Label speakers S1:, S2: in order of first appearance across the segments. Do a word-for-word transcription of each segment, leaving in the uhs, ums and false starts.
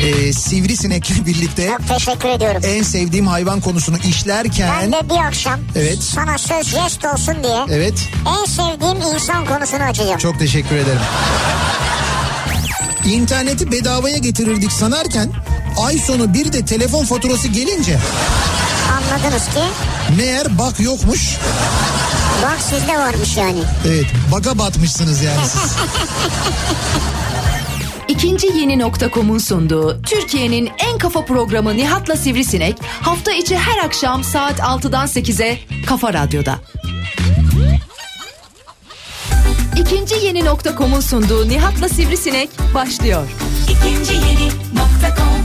S1: e, Sivrisinek'le birlikte.
S2: Çok teşekkür ediyorum.
S1: En sevdiğim hayvan konusunu işlerken.
S2: Ben de bir akşam
S1: evet.
S2: sana söz jest olsun diye.
S1: Evet.
S2: En sevdiğim insan konusunu açacağım.
S1: Çok teşekkür ederim. İnterneti bedavaya getirirdik sanarken ay sonu bir de telefon faturası gelince.
S2: Anladınız ki.
S1: Meğer bak yokmuş.
S2: Bak sizde varmış yani.
S1: Evet, baka batmışsınız yani siz.
S3: İkinci Yeni nokta com'un sunduğu Türkiye'nin en kafa programı Nihat'la Sivrisinek hafta içi her akşam saat altıdan sekize Kafa Radyo'da. İkinci Yeni nokta com'un sunduğu Nihat'la Sivrisinek başlıyor. İkinci Yeni nokta com.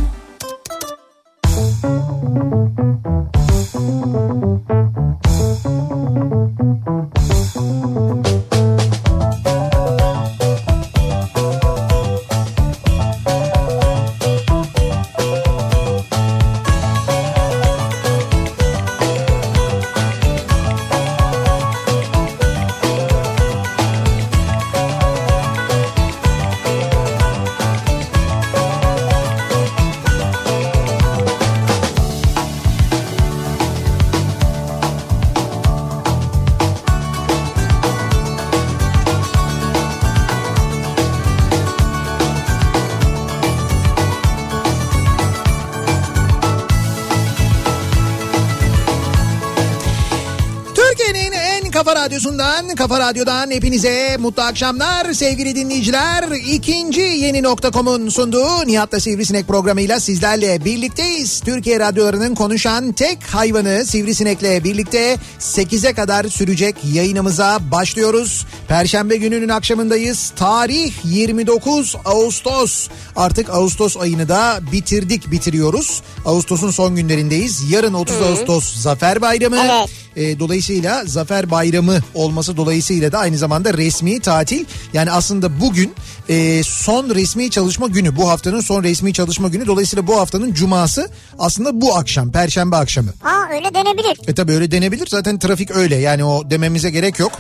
S1: Radyosu'ndan, Kafa Radyo'dan hepinize mutlu akşamlar sevgili dinleyiciler. İkinci Yeni nokta com'un sunduğu Nihat'la Sivrisinek programıyla sizlerle birlikteyiz. Türkiye radyolarının konuşan tek hayvanı Sivrisinek'le birlikte sekize kadar sürecek yayınımıza başlıyoruz. Perşembe gününün akşamındayız. Tarih yirmi dokuz Ağustos. Artık Ağustos ayını da bitirdik, bitiriyoruz. Ağustos'un son günlerindeyiz. Yarın otuz Ağustos Zafer Bayramı.
S2: Evet.
S1: E, dolayısıyla Zafer Bayramı olması dolayısıyla da aynı zamanda resmi tatil. Yani aslında bugün e, son resmi çalışma günü. Bu haftanın son resmi çalışma günü. Dolayısıyla bu haftanın cuması aslında bu akşam, Perşembe akşamı.
S2: Aa, öyle denebilir.
S1: E tabii öyle denebilir. Zaten trafik öyle. Yani o dememize gerek yok.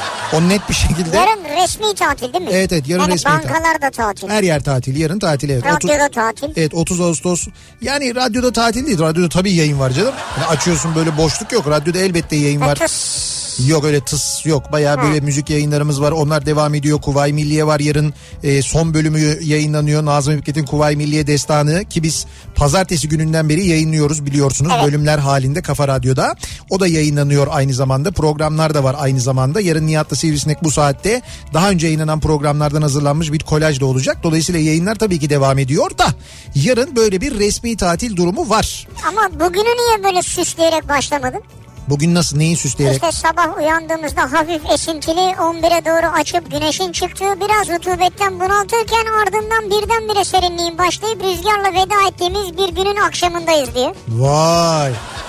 S1: O net bir şekilde.
S2: Yarın resmi tatil değil mi?
S1: Evet evet yarın
S2: yani
S1: resmi tatil.
S2: Bankalar da tatil.
S1: Her yer tatil. Yarın tatil evet.
S2: Radyoda tatil.
S1: Evet otuz Ağustos. Yani radyoda tatil değil. Radyoda tabii yayın var canım. Yani açıyorsun böyle boşluk yok. Radyoda elbette yayın var.
S2: Tıs.
S1: Yok öyle tıs yok. Bayağı böyle ha. müzik yayınlarımız var. Onlar devam ediyor. Kuvayi Milliye var yarın. E, son bölümü yayınlanıyor. Nazım Hikmet'in Kuvayi Milliye Destanı ki biz pazartesi gününden beri yayınlıyoruz biliyorsunuz. Evet. Bölümler halinde Kafa Radyo'da. O da yayınlanıyor aynı zamanda. Programlar da var aynı zamanda. Yarın Nihat'la Sivrisinek bu saatte daha önce yayınlanan programlardan hazırlanmış bir kolaj da olacak. Dolayısıyla yayınlar tabii ki devam ediyor da yarın böyle bir resmi tatil durumu var.
S2: Ama bugünü niye böyle süsleyerek başlamadın?
S1: Bugün nasıl, neyi süsleyerek?
S2: İşte sabah uyandığımızda hafif esintili on bire doğru açıp güneşin çıktığı biraz rutubetten bunaltırken ardından birdenbire serinliğin başlayıp rüzgarla veda ettiğimiz bir günün akşamındayız diye.
S1: Vay.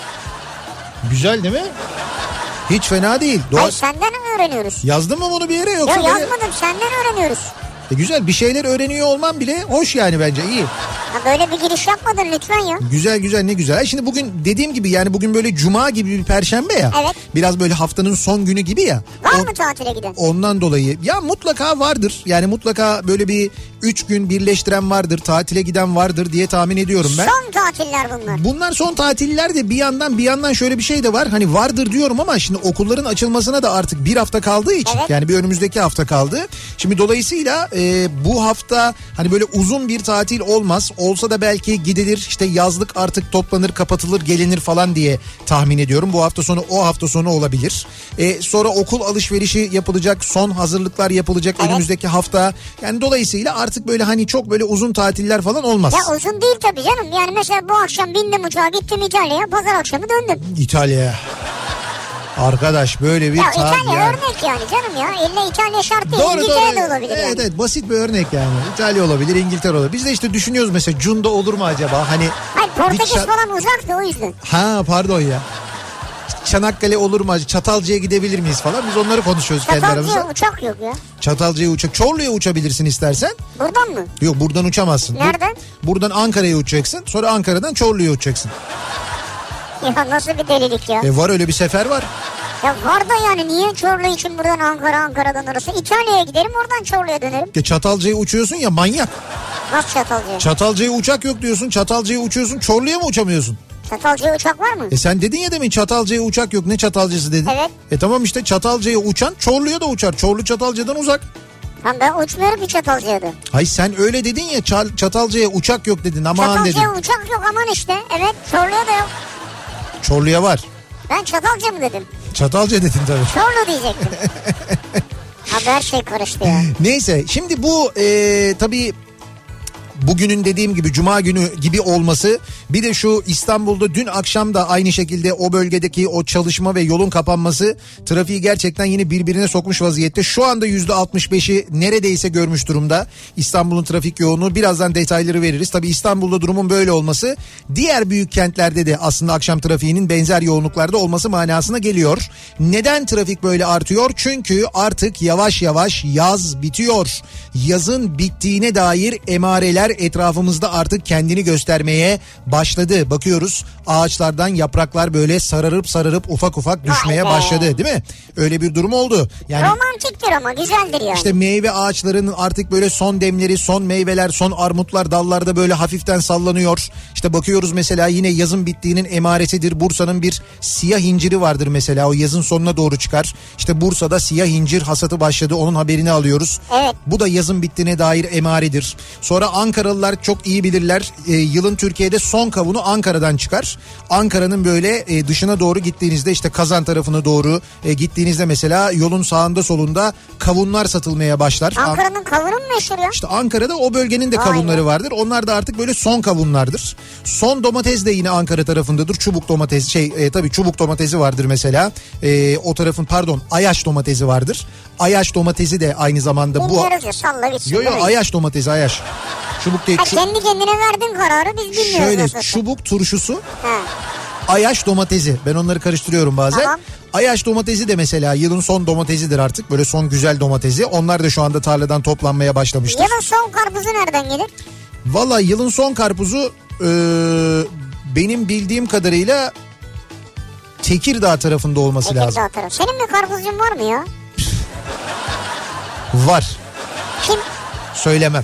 S1: Güzel değil mi? Hiç fena değil. Doğa...
S2: Hayır senden öğreniyoruz.
S1: Yazdın mı bunu bir yere yoksa?
S2: Yok yazmadım böyle... senden öğreniyoruz.
S1: E güzel bir şeyler öğreniyor olman bile hoş yani bence iyi.
S2: Ha böyle bir giriş yapmadın lütfen ya.
S1: Güzel güzel ne güzel. Şimdi bugün dediğim gibi yani bugün böyle cuma gibi bir perşembe ya.
S2: Evet.
S1: Biraz böyle haftanın son günü gibi ya.
S2: Var
S1: o,
S2: mı tatile giden?
S1: Ondan dolayı ya mutlaka vardır. Yani mutlaka böyle bir üç gün birleştiren vardır. Tatile giden vardır diye tahmin ediyorum ben.
S2: Son tatiller bunlar.
S1: Bunlar son tatiller de bir yandan bir yandan şöyle bir şey de var. Hani vardır diyorum ama şimdi okulların açılmasına da artık bir hafta kaldığı için. Evet. Yani bir önümüzdeki hafta kaldı. Şimdi dolayısıyla e, bu hafta hani böyle uzun bir tatil olmaz. Olsa da belki gidilir işte yazlık artık toplanır kapatılır gelinir falan diye tahmin ediyorum. Bu hafta sonu o hafta sonu olabilir. E, sonra okul alışverişi yapılacak, son hazırlıklar yapılacak evet. önümüzdeki hafta. Yani dolayısıyla artık böyle hani çok böyle uzun tatiller falan olmaz.
S2: Ya uzun değil tabii canım. Yani mesela bu akşam bindim uçağa gittim İtalya'ya, pazar akşamı döndüm.
S1: İtalya. Arkadaş böyle bir...
S2: Ya İtalya yani. Örnek yani canım ya. Elle İtalya şart değil.
S1: Doğru,
S2: İngiltere
S1: doğru.
S2: de olabilir
S1: evet,
S2: yani.
S1: Evet basit bir örnek yani. İtalya olabilir, İngiltere olabilir. Biz de işte düşünüyoruz mesela Cunda olur mu acaba? Hani
S2: Hayır Portekiz
S1: şa-
S2: falan uzak da o yüzden.
S1: Ha pardon ya. Çanakkale olur mu? Çatalca'ya gidebilir miyiz falan? Biz onları konuşuyoruz kendi aramızda.
S2: Çatalca'ya uçak yok ya.
S1: Çatalca'ya uçak. Çorlu'ya uçabilirsin istersen.
S2: Buradan mı?
S1: Yok buradan uçamazsın.
S2: Nereden?
S1: Buradan Ankara'ya uçacaksın. Sonra Ankara'dan Çorlu'ya uçacaksın.
S2: Ya nasıl bir delilik ya?
S1: E var öyle bir sefer var.
S2: Ya var da yani niye Çorlu için buradan Ankara, Ankara'dan orası? İtalya'ya giderim oradan Çorlu'ya dönerim.
S1: Ya Çatalca'ya uçuyorsun ya manyak.
S2: Nasıl Çatalca'ya?
S1: Çatalca'ya uçak yok diyorsun. Çatalca'ya uçuyorsun. Çorlu'ya mı uçamıyorsun?
S2: Çatalca'ya uçak var mı?
S1: E sen dedin ya demin Çatalca'ya uçak yok. Ne Çatalca'sı dedin?
S2: Evet.
S1: E tamam işte Çatalca'ya uçan Çorlu'ya da uçar. Çorlu Çatalca'dan uzak.
S2: Tamam ben uçmuyorum ki Çatalca'da.
S1: Hayır sen öyle dedin ya Çatalca'ya uçak yok dedin aman dedin.
S2: Çatalca'ya uçak yok aman işte. Evet Çorlu'ya da yok.
S1: Çorlu'ya var.
S2: Ben Çatalca mı dedim?
S1: Çatalca dedin tabii.
S2: Çorlu diyecektim. Abi her şey karıştı ya.
S1: Neyse şimdi bu e, tabii bugünün dediğim gibi cuma günü gibi olması, bir de şu İstanbul'da dün akşam da aynı şekilde o bölgedeki o çalışma ve yolun kapanması trafiği gerçekten yine birbirine sokmuş vaziyette. Şu anda yüzde altmış beşi neredeyse görmüş durumda İstanbul'un trafik yoğunluğu. Birazdan detayları veririz. Tabii İstanbul'da durumun böyle olması diğer büyük kentlerde de aslında akşam trafiğinin benzer yoğunluklarda olması manasına geliyor. Neden trafik böyle artıyor? Çünkü artık yavaş yavaş yaz bitiyor. Yazın bittiğine dair emareler etrafımızda artık kendini göstermeye başladı. Bakıyoruz ağaçlardan yapraklar böyle sararıp sararıp ufak ufak düşmeye başladı değil mi? Öyle bir durum oldu. Yani
S2: romantiktir ama güzeldir yani.
S1: İşte meyve ağaçlarının artık böyle son demleri, son meyveler, son armutlar dallarda böyle hafiften sallanıyor. İşte bakıyoruz mesela yine yazın bittiğinin emaresidir. Bursa'nın bir siyah inciri vardır mesela, o yazın sonuna doğru çıkar. İşte Bursa'da siyah incir hasatı başladı, onun haberini alıyoruz.
S2: Evet.
S1: Bu da yazın bittiğine dair emaredir. Sonra Ankaralılar çok iyi bilirler. E, yılın Türkiye'de son kavunu Ankara'dan çıkar. Ankara'nın böyle e, dışına doğru gittiğinizde, işte Kazan tarafına doğru e, gittiğinizde mesela yolun sağında solunda kavunlar satılmaya başlar.
S2: Ankara'nın kavunu mu meşhur ya?
S1: İşte Ankara'da o bölgenin de kavunları vardır. Onlar da artık böyle son kavunlardır. Son domates de yine Ankara tarafındadır. Çubuk domates şey e, tabii çubuk domatesi vardır mesela. E, o tarafın pardon Ayaş domatesi vardır. Ayaş domatesi de aynı zamanda bu.
S2: Bilmiyoruz ya, salla gitsin.
S1: Yo yo Ayaş domatesi Ayaş. Çubuk değil.
S2: Ha,
S1: Çu...
S2: kendi kendine verdin kararı, biz bilmiyoruz.
S1: Şöyle
S2: nasıl.
S1: çubuk turşusu.
S2: Ha.
S1: Ayaş domatesi. Ben onları karıştırıyorum bazen.
S2: Tamam.
S1: Ayaş domatesi de mesela yılın son domatesidir artık. Böyle son güzel domatesi. Onlar da şu anda tarladan toplanmaya başlamıştır.
S2: Yılın son karpuzu nereden gelir?
S1: Valla yılın son karpuzu e, benim bildiğim kadarıyla Tekirdağ tarafında olması
S2: Tekirdağ
S1: lazım.
S2: tarafı. Senin bir karpuzcun var mı ya?
S1: Var.
S2: Kim?
S1: Söylemem.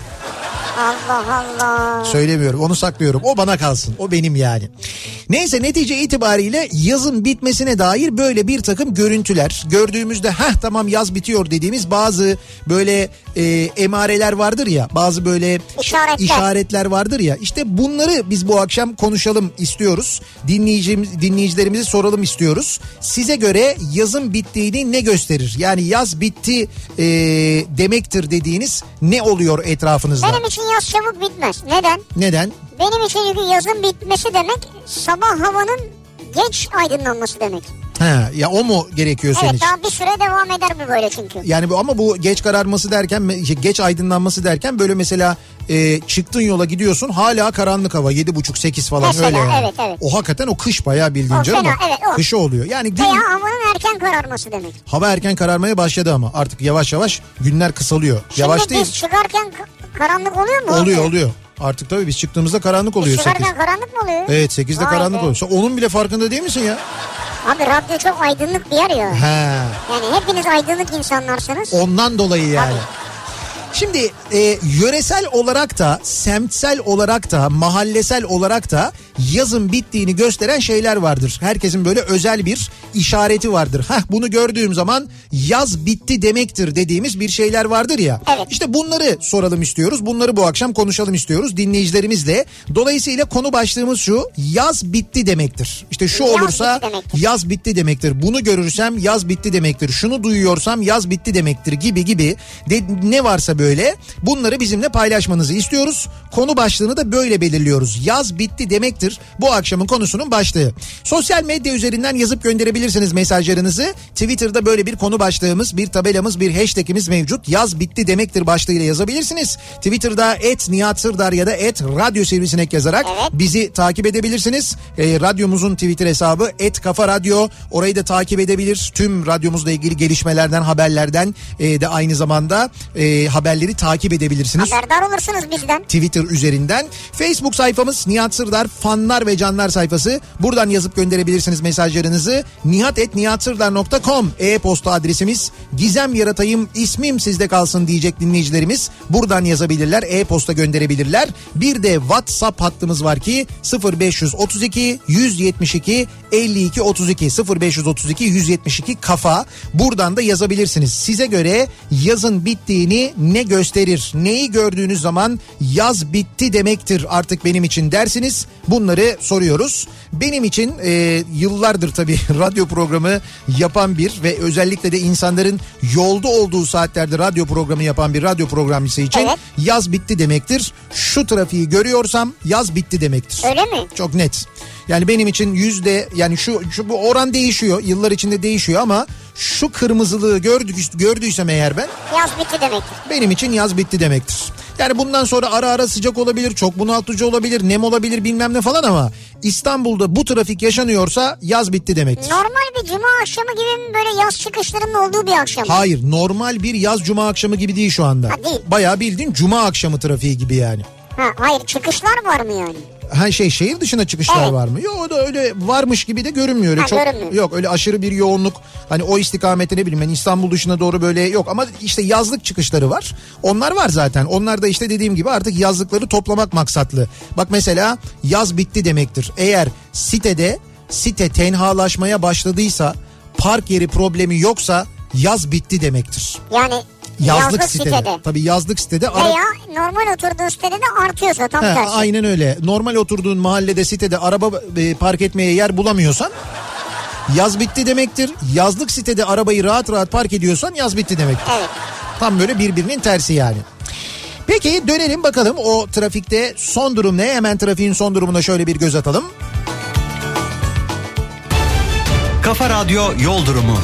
S2: Allah Allah.
S1: Söylemiyorum, onu saklıyorum. O bana kalsın. O benim yani. Neyse netice itibariyle yazın bitmesine dair böyle bir takım görüntüler gördüğümüzde heh tamam yaz bitiyor dediğimiz bazı böyle e, emareler vardır ya, bazı böyle
S2: İşaretler.
S1: işaretler vardır ya, işte bunları biz bu akşam konuşalım istiyoruz. Dinleyicimiz, dinleyicilerimizi soralım istiyoruz. Size göre yazın bittiğini ne gösterir? Yani yaz bitti e, demektir dediğiniz ne oluyor etrafınızda?
S2: Benim için yaz çabuk bitmez. Neden?
S1: Neden?
S2: Benim için çünkü yazın bitmesi demek sabah havanın geç aydınlanması demek.
S1: Ha, ya o mu gerekiyor senin
S2: Evet,
S1: için?
S2: daha bir süre devam eder bu böyle çünkü.
S1: Yani bu, ama bu geç kararması derken, geç aydınlanması derken böyle mesela e, çıktın yola gidiyorsun hala karanlık hava yedi buçuk sekiz falan
S2: Mesela,
S1: öyle yani.
S2: Evet, evet.
S1: O hakikaten o kış bayağı bildiğin
S2: O
S1: canım.
S2: fena, evet, o.
S1: Kışı oluyor. Yani gün,
S2: Veya havanın erken kararması demek.
S1: hava erken kararmaya başladı ama artık yavaş yavaş günler kısalıyor.
S2: Şimdi
S1: yavaş
S2: biz
S1: değil.
S2: çıkarken ka- karanlık oluyor mu?
S1: Oluyor oluyor. Artık tabii biz çıktığımızda karanlık oluyor.
S2: Biz çıkarken
S1: sekiz.
S2: karanlık mı oluyor?
S1: Evet sekizde
S2: Vay
S1: karanlık
S2: be.
S1: oluyor. Sen onun bile farkında değil misin ya?
S2: Abi radyo çok aydınlık bir yer ya.
S1: He.
S2: Yani hepiniz aydınlık insanlarsınız.
S1: Ondan dolayı yani.
S2: Tabii.
S1: Şimdi e, yöresel olarak da, semtsel olarak da, mahallesel olarak da yazın bittiğini gösteren şeyler vardır. Herkesin böyle özel bir işareti vardır. Heh, bunu gördüğüm zaman yaz bitti demektir dediğimiz bir şeyler vardır ya.
S2: Evet.
S1: İşte bunları soralım istiyoruz. Bunları bu akşam konuşalım istiyoruz dinleyicilerimizle. Dolayısıyla konu başlığımız şu: yaz bitti demektir. İşte şu
S2: Yaz
S1: olursa
S2: bitti demektir.
S1: yaz bitti demektir. Bunu görürsem yaz bitti demektir. Şunu duyuyorsam yaz bitti demektir gibi gibi de, ne varsa böyle bunları bizimle paylaşmanızı istiyoruz. Konu başlığını da böyle belirliyoruz. Yaz bitti demektir. Bu akşamın konusunun başlığı. Sosyal medya üzerinden yazıp gönderebilirsiniz mesajlarınızı. Twitter'da böyle bir konu başlığımız, bir tabelamız, bir hashtagimiz mevcut. Yaz bitti demektir başlığıyla yazabilirsiniz. Twitter'da et Nihat Sırdar ya da et Radyo Sivrisinek yazarak
S2: Evet.
S1: bizi takip edebilirsiniz. E, radyomuzun Twitter hesabı et Kafa Radyo. Orayı da takip edebilir. Tüm radyomuzla ilgili gelişmelerden, haberlerden e, de aynı zamanda e, haber haberleri takip edebilirsiniz.
S2: Haberdar olursunuz bizden.
S1: Twitter üzerinden. Facebook sayfamız Nihat Sırdar fanlar ve canlar sayfası. Buradan yazıp gönderebilirsiniz mesajlarınızı. nihat et nihat sırdar nokta com e-posta adresimiz. Gizem yaratayım, ismim sizde kalsın diyecek dinleyicilerimiz buradan yazabilirler, e-posta gönderebilirler. Bir de WhatsApp hattımız var ki sıfır beş otuz iki yüz yetmiş iki elli iki otuz iki sıfır beş otuz iki yüz yetmiş iki kafa. Buradan da yazabilirsiniz. Size göre yazın bittiğini ne gösterir? Neyi gördüğünüz zaman yaz bitti demektir artık benim için dersiniz. Bunları soruyoruz. Benim için e, yıllardır tabii radyo programı yapan bir ve özellikle de insanların yolda olduğu saatlerde radyo programı yapan bir radyo programcısı için evet. Yaz bitti demektir. Şu trafiği görüyorsam yaz bitti demektir.
S2: Öyle mi?
S1: Çok net. Yani benim için yüzde yani şu, şu bu oran değişiyor. Yıllar içinde değişiyor ama şu kırmızılığı gördük, gördüysem eğer ben.
S2: Yaz bitti demektir.
S1: Benim için yaz bitti demektir. Yani bundan sonra ara ara sıcak olabilir, çok bunaltıcı olabilir, nem olabilir bilmem ne falan ama İstanbul'da bu trafik yaşanıyorsa yaz bitti demektir.
S2: Normal bir cuma akşamı gibi mi böyle yaz çıkışlarının olduğu bir akşam?
S1: Hayır, normal bir yaz cuma akşamı gibi değil şu anda.
S2: Ha, değil.
S1: Bayağı bildiğin cuma akşamı trafiği gibi yani.
S2: Ha, hayır, çıkışlar var mı yani?
S1: Ha şey şehir dışına çıkışlar
S2: evet.
S1: var mı? Yok, o da öyle varmış gibi de görünmüyor. Öyle
S2: ha,
S1: çok
S2: görünmüyor.
S1: Yok öyle aşırı bir yoğunluk hani o istikamete ne bileyim ben İstanbul dışına doğru böyle yok ama işte yazlık çıkışları var. Onlar var zaten. Onlar da işte dediğim gibi artık yazlıkları toplamak maksatlı. Bak mesela yaz bitti demektir. Eğer sitede site tenhalaşmaya başladıysa, park yeri problemi yoksa yaz bitti demektir.
S2: Yani
S1: Yazlık,
S2: yazlık
S1: sitede.
S2: sitede.
S1: Tabii yazlık sitede.
S2: Veya
S1: ara...
S2: normal oturduğun sitede de artıyorsa tam
S1: He,
S2: tersi.
S1: aynen öyle. Normal oturduğun mahallede sitede araba e, park etmeye yer bulamıyorsan yaz bitti demektir. Yazlık sitede arabayı rahat rahat park ediyorsan yaz bitti demektir.
S2: Evet.
S1: Tam böyle birbirinin tersi yani. Peki dönelim bakalım o trafikte son durum ne? Hemen trafiğin son durumuna şöyle bir göz atalım.
S4: Kafa Radyo Yol Durumu.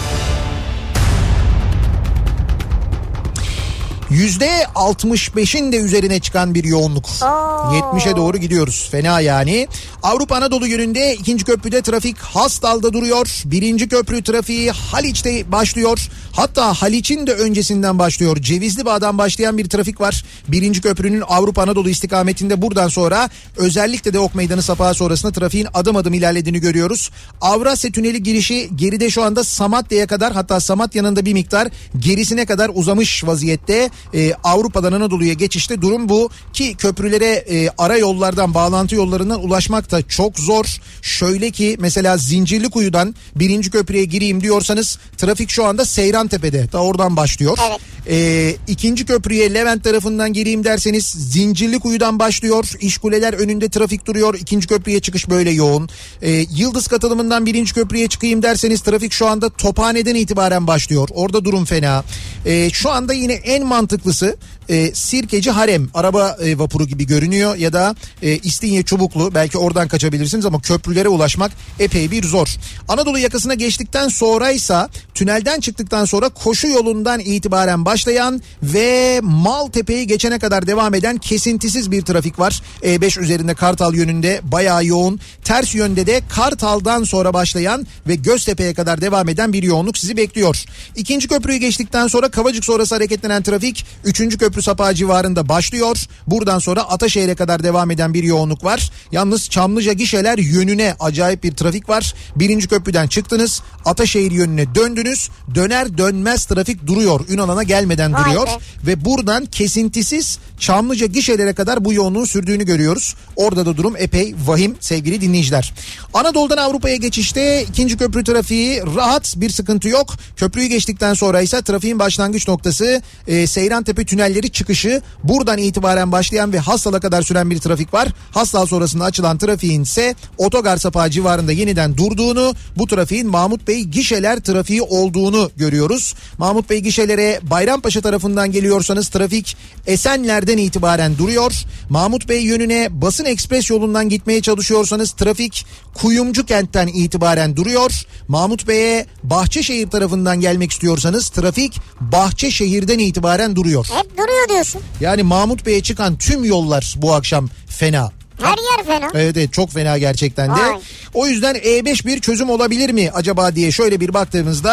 S1: yüzde altmış beşin de üzerine çıkan bir yoğunluk.
S2: Oo.
S1: yetmişe doğru gidiyoruz. Fena yani. Avrupa Anadolu yönünde ikinci köprüde trafik Hastal'da duruyor. Birinci köprü trafiği Haliç'te başlıyor. Hatta Haliç'in de öncesinden başlıyor. Cevizli Bağ'dan başlayan bir trafik var. Birinci köprünün Avrupa Anadolu istikametinde buradan sonra özellikle de Ok Meydanı Sapağı sonrasında trafiğin adım adım ilerlediğini görüyoruz. Avrasya Tüneli girişi geride şu anda Samatya'ya kadar, hatta Samatya'nın da bir miktar gerisine kadar uzamış vaziyette. Ee, Avrupa'dan Anadolu'ya geçişte durum bu ki köprülere e, ara yollardan, bağlantı yollarından ulaşmak da çok zor. Şöyle ki mesela Zincirlikuyu'dan birinci köprüye gireyim diyorsanız trafik şu anda Seyrantepe'de, ta oradan başlıyor.
S2: Evet.
S1: Ee, ikinci köprüye Levent tarafından gireyim derseniz Zincirlikuyu'dan başlıyor. İşkuleler önünde trafik duruyor. İkinci köprüye çıkış böyle yoğun. Ee, Yıldız katılımından birinci köprüye çıkayım derseniz trafik şu anda Tophane'den itibaren başlıyor. Orada durum fena. Ee, şu anda yine en mantıklısı e, Sirkeci Harem araba e, vapuru gibi görünüyor ya da e, İstinye Çubuklu, belki oradan kaçabilirsiniz ama köprülere ulaşmak epey bir zor. Anadolu yakasına geçtikten sonraysa tünelden çıktıktan sonra koşu yolundan itibaren başlayan ve Maltepe'yi geçene kadar devam eden kesintisiz bir trafik var. E beş üzerinde Kartal yönünde bayağı yoğun. Ters yönde de Kartal'dan sonra başlayan ve Göztepe'ye kadar devam eden bir yoğunluk sizi bekliyor. İkinci köprüyü geçtikten sonra Kavacık sonrası hareketlenen trafik üçüncü köprü sapağı civarında başlıyor. Buradan sonra Ataşehir'e kadar devam eden bir yoğunluk var. Yalnız Çamlıca gişeler yönüne acayip bir trafik var. Birinci köprüden çıktınız, Ataşehir yönüne döndünüz. Döner dönmez trafik duruyor. Ünalan'a gelmeden
S2: Vay
S1: duruyor.
S2: be.
S1: Ve buradan kesintisiz Çamlıca gişelere kadar bu yoğunluğun sürdüğünü görüyoruz. Orada da durum epey vahim sevgili dinleyiciler. Anadolu'dan Avrupa'ya geçişte ikinci köprü trafiği rahat, bir sıkıntı yok. Köprüyü geçtikten sonra ise trafiğin başlangıç noktası e, Seyrantepe tünelleri çıkışı. Buradan itibaren başlayan ve Hastal'a kadar süren bir trafik var. Hastal sonrasında açılan trafiğin ise Otogar Sapağı civarında yeniden durduğunu, bu trafiğin Mahmut Bey gişeler trafiği olduğunu görüyoruz. Mahmut Bey gişelere Bayrampaşa tarafından geliyorsanız trafik Esenler'den itibaren duruyor. Mahmut Bey yönüne Basın Ekspres yolundan gitmeye çalışıyorsanız trafik Kuyumcu kentten itibaren duruyor. Mahmut Bey'e Bahçeşehir tarafından gelmek istiyorsanız trafik Bahçeşehir'den itibaren duruyor.
S2: Hep duruyor diyorsun.
S1: Yani Mahmut Bey'e çıkan tüm yollar bu akşam fena.
S2: Her yer fena.
S1: Evet, evet çok fena gerçekten de.
S2: Vay.
S1: O yüzden E beş bir çözüm olabilir mi acaba diye şöyle bir baktığımızda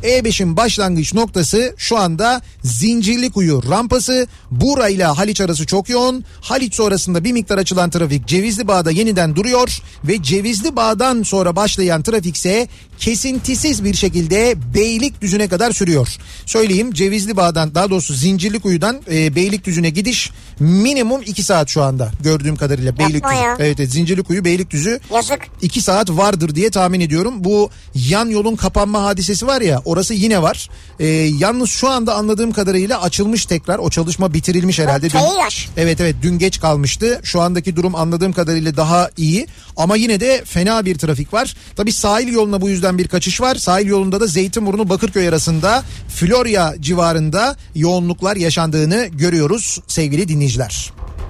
S1: E beşin başlangıç noktası şu anda Zincirlikuyu rampası. Burayla Haliç arası çok yoğun. Haliç sonrasında bir miktar açılan trafik Cevizlibağ'da yeniden duruyor ve Cevizlibağ'dan sonra başlayan trafikse kesintisiz bir şekilde Beylikdüzü'ne kadar sürüyor. Söyleyeyim, Cevizlibağ'dan, daha doğrusu Zincirlikuyu'dan e, Beylikdüzü'ne gidiş minimum iki saat şu anda gördüğüm kadarıyla. Beylikdüzü. Evet, evet, Zincirlikuyu Beylikdüzü iki saat vardır diye tahmin ediyorum. Bu yan yolun kapanma hadisesi var ya, orası yine var. E, yalnız şu anda anladığım kadarıyla açılmış tekrar, o çalışma bitirilmiş herhalde. Dün, evet evet dün geç kalmıştı. Şu andaki durum anladığım kadarıyla daha iyi ama yine de fena bir trafik var. Tabii sahil yoluna bu yüzden bir kaçış var. Sahil yolunda da Zeytinburnu Bakırköy arasında Florya civarında yoğunluklar yaşandığını görüyoruz sevgili dinleyiciler.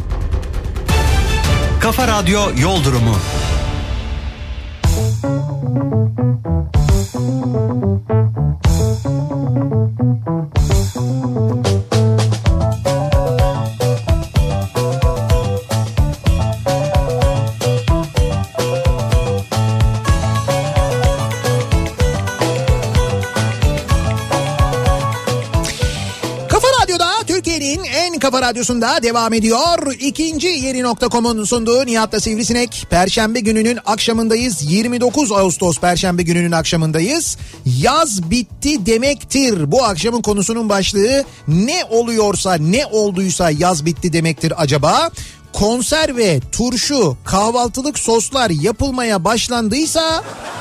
S4: Kafa Radyo Yol Durumu.
S1: Kafa Radyosu'nda devam ediyor. İkinci yeni nokta com'un sunduğu Nihat'la Sivrisinek. Perşembe gününün akşamındayız. yirmi dokuz Ağustos Perşembe gününün akşamındayız. Yaz bitti demektir. Bu akşamın konusunun başlığı, ne oluyorsa, ne olduysa yaz bitti demektir acaba? Konserve, turşu, kahvaltılık soslar yapılmaya başlandıysa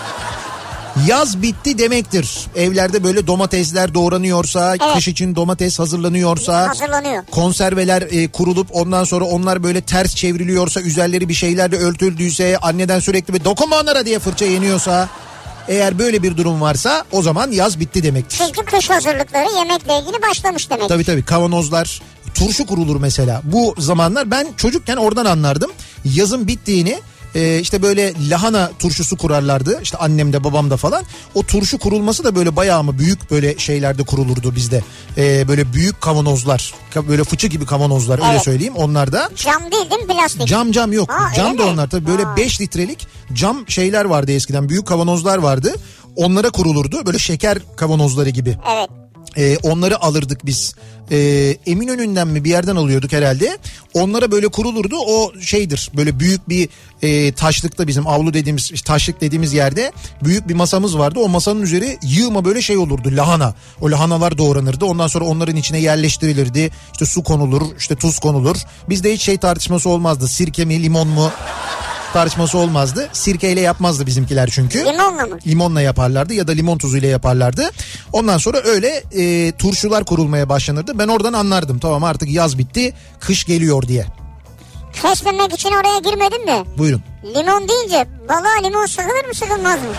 S1: yaz bitti demektir. Evlerde böyle domatesler doğranıyorsa, evet, kış için domates hazırlanıyorsa,
S2: hazırlanıyor.
S1: Konserveler e, kurulup ondan sonra onlar böyle ters çevriliyorsa, üzerleri bir şeylerle örtüldüyse, anneden sürekli bir dokunma onlara diye fırça yeniyorsa, eğer böyle bir durum varsa o zaman yaz bitti demektir.
S2: Çünkü kış hazırlıkları yemekle ilgili başlamış demek.
S1: Tabii tabii, kavanozlar, turşu kurulur mesela. Bu zamanlar ben çocukken oradan anlardım. Yazın bittiğini. Ee, işte böyle lahana turşusu kurarlardı. İşte annem de babam da falan. O turşu kurulması da böyle bayağı mı büyük böyle şeylerde kurulurdu bizde. Ee, böyle büyük kavanozlar. Böyle fıçı gibi kavanozlar, evet, öyle söyleyeyim. Onlar da.
S2: Cam değil değil mi, plastik?
S1: Cam cam yok.
S2: Aa,
S1: cam da onlar tabii böyle
S2: Aa.
S1: beş litrelik cam şeyler vardı eskiden. Büyük kavanozlar vardı. Onlara kurulurdu. Böyle şeker kavanozları gibi.
S2: Evet.
S1: Ee, onları alırdık biz. Ee, Eminönü'nden mi bir yerden alıyorduk herhalde. Onlara böyle kurulurdu. O şeydir, böyle büyük bir e, taşlıkta, bizim avlu dediğimiz, taşlık dediğimiz yerde büyük bir masamız vardı. O masanın üzeri yığma böyle şey olurdu, lahana. O lahanalar doğranırdı. Ondan sonra onların içine yerleştirilirdi. İşte su konulur, işte tuz konulur. Bizde hiç şey tartışması olmazdı. Sirke mi, limon mu tartışması olmazdı. Sirkeyle yapmazdı bizimkiler çünkü.
S2: Limonla mı?
S1: Limonla yaparlardı ya da limon tuzuyla yaparlardı. Ondan sonra öyle e, turşular kurulmaya başlanırdı. Ben oradan anlardım, tamam artık yaz bitti, kış geliyor diye.
S2: Kesmemek için oraya girmedim de.
S1: Buyurun.
S2: Limon deyince balığa limon sıkılır mı, sıkılmaz mı?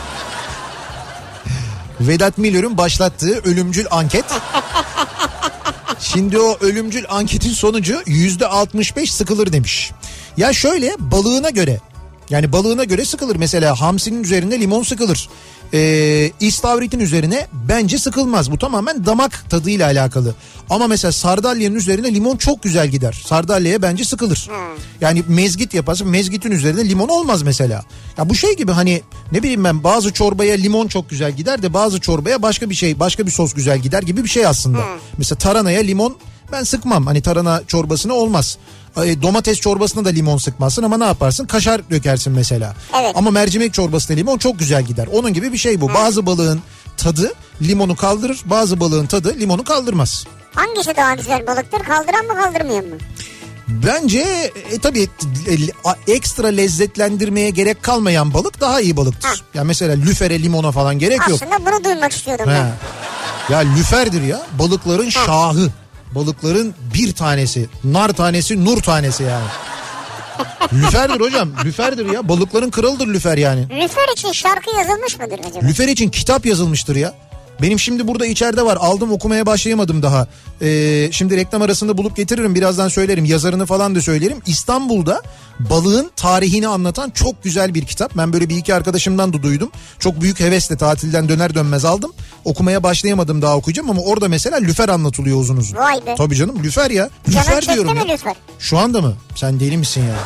S1: Vedat Milor'un başlattığı ölümcül anket. Şimdi o ölümcül anketin sonucu yüzde altmış beş sıkılır demiş. Ya şöyle, balığına göre, yani balığına göre sıkılır. Mesela hamsinin üzerine limon sıkılır. Ee, istavritin üzerine bence sıkılmaz. Bu tamamen damak tadıyla alakalı. Ama mesela sardalyanın üzerine limon çok güzel gider. Sardalyaya bence sıkılır. Hmm. Yani mezgit yaparsın, mezgitin üzerine limon olmaz mesela. Ya bu şey gibi, hani ne bileyim ben, bazı çorbaya limon çok güzel gider de bazı çorbaya başka bir şey, başka bir sos güzel gider gibi bir şey aslında. Hmm. Mesela taranaya limon ben sıkmam. Hani tarhana çorbasına olmaz. Domates çorbasına da limon sıkmazsın ama ne yaparsın? Kaşar dökersin mesela.
S2: Evet.
S1: Ama mercimek çorbasına limon çok güzel gider. Onun gibi bir şey bu. Hı. Bazı balığın tadı limonu kaldırır, bazı balığın tadı limonu kaldırmaz.
S2: Hangisi daha güzel balıktır? Kaldıran mı, kaldırmayan mı?
S1: Bence e, tabii e, ekstra lezzetlendirmeye gerek kalmayan balık daha iyi balıktır. Ha. Ya mesela lüfere, limona falan gerek
S2: Aslında
S1: yok.
S2: Aslında bunu duymak istiyordum
S1: He.
S2: ben.
S1: Ya lüferdir ya. Balıkların ha. şahı. Balıkların bir tanesi. Nar tanesi, nur tanesi yani. Lüferdir hocam. Lüferdir ya. Balıkların kralıdır lüfer yani.
S2: Lüfer için şarkı yazılmış mıdır acaba?
S1: Lüfer için kitap yazılmıştır ya. Benim şimdi burada içeride var. Aldım, okumaya başlayamadım daha. Ee, şimdi reklam arasında bulup getiririm. Birazdan söylerim. Yazarını falan da söylerim. İstanbul'da balığın tarihini anlatan çok güzel bir kitap. Ben böyle bir iki arkadaşımdan da duydum. Çok büyük hevesle tatilden döner dönmez aldım. Okumaya başlayamadım, daha okuyacağım ama orada mesela lüfer anlatılıyor uzun uzun.
S2: Vay be.
S1: Tabii canım, lüfer ya. Lüfer
S2: Canın
S1: diyorum
S2: çekti
S1: ya.
S2: mi lüfer?
S1: Şu anda mı? Sen deli misin ya?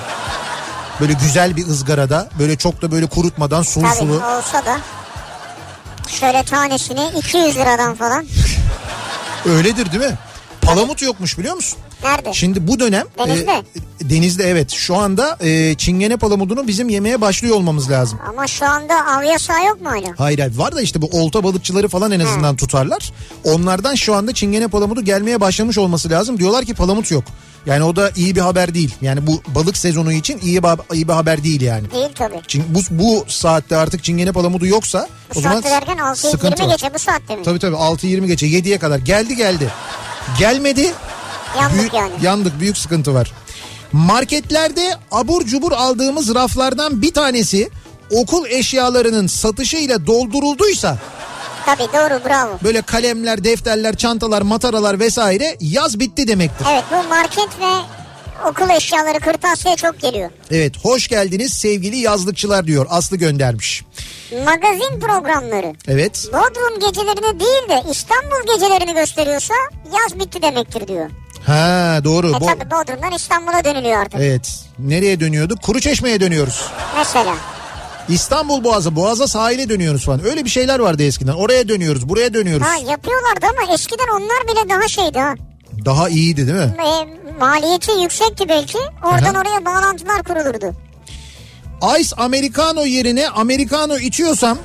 S1: Böyle güzel bir ızgarada, böyle çok da böyle kurutmadan sulu
S2: Tabii,
S1: sulu.
S2: olsa da. Şöyle tanesini iki yüz liradan falan.
S1: Öyledir değil mi? Palamut yokmuş biliyor musun?
S2: Nerede?
S1: Şimdi bu dönem
S2: Denizde.
S1: E, denizde evet. Şu anda e, çingene palamudunu bizim yemeye başlıyor olmamız lazım.
S2: Ama şu anda av yasağı yok mu hala?
S1: Hayır hayır var da işte bu olta balıkçıları falan en azından He. tutarlar. Onlardan şu anda çingene palamudu gelmeye başlamış olması lazım. Diyorlar ki palamut yok. Yani o da iyi bir haber değil. Yani bu balık sezonu için iyi bir, iyi bir haber değil yani.
S2: Değil tabii.
S1: Çin, bu, bu saatte artık çingene palamudu yoksa
S2: bu
S1: o zaman
S2: saatte derken altı yirmi geçe bu saatte mi?
S1: Tabii tabii altı yirmi geçe yediye kadar geldi geldi. Gelmedi.
S2: Yandık
S1: büyük,
S2: yani.
S1: Yandık, büyük sıkıntı var. Marketlerde abur cubur aldığımız raflardan bir tanesi okul eşyalarının satışıyla doldurulduysa.
S2: Tabii doğru, bravo.
S1: Böyle kalemler, defterler, çantalar, mataralar vesaire yaz bitti demektir.
S2: Evet, bu market ve okul eşyaları, kırtasiye çok geliyor.
S1: Evet, hoş geldiniz sevgili yazlıkçılar diyor, Aslı göndermiş.
S2: Magazin programları.
S1: Evet.
S2: Bodrum gecelerini değil de İstanbul gecelerini gösteriyorsa yaz bitti demektir diyor.
S1: Ha doğru.
S2: E
S1: Bo-
S2: tabii Bodrum'dan İstanbul'a dönülüyor artık.
S1: Evet. Nereye dönüyorduk? Kuruçeşme'ye dönüyoruz.
S2: Mesela.
S1: İstanbul Boğazı, Boğaz'a sahile dönüyoruz falan. Öyle bir şeyler vardı eskiden. Oraya dönüyoruz, buraya dönüyoruz.
S2: Ha yapıyorlardı ama eskiden onlar bile daha şeydi ha.
S1: Daha iyiydi değil mi?
S2: E, maliyeti yüksekti belki. Oradan
S1: Aha.
S2: oraya bağlantılar kurulurdu.
S1: Ice Americano yerine Americano içiyorsam...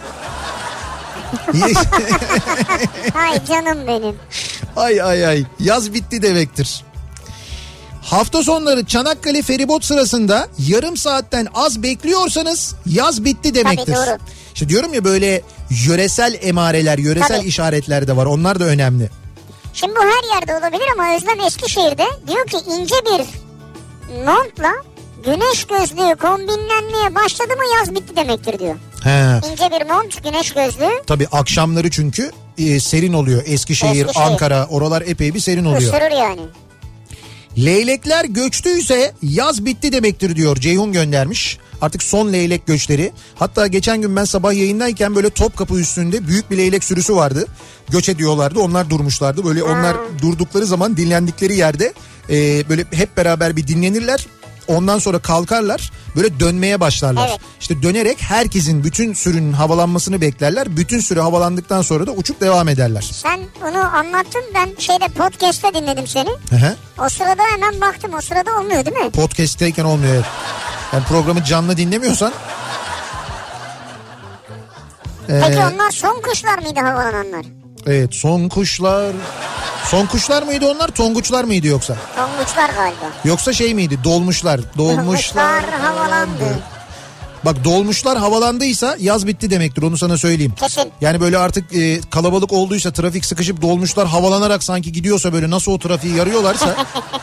S2: Ay canım benim.
S1: Ay ay ay, yaz bitti demektir. Hafta sonları Çanakkale feribot sırasında yarım saatten az bekliyorsanız yaz bitti demektir.
S2: Tabii doğru.
S1: İşte diyorum ya, böyle yöresel emareler, yöresel
S2: Tabii.
S1: işaretler de var. Onlar da önemli.
S2: Şimdi bu her yerde olabilir ama Özlem Eskişehir'de diyor ki ince bir montla güneş gözlüğü kombinlenmeye başladı mı yaz bitti demektir diyor.
S1: He.
S2: İnce bir mont, güneş gözlüğü.
S1: Tabii akşamları çünkü e, serin oluyor. Eskişehir,
S2: Eskişehir,
S1: Ankara, oralar epey bir serin oluyor.
S2: Isırır yani.
S1: Leylekler göçtüyse yaz bitti demektir diyor, Ceyhun göndermiş. Artık son leylek göçleri. Hatta geçen gün ben sabah yayındayken böyle Topkapı üstünde büyük bir leylek sürüsü vardı. Göç ediyorlardı, onlar durmuşlardı. Böyle onlar hmm. durdukları zaman dinlendikleri yerde e, böyle hep beraber bir dinlenirler. Ondan sonra kalkarlar, böyle dönmeye başlarlar.
S2: Evet.
S1: İşte dönerek herkesin, bütün sürünün havalanmasını beklerler. Bütün sürü havalandıktan sonra da uçup devam ederler.
S2: Sen bunu anlattın, ben şeyde podcast'te dinledim seni.
S1: Hı-hı.
S2: O sırada hemen baktım, o sırada olmuyor değil mi?
S1: Podcast'teyken olmuyor evet. Yani programı canlı dinlemiyorsan.
S2: Peki
S1: ee,
S2: onlar son kuşlar mıydı havalananlar?
S1: Evet, son kuşlar. Son kuşlar mıydı onlar, tonguçlar mıydı yoksa?
S2: Tonguçlar galiba.
S1: Yoksa şey miydi, dolmuşlar. Dolmuşlar havalandı. Bak, dolmuşlar havalandıysa yaz bitti demektir, onu sana söyleyeyim.
S2: Kesin.
S1: Yani böyle artık e, kalabalık olduysa, trafik sıkışıp dolmuşlar havalanarak sanki gidiyorsa, böyle nasıl o trafiği yarıyorlarsa.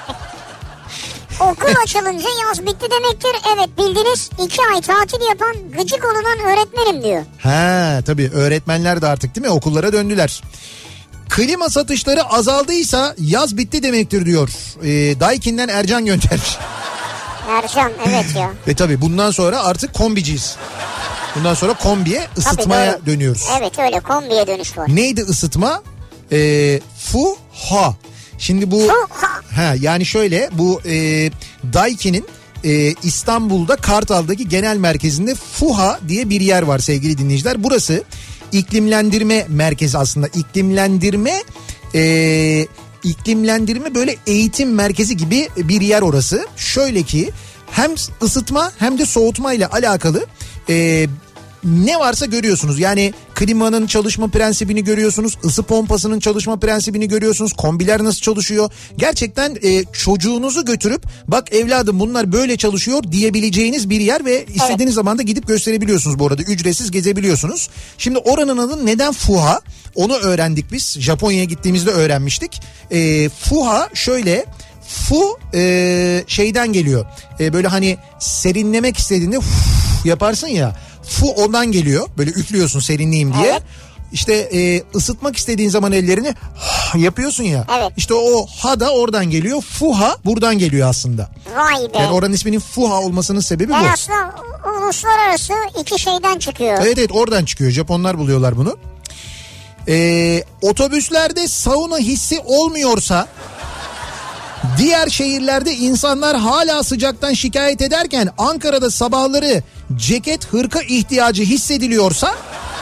S2: Okul açılınca yaz bitti demektir. Evet bildiniz, iki ay tatil yapan gıcık olunan öğretmenim diyor.
S1: He tabii, öğretmenler de artık değil mi okullara döndüler. Klima satışları azaldıysa yaz bitti demektir diyor. E, Daikin'den Ercan göndermiş. Ercan
S2: evet ya.
S1: Ve tabii bundan sonra artık kombiciyiz. Bundan sonra kombiye, ısıtmaya
S2: tabii,
S1: dönüyoruz.
S2: Evet öyle, kombiye dönüş var.
S1: Neydi ısıtma? E, Fuha. Şimdi bu ha yani şöyle, bu e, Daikin'in e, İstanbul'da Kartal'daki genel merkezinde Fuha diye bir yer var sevgili dinleyiciler. Burası iklimlendirme merkezi aslında. İklimlendirme e, iklimlendirme böyle eğitim merkezi gibi bir yer orası. Şöyle ki hem ısıtma hem de soğutma ile alakalı e, ne varsa görüyorsunuz. Yani klimanın çalışma prensibini görüyorsunuz. Isı pompasının çalışma prensibini görüyorsunuz. Kombiler nasıl çalışıyor? Gerçekten e, çocuğunuzu götürüp bak evladım bunlar böyle çalışıyor diyebileceğiniz bir yer ve istediğiniz evet. zaman da gidip gösterebiliyorsunuz bu arada. Ücretsiz gezebiliyorsunuz. Şimdi oranın adı neden Fuha? Onu öğrendik biz. Japonya'ya gittiğimizde öğrenmiştik. E, Fuha şöyle... Fu e, şeyden geliyor. E, böyle hani serinlemek istediğinde uf, yaparsın ya. Fu ondan geliyor. Böyle üflüyorsun serinleyeyim diye. Evet. İşte e, ısıtmak istediğin zaman ellerini yapıyorsun ya.
S2: Evet.
S1: İşte o ha da oradan geliyor. Fuha buradan geliyor aslında.
S2: Vay be.
S1: Yani oranın isminin Fuha olmasının sebebi
S2: yani
S1: bu.
S2: Aslında uluslararası iki şeyden çıkıyor.
S1: Evet evet, oradan çıkıyor. Japonlar buluyorlar bunu. E, otobüslerde sauna hissi olmuyorsa... Diğer şehirlerde insanlar hala sıcaktan şikayet ederken Ankara'da sabahları ceket, hırka ihtiyacı hissediliyorsa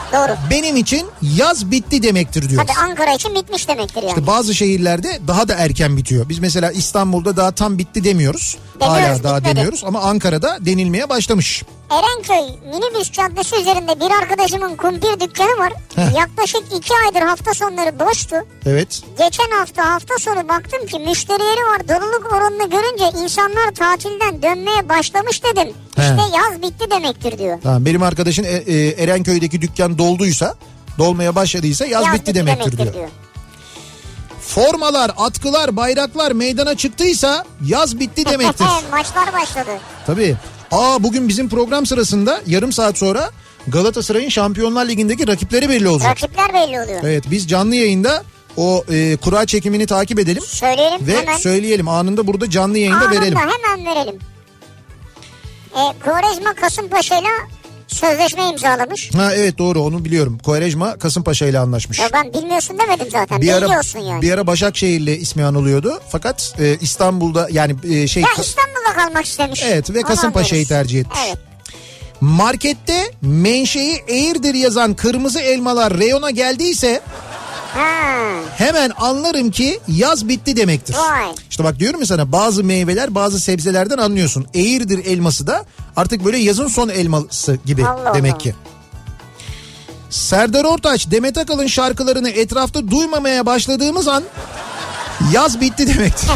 S2: Doğru.
S1: Benim için yaz bitti demektir diyor.
S2: Tabii Ankara için bitmiş demektir yani.
S1: İşte bazı şehirlerde daha da erken bitiyor. Biz mesela İstanbul'da daha tam bitti demiyoruz.
S2: Demiyoruz,
S1: Hala daha
S2: bitmedi.
S1: deniyoruz ama Ankara'da denilmeye başlamış.
S2: Erenköy minibüs caddesi üzerinde bir arkadaşımın kumpir dükkanı var.
S1: Heh.
S2: Yaklaşık iki aydır hafta sonları boştu.
S1: Evet.
S2: Geçen hafta hafta sonu baktım ki müşterileri var. Doluluk oranını görünce insanlar tatilden dönmeye başlamış dedim.
S1: He.
S2: İşte yaz bitti demektir diyor.
S1: Tamam, benim arkadaşın e, e, Erenköy'deki dükkan dolduysa, dolmaya başladıysa yaz,
S2: Yaz
S1: bitti, demektir, diyor.
S2: diyor.
S1: Formalar, atkılar, bayraklar meydana çıktıysa yaz bitti demektir.
S2: Maçlar başladı.
S1: Tabii. Aa, bugün bizim program sırasında yarım saat sonra Galatasaray'ın Şampiyonlar Ligi'ndeki rakipleri belli olacak.
S2: Rakipler belli oluyor.
S1: Evet, biz canlı yayında o e, kura çekimini takip edelim.
S2: Söyleyelim
S1: ve
S2: hemen.
S1: söyleyelim, anında burada canlı yayında
S2: Anında
S1: verelim.
S2: hemen verelim. E, Quaresma Kasımpaşa'yla sözleşme imzalamış.
S1: Ha evet, doğru, onu biliyorum. Quaresma Kasımpaşa ile anlaşmış.
S2: Ya ben bilmiyorsun demedim zaten.
S1: Bir ara,
S2: Biliyorsun yani.
S1: bir ara Başakşehir'le ismi anılıyordu. Fakat e, İstanbul'da yani e, şey...
S2: Ya İstanbul'da kalmak istemiş.
S1: Evet, ve
S2: Onu
S1: Kasımpaşa'yı
S2: anlıyoruz.
S1: tercih etmiş.
S2: Evet.
S1: Markette menşei Eğirdir yazan kırmızı elmalar reyona geldiyse
S2: Ha.
S1: hemen anlarım ki yaz bitti demektir.
S2: Vay.
S1: İşte bak, diyorum ya sana, bazı meyveler, bazı sebzelerden anlıyorsun. Eğirdir elması da artık böyle yazın son elması gibi
S2: Allah
S1: demek
S2: Allah.
S1: ki. Serdar Ortaç, Demet Akalın şarkılarını etrafta duymamaya başladığımız an yaz bitti demektir.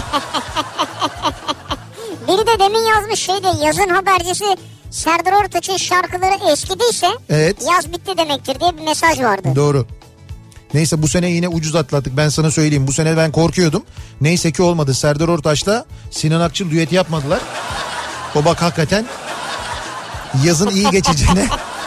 S2: Biri de demin yazmış şeyde, yazın habercisi Serdar Ortaç'ın şarkıları eskidiyse
S1: Evet.
S2: yaz bitti demektir diye bir mesaj vardı.
S1: Doğru. Neyse, bu sene yine ucuz atlattık, ben sana söyleyeyim. Bu sene ben korkuyordum. Neyse ki olmadı. Serdar Ortaç'la Sinan Akçıl düeti yapmadılar. O bak hakikaten yazın iyi geçeceğine.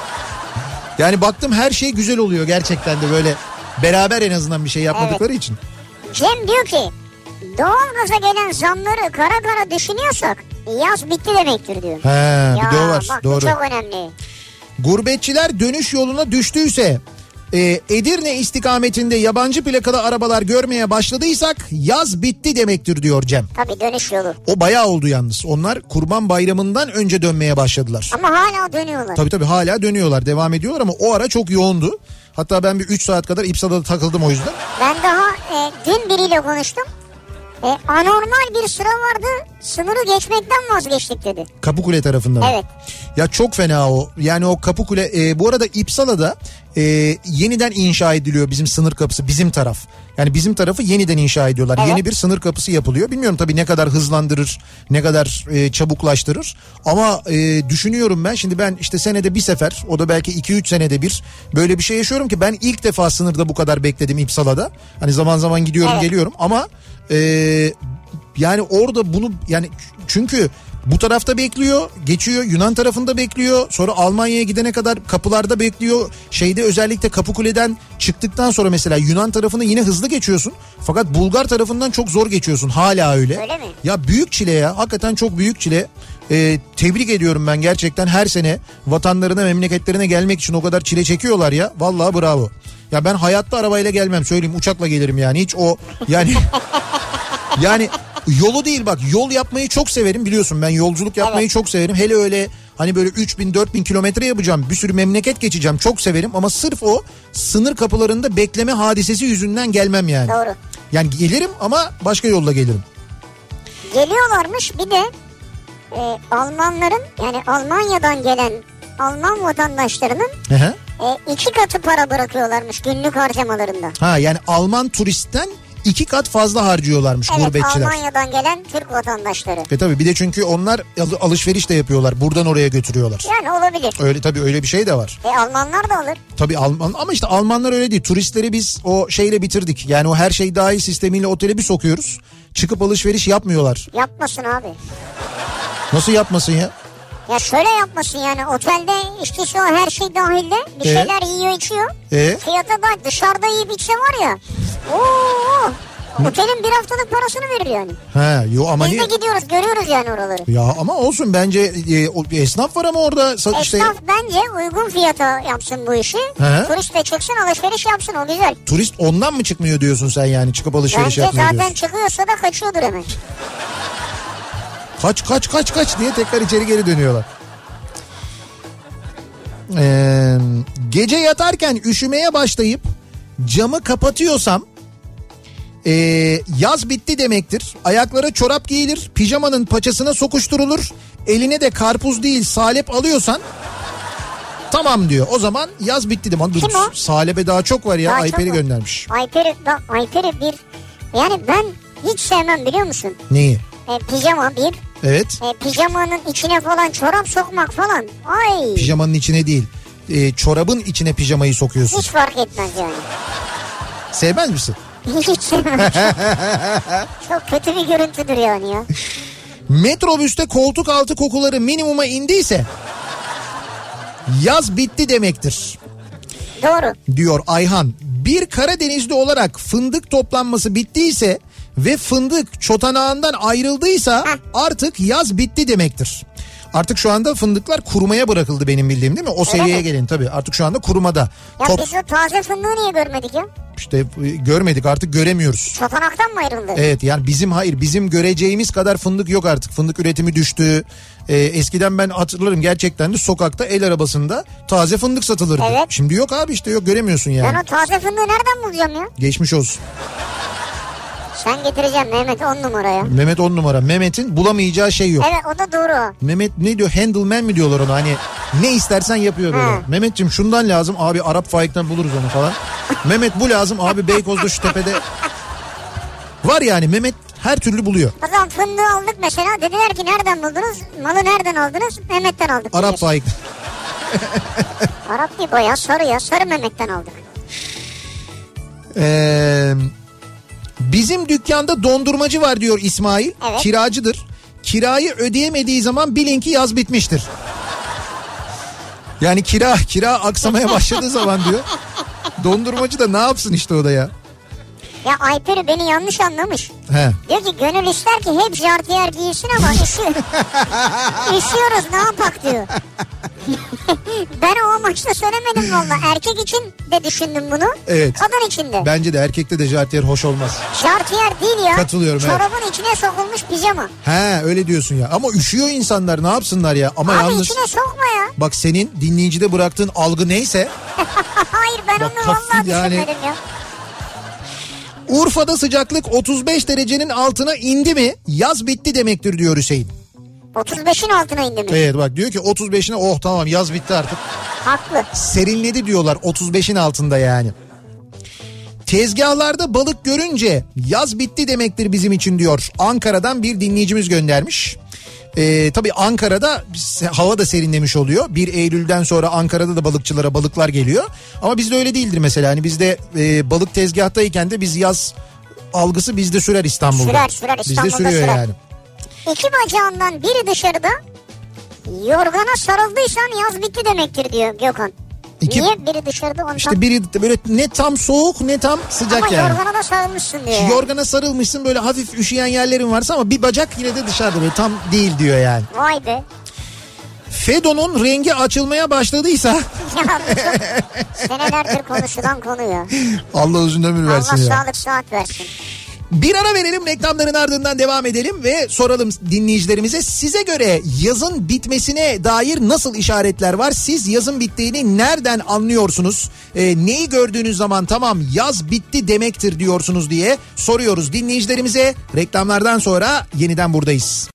S1: Yani baktım her şey güzel oluyor gerçekten de, böyle beraber en azından bir şey yapmadıkları
S2: Evet.
S1: için.
S2: Cem diyor ki doğalgaza gelen zamları kara kara düşünüyorsak yaz bitti demektir diyor.
S1: He,
S2: Ya
S1: bir de o var.
S2: bak,
S1: Doğru.
S2: bu çok önemli.
S1: Gurbetçiler dönüş yoluna düştüyse, e, Edirne istikametinde yabancı plakalı arabalar görmeye başladıysak yaz bitti demektir diyor Cem.
S2: Tabii dönüş yolu.
S1: O bayağı oldu yalnız. Onlar Kurban Bayramı'ndan önce dönmeye başladılar.
S2: Ama hala dönüyorlar.
S1: Tabii tabii, hala dönüyorlar, devam ediyorlar ama o ara çok yoğundu. Hatta ben bir üç saat kadar İpsala'da takıldım o yüzden.
S2: Ben daha e, dün biriyle konuştum. E, anormal bir sıra vardı, sınırı geçmekten vazgeçtik dedi.
S1: Kapıkule tarafından.
S2: Evet.
S1: Ya çok fena o. Yani o Kapıkule, e, bu arada İpsala'da e, yeniden inşa ediliyor bizim sınır kapısı, bizim taraf. Yani bizim tarafı yeniden inşa ediyorlar.
S2: Evet.
S1: Yeni bir sınır kapısı yapılıyor. Bilmiyorum tabii ne kadar hızlandırır, ne kadar e, çabuklaştırır. Ama e, düşünüyorum ben, şimdi ben işte senede bir sefer, o da belki iki üç senede bir böyle bir şey yaşıyorum ki ben ilk defa sınırda bu kadar bekledim İpsala'da. Hani zaman zaman gidiyorum,
S2: Evet.
S1: geliyorum ama e, yani orada bunu, yani çünkü bu tarafta bekliyor, geçiyor, Yunan tarafında bekliyor, sonra Almanya'ya gidene kadar kapılarda bekliyor. Şeyde özellikle Kapıkule'den çıktıktan sonra mesela Yunan tarafını yine hızlı geçiyorsun. Fakat Bulgar tarafından çok zor geçiyorsun, hala öyle.
S2: Öyle mi?
S1: Ya büyük çile ya, hakikaten çok büyük çile. Ee, tebrik ediyorum ben gerçekten, her sene vatanlarına, memleketlerine gelmek için o kadar çile çekiyorlar ya. Vallahi bravo. Ya ben hayatta arabayla gelmem, söyleyeyim, uçakla gelirim yani, hiç o yani yani yolu değil, bak yol yapmayı çok severim, biliyorsun ben yolculuk yapmayı
S2: Evet.
S1: çok severim. Hele öyle hani böyle üç bin dört bin kilometre yapacağım, bir sürü memleket geçeceğim, çok severim ama sırf o sınır kapılarında bekleme hadisesi yüzünden gelmem yani.
S2: Doğru.
S1: Yani gelirim ama başka yolla gelirim.
S2: Geliyorlarmış bir de e, Almanların, yani Almanya'dan gelen Alman vatandaşlarının
S1: Hı hı.
S2: e, iki katı para bırakıyorlarmış günlük harcamalarında.
S1: Ha, yani Alman turistten iki kat fazla harcıyorlarmış
S2: Evet,
S1: gurbetçiler.
S2: Almanya'dan gelen Türk vatandaşları.
S1: E tabii, bir de çünkü onlar al- alışveriş de yapıyorlar, buradan oraya götürüyorlar.
S2: Yani olabilir.
S1: Öyle tabii, öyle bir şey de var.
S2: E Almanlar da alır.
S1: Tabii Alman, ama işte Almanlar öyle değil. Turistleri biz o şeyle bitirdik. Yani o her şey dahil sistemiyle otele bir sokuyoruz. Çıkıp alışveriş yapmıyorlar.
S2: Yapmasın abi.
S1: Nasıl yapmasın ya?
S2: Ya şöyle yapmasın yani, otelde işte şu her şey dahilde bir
S1: Ee?
S2: şeyler yiyor içiyor.
S1: Ee?
S2: Fiyata da dışarıda yiyip içse var ya. Oo, otelin bir haftalık parasını verir yani.
S1: He, yo ama
S2: Biz
S1: niye?
S2: de gidiyoruz, görüyoruz yani oraları.
S1: Ya ama olsun bence, e, o, esnaf var ama orada sa- işte
S2: Esnaf bence uygun fiyata yapsın bu işi.
S1: He.
S2: Turist de çıksın, alışveriş yapsın, o güzel.
S1: turist ondan mı çıkmıyor diyorsun sen, yani çıkıp alışveriş
S2: Bence
S1: yapmıyor
S2: zaten
S1: diyorsun.
S2: çıkıyorsa da kaçıyordur hemen.
S1: Kaç kaç kaç kaç diye tekrar içeri geri dönüyorlar. Ee, gece yatarken üşümeye başlayıp camı kapatıyorsam e, yaz bitti demektir. Ayaklara çorap giyilir, pijamanın paçasına sokuşturulur, eline de karpuz değil salep alıyorsan tamam diyor. O zaman yaz bitti de. Kim o? Salebe daha çok var ya. Daha Ayper'i göndermiş.
S2: Ayper'i, bak Ayper'i bir yani ben hiç sevmem biliyor musun?
S1: Neyi?
S2: E, pijama bir.
S1: Evet.
S2: E, pijamanın içine falan çorap sokmak falan. Ay.
S1: Pijamanın içine değil. E, çorabın içine pijamayı sokuyorsun.
S2: Hiç fark etmez yani.
S1: Sevmez misin?
S2: Hiç sevmem. Çok kötü bir görüntüdür yani ya.
S1: Metrobüste koltuk altı kokuları minimuma indiyse yaz bitti demektir.
S2: Doğru.
S1: Diyor Ayhan. Bir Karadenizli olarak fındık toplanması bittiyse ve fındık çotanağından ayrıldıysa Heh. artık yaz bitti demektir. Artık şu anda fındıklar kurumaya bırakıldı benim bildiğim, değil mi? O öyle seviyeye mi? Gelin tabii. Artık şu anda kurumada.
S2: Ya Top... biz o taze fındığı niye görmedik ya?
S1: İşte görmedik, artık göremiyoruz.
S2: Çotanaktan mı ayrıldı?
S1: Evet, yani bizim hayır bizim göreceğimiz kadar fındık yok artık. Fındık üretimi düştü. Ee, eskiden ben hatırlarım gerçekten de sokakta el arabasında taze fındık satılırdı. Evet. Şimdi yok abi, işte yok, göremiyorsun yani.
S2: Ben o taze fındığı nereden bulacağım ya?
S1: Geçmiş olsun.
S2: Sen getireceksin Mehmet on numaraya.
S1: Mehmet on numara. Mehmet'in bulamayacağı şey yok.
S2: Evet, o da doğru.
S1: Mehmet ne diyor? Handleman mi diyorlar ona? Hani ne istersen yapıyor böyle. Ha. Mehmetciğim şundan lazım abi, Arap Faik'ten buluruz onu falan. Mehmet bu lazım abi, Beykoz'da şu tepede. Var yani, Mehmet her türlü buluyor.
S2: O zaman fındığı aldık mesela, dediler ki nereden buldunuz? Malı nereden aldınız? Mehmet'ten aldık.
S1: Arap Faik.
S2: Arap değil, bayağı sarı ya. Sarı Mehmet'ten aldık.
S1: Eee... Bizim dükkanda dondurmacı var diyor İsmail. Evet. Kiracıdır. Kirayı ödeyemediği zaman bilin ki yaz bitmiştir. Yani kira kira aksamaya başladığı zaman diyor. Dondurmacı da ne yapsın işte o da ya.
S2: Ya Ayper'i beni yanlış anlamış.
S1: He.
S2: Diyor ki gönül ister ki hep jartiyer giysin ama üşüyor. Üşüyoruz ne yapak diyor. Ben o amaçla söylemedim valla. Erkek için de düşündüm bunu. Evet. Kadın için de.
S1: Bence de erkekte de jartiyer hoş olmaz.
S2: Jartiyer değil ya.
S1: Katılıyorum.
S2: Çorabın
S1: evet.
S2: içine sokulmuş pijama.
S1: He öyle diyorsun ya. Ama üşüyor insanlar, ne yapsınlar ya. Ama
S2: abi
S1: yalnız,
S2: içine sokma ya.
S1: Bak senin dinleyicide bıraktığın algı neyse.
S2: Hayır ben bak, onu valla yani... düşünmedim ya.
S1: Urfa'da sıcaklık otuz beş derecenin altına indi mi yaz bitti demektir diyor Hüseyin.
S2: otuz beşin altına indi mi?
S1: Evet bak, diyor ki otuz beşine oh tamam yaz bitti artık.
S2: Haklı.
S1: Serinledi diyorlar otuz beşin altında yani. Tezgahlarda balık görünce yaz bitti demektir bizim için diyor. Ankara'dan bir dinleyicimiz göndermiş. Ee, tabii Ankara'da hava da serinlemiş oluyor. bir Eylül'den sonra Ankara'da da balıkçılara balıklar geliyor. Ama bizde öyle değildir mesela. Hani bizde e, balık tezgahtayken de biz yaz algısı bizde sürer İstanbul'da.
S2: Sürer sürer İstanbul'da
S1: bizde sürüyor
S2: sürer.
S1: yani.
S2: İki bacağından biri dışarıda, yorgana sarıldıysan yaz bitti demektir diyor Gökhan. İki, niye biri dışarıda? Ondan...
S1: İşte biri böyle ne tam soğuk ne tam sıcak ama yani.
S2: Ama yorgana da sarılmışsın diyor.
S1: Yorgana sarılmışsın, böyle hafif üşüyen yerlerin varsa ama bir bacak yine de dışarıda, böyle tam değil diyor yani.
S2: Vay be.
S1: Fedon'un rengi açılmaya başladıysa.
S2: Ya çok senelerdir konuşulan konu ya.
S1: Allah uzun ömür versin
S2: Allah
S1: ya.
S2: Allah sağlık sıhhat versin.
S1: Bir ara verelim, reklamların ardından devam edelim ve soralım dinleyicilerimize, size göre yazın bitmesine dair nasıl işaretler var? Siz yazın bittiğini nereden anlıyorsunuz? Ee, neyi gördüğünüz zaman tamam yaz bitti demektir diyorsunuz diye soruyoruz dinleyicilerimize. Reklamlardan sonra yeniden buradayız.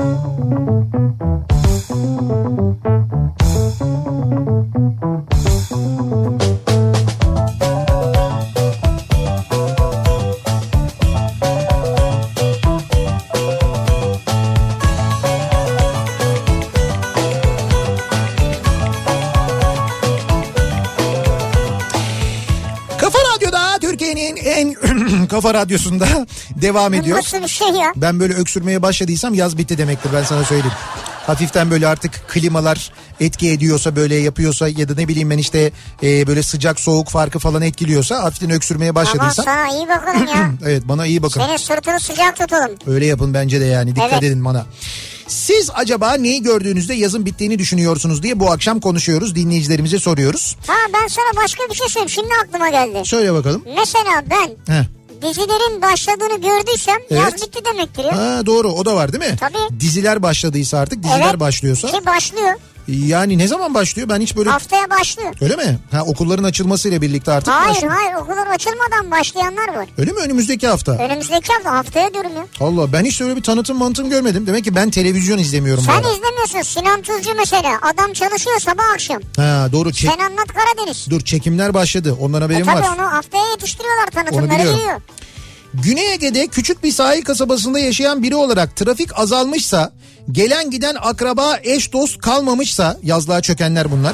S1: En Kafa Radyosu'nda devam ediyor.
S2: Nasıl bir şey ya?
S1: Ben böyle öksürmeye başladıysam yaz bitti demektir, ben sana söyleyeyim. Hafiften böyle artık klimalar etki ediyorsa, böyle yapıyorsa ya da ne bileyim ben işte e, böyle sıcak soğuk farkı falan etkiliyorsa, hafiften öksürmeye başladıysam.
S2: Ama sana iyi bakalım ya.
S1: Evet, bana iyi bakın.
S2: Senin sırtını sıcak tutalım.
S1: Öyle yapın bence de yani, dikkat evet. edin bana. Siz acaba neyi gördüğünüzde yazın bittiğini düşünüyorsunuz diye bu akşam konuşuyoruz. Dinleyicilerimize soruyoruz.
S2: Ha ben sana başka bir şey söyleyeyim. Şimdi aklıma geldi.
S1: Söyle bakalım.
S2: Mesela ben Heh. dizilerin başladığını gördüysem evet. yaz bitti demektir ya.
S1: Ha, doğru, o da var değil mi?
S2: Tabii.
S1: Diziler başladıysa artık, diziler
S2: evet.
S1: başlıyorsa.
S2: Ki başlıyor.
S1: Yani ne zaman başlıyor? Ben hiç böyle...
S2: Haftaya başlıyor.
S1: Öyle mi? Ha, okulların açılmasıyla birlikte artık
S2: Hayır
S1: başlıyor.
S2: hayır okullar açılmadan başlayanlar var.
S1: Öyle mi? Önümüzdeki hafta.
S2: Önümüzdeki hafta haftaya diyorum ya.
S1: Allah, ben hiç öyle bir tanıtım mantım görmedim. Demek ki ben televizyon izlemiyorum.
S2: Sen izlemiyorsun. Sinan Tuzcu mesela. Adam çalışıyor sabah akşam.
S1: Ha doğru. Çek...
S2: Sen anlat Karadeniz.
S1: Dur, çekimler başladı. Ondan haberim
S2: e, tabii
S1: var.
S2: Tabii onu haftaya yetiştiriyorlar, tanıtımları geliyor.
S1: Güney Ege'de küçük bir sahil kasabasında yaşayan biri olarak trafik azalmışsa, gelen giden akraba, eş dost kalmamışsa, yazlığa çökenler bunlar.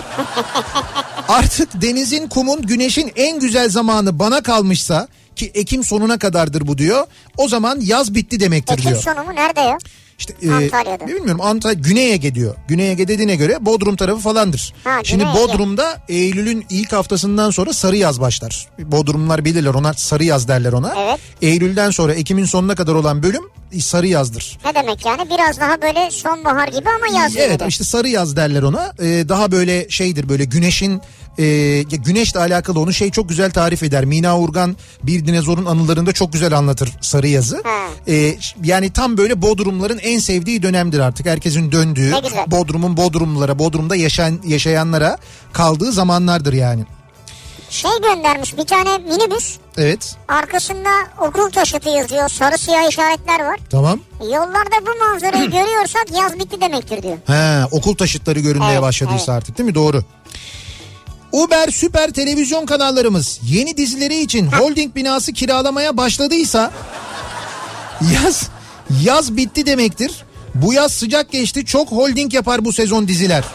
S1: Artık denizin, kumun, güneşin en güzel zamanı bana kalmışsa, ki Ekim sonuna kadardır bu diyor, o zaman yaz bitti demektir
S2: Ekim
S1: diyor.
S2: Ekim sonu mu? Nerede ya?
S1: İşte, Antalya'da. E, bilmiyorum, Antalya, Güney Ege diyor. Güney Ege dediğine göre Bodrum tarafı falandır.
S2: Ha,
S1: şimdi Bodrum'da Eylül'ün ilk haftasından sonra sarı yaz başlar. Bodrumlular bilirler, onlar sarı yaz derler ona.
S2: Evet.
S1: Eylül'den sonra Ekim'in sonuna kadar olan bölüm sarı yazdır.
S2: Ne demek yani? Biraz daha böyle sonbahar gibi ama yaz gibi.
S1: Evet de. işte sarı yaz derler ona. Ee, daha böyle şeydir, böyle güneşin e, güneşle alakalı, onu şey çok güzel tarif eder. Mina Urgan Bir Dinozor'un Anılarında çok güzel anlatır sarı yazı. Ee, yani tam böyle Bodrumların en sevdiği dönemdir artık. Herkesin döndüğü, Bodrum'un Bodrumlulara, Bodrum'da yaşayan, yaşayanlara kaldığı zamanlardır yani.
S2: Şey göndermiş bir tane minibüs.
S1: Evet.
S2: Arkasında okul taşıtı yazıyor. Sarı siyah işaretler var.
S1: Tamam.
S2: Yollarda bu manzarayı görüyorsak yaz bitti demektir diyor.
S1: He, okul taşıtları görünmeye evet, başladıysa evet. artık değil mi? Doğru. Uber süper televizyon kanallarımız yeni dizileri için ha. holding binası kiralamaya başladıysa yaz yaz bitti demektir. Bu yaz sıcak geçti, çok holding yapar bu sezon diziler.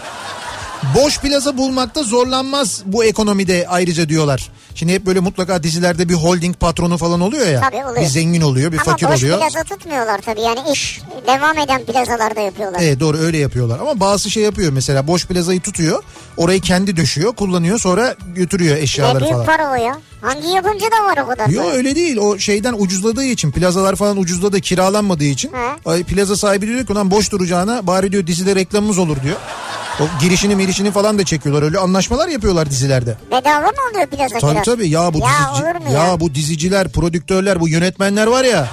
S1: Boş plaza bulmakta zorlanmaz bu ekonomide ayrıca diyorlar. Şimdi hep böyle mutlaka dizilerde bir holding patronu falan oluyor ya.
S2: Tabii oluyor.
S1: Bir zengin oluyor, bir
S2: ama
S1: fakir oluyor.
S2: Ama boş plaza tutmuyorlar tabii, yani iş devam eden plazalarda yapıyorlar.
S1: Evet doğru, öyle yapıyorlar ama bazı şey yapıyor mesela, boş plazayı tutuyor, orayı kendi döşüyor, kullanıyor, sonra götürüyor eşyaları falan.
S2: Ne büyük para o ya. Hangi yapımcı da var o kadar?
S1: Yok öyle değil, o şeyden ucuzladığı için, plazalar falan ucuzladı, kiralanmadığı için. He. Plaza sahibi diyor ki ulan boş duracağına bari diyor dizide reklamımız olur diyor. O girişini mirişini falan da çekiyorlar, öyle anlaşmalar yapıyorlar dizilerde.
S2: Bedava mı oluyor plaza?
S1: Tabii tabii ya bu
S2: ya,
S1: dizici, ya, ya bu diziciler, prodüktörler, bu yönetmenler var ya.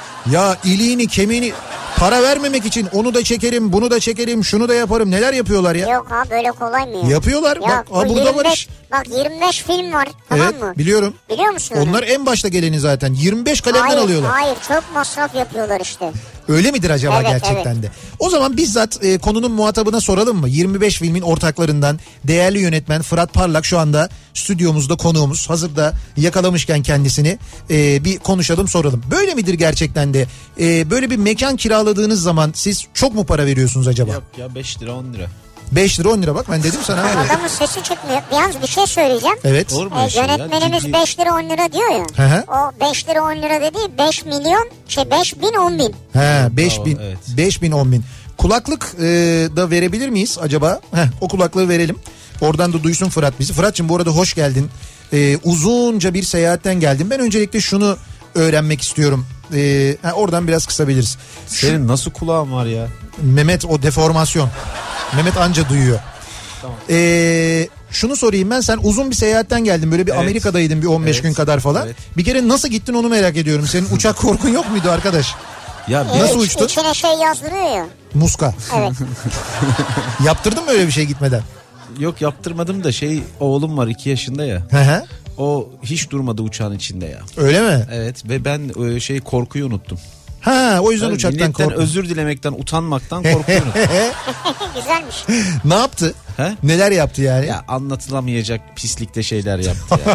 S1: Ya iliğini kemiğini para vermemek için onu da çekerim, bunu da çekerim, şunu da yaparım, neler yapıyorlar ya.
S2: Yok ha, böyle kolay mı ya?
S1: Yapıyorlar.
S2: Yok,
S1: bak
S2: bu
S1: burada
S2: yirmi beş,
S1: var iş.
S2: Bak yirmi beş film var, tamam
S1: evet,
S2: mı?
S1: Biliyorum.
S2: Biliyor musun?
S1: Onlar onu? En başta geleni zaten yirmi beş kalemden
S2: hayır,
S1: alıyorlar.
S2: Hayır çok masraf yapıyorlar işte.
S1: Öyle midir acaba
S2: evet,
S1: gerçekten
S2: evet.
S1: de? O zaman bizzat e, konunun muhatabına soralım mı? yirmi beş filmin ortaklarından değerli yönetmen Fırat Parlak şu anda stüdyomuzda konuğumuz. Hazır da yakalamışken kendisini e, bir konuşalım, soralım. Böyle midir gerçekten de? E, böyle bir mekan kiraladığınız zaman siz çok mu para veriyorsunuz acaba?
S5: Yok ya, beş lira on lira.
S1: beş lira on lira, bak ben dedim sana.
S2: Adamın sesi çıkmıyor. Yalnız bir şey söyleyeceğim.
S1: Evet.
S2: Ee, yönetmenimiz ya, beş lira on lira diyor ya.
S1: Hı hı.
S2: O beş lira on lira dediği beş milyon şey beş bin on bin.
S1: He beş bin, evet. beş bin on bin. Kulaklık e, da verebilir miyiz acaba? Heh, o kulaklığı verelim. Oradan da duysun Fırat bizi. Fırat'cığım bu arada hoş geldin. Ee, uzunca bir seyahatten geldim. Ben öncelikle şunu öğrenmek istiyorum. Ee, ha, oradan biraz kısabiliriz.
S5: Senin nasıl kulağın var ya?
S1: Mehmet o deformasyon. Mehmet anca duyuyor. Tamam. Ee, şunu sorayım ben, sen uzun bir seyahatten geldin, böyle bir evet. Amerika'daydın bir on beş evet. gün kadar falan. Evet. Bir kere nasıl gittin onu merak ediyorum. Senin uçak korkun yok muydu arkadaş?
S5: Ya
S2: ee,
S1: nasıl uçtun?
S2: İçine şey yazdırıyor ya.
S1: Muska.
S2: Evet.
S1: Yaptırdın mı öyle bir şey gitmeden?
S5: Yok yaptırmadım da şey, oğlum var iki yaşında ya.
S1: Hı hı.
S5: O hiç durmadı uçağın içinde ya.
S1: Öyle mi?
S5: Evet ve ben şey korkuyu unuttum.
S1: Ha o yüzden yani uçaktan korktum.
S5: Özür dilemekten, utanmaktan korkuyu unuttum.
S2: Güzelmiş.
S1: Ne yaptı?
S5: He?
S1: Neler yaptı yani?
S5: Ya anlatılamayacak pislikte şeyler yaptı ya.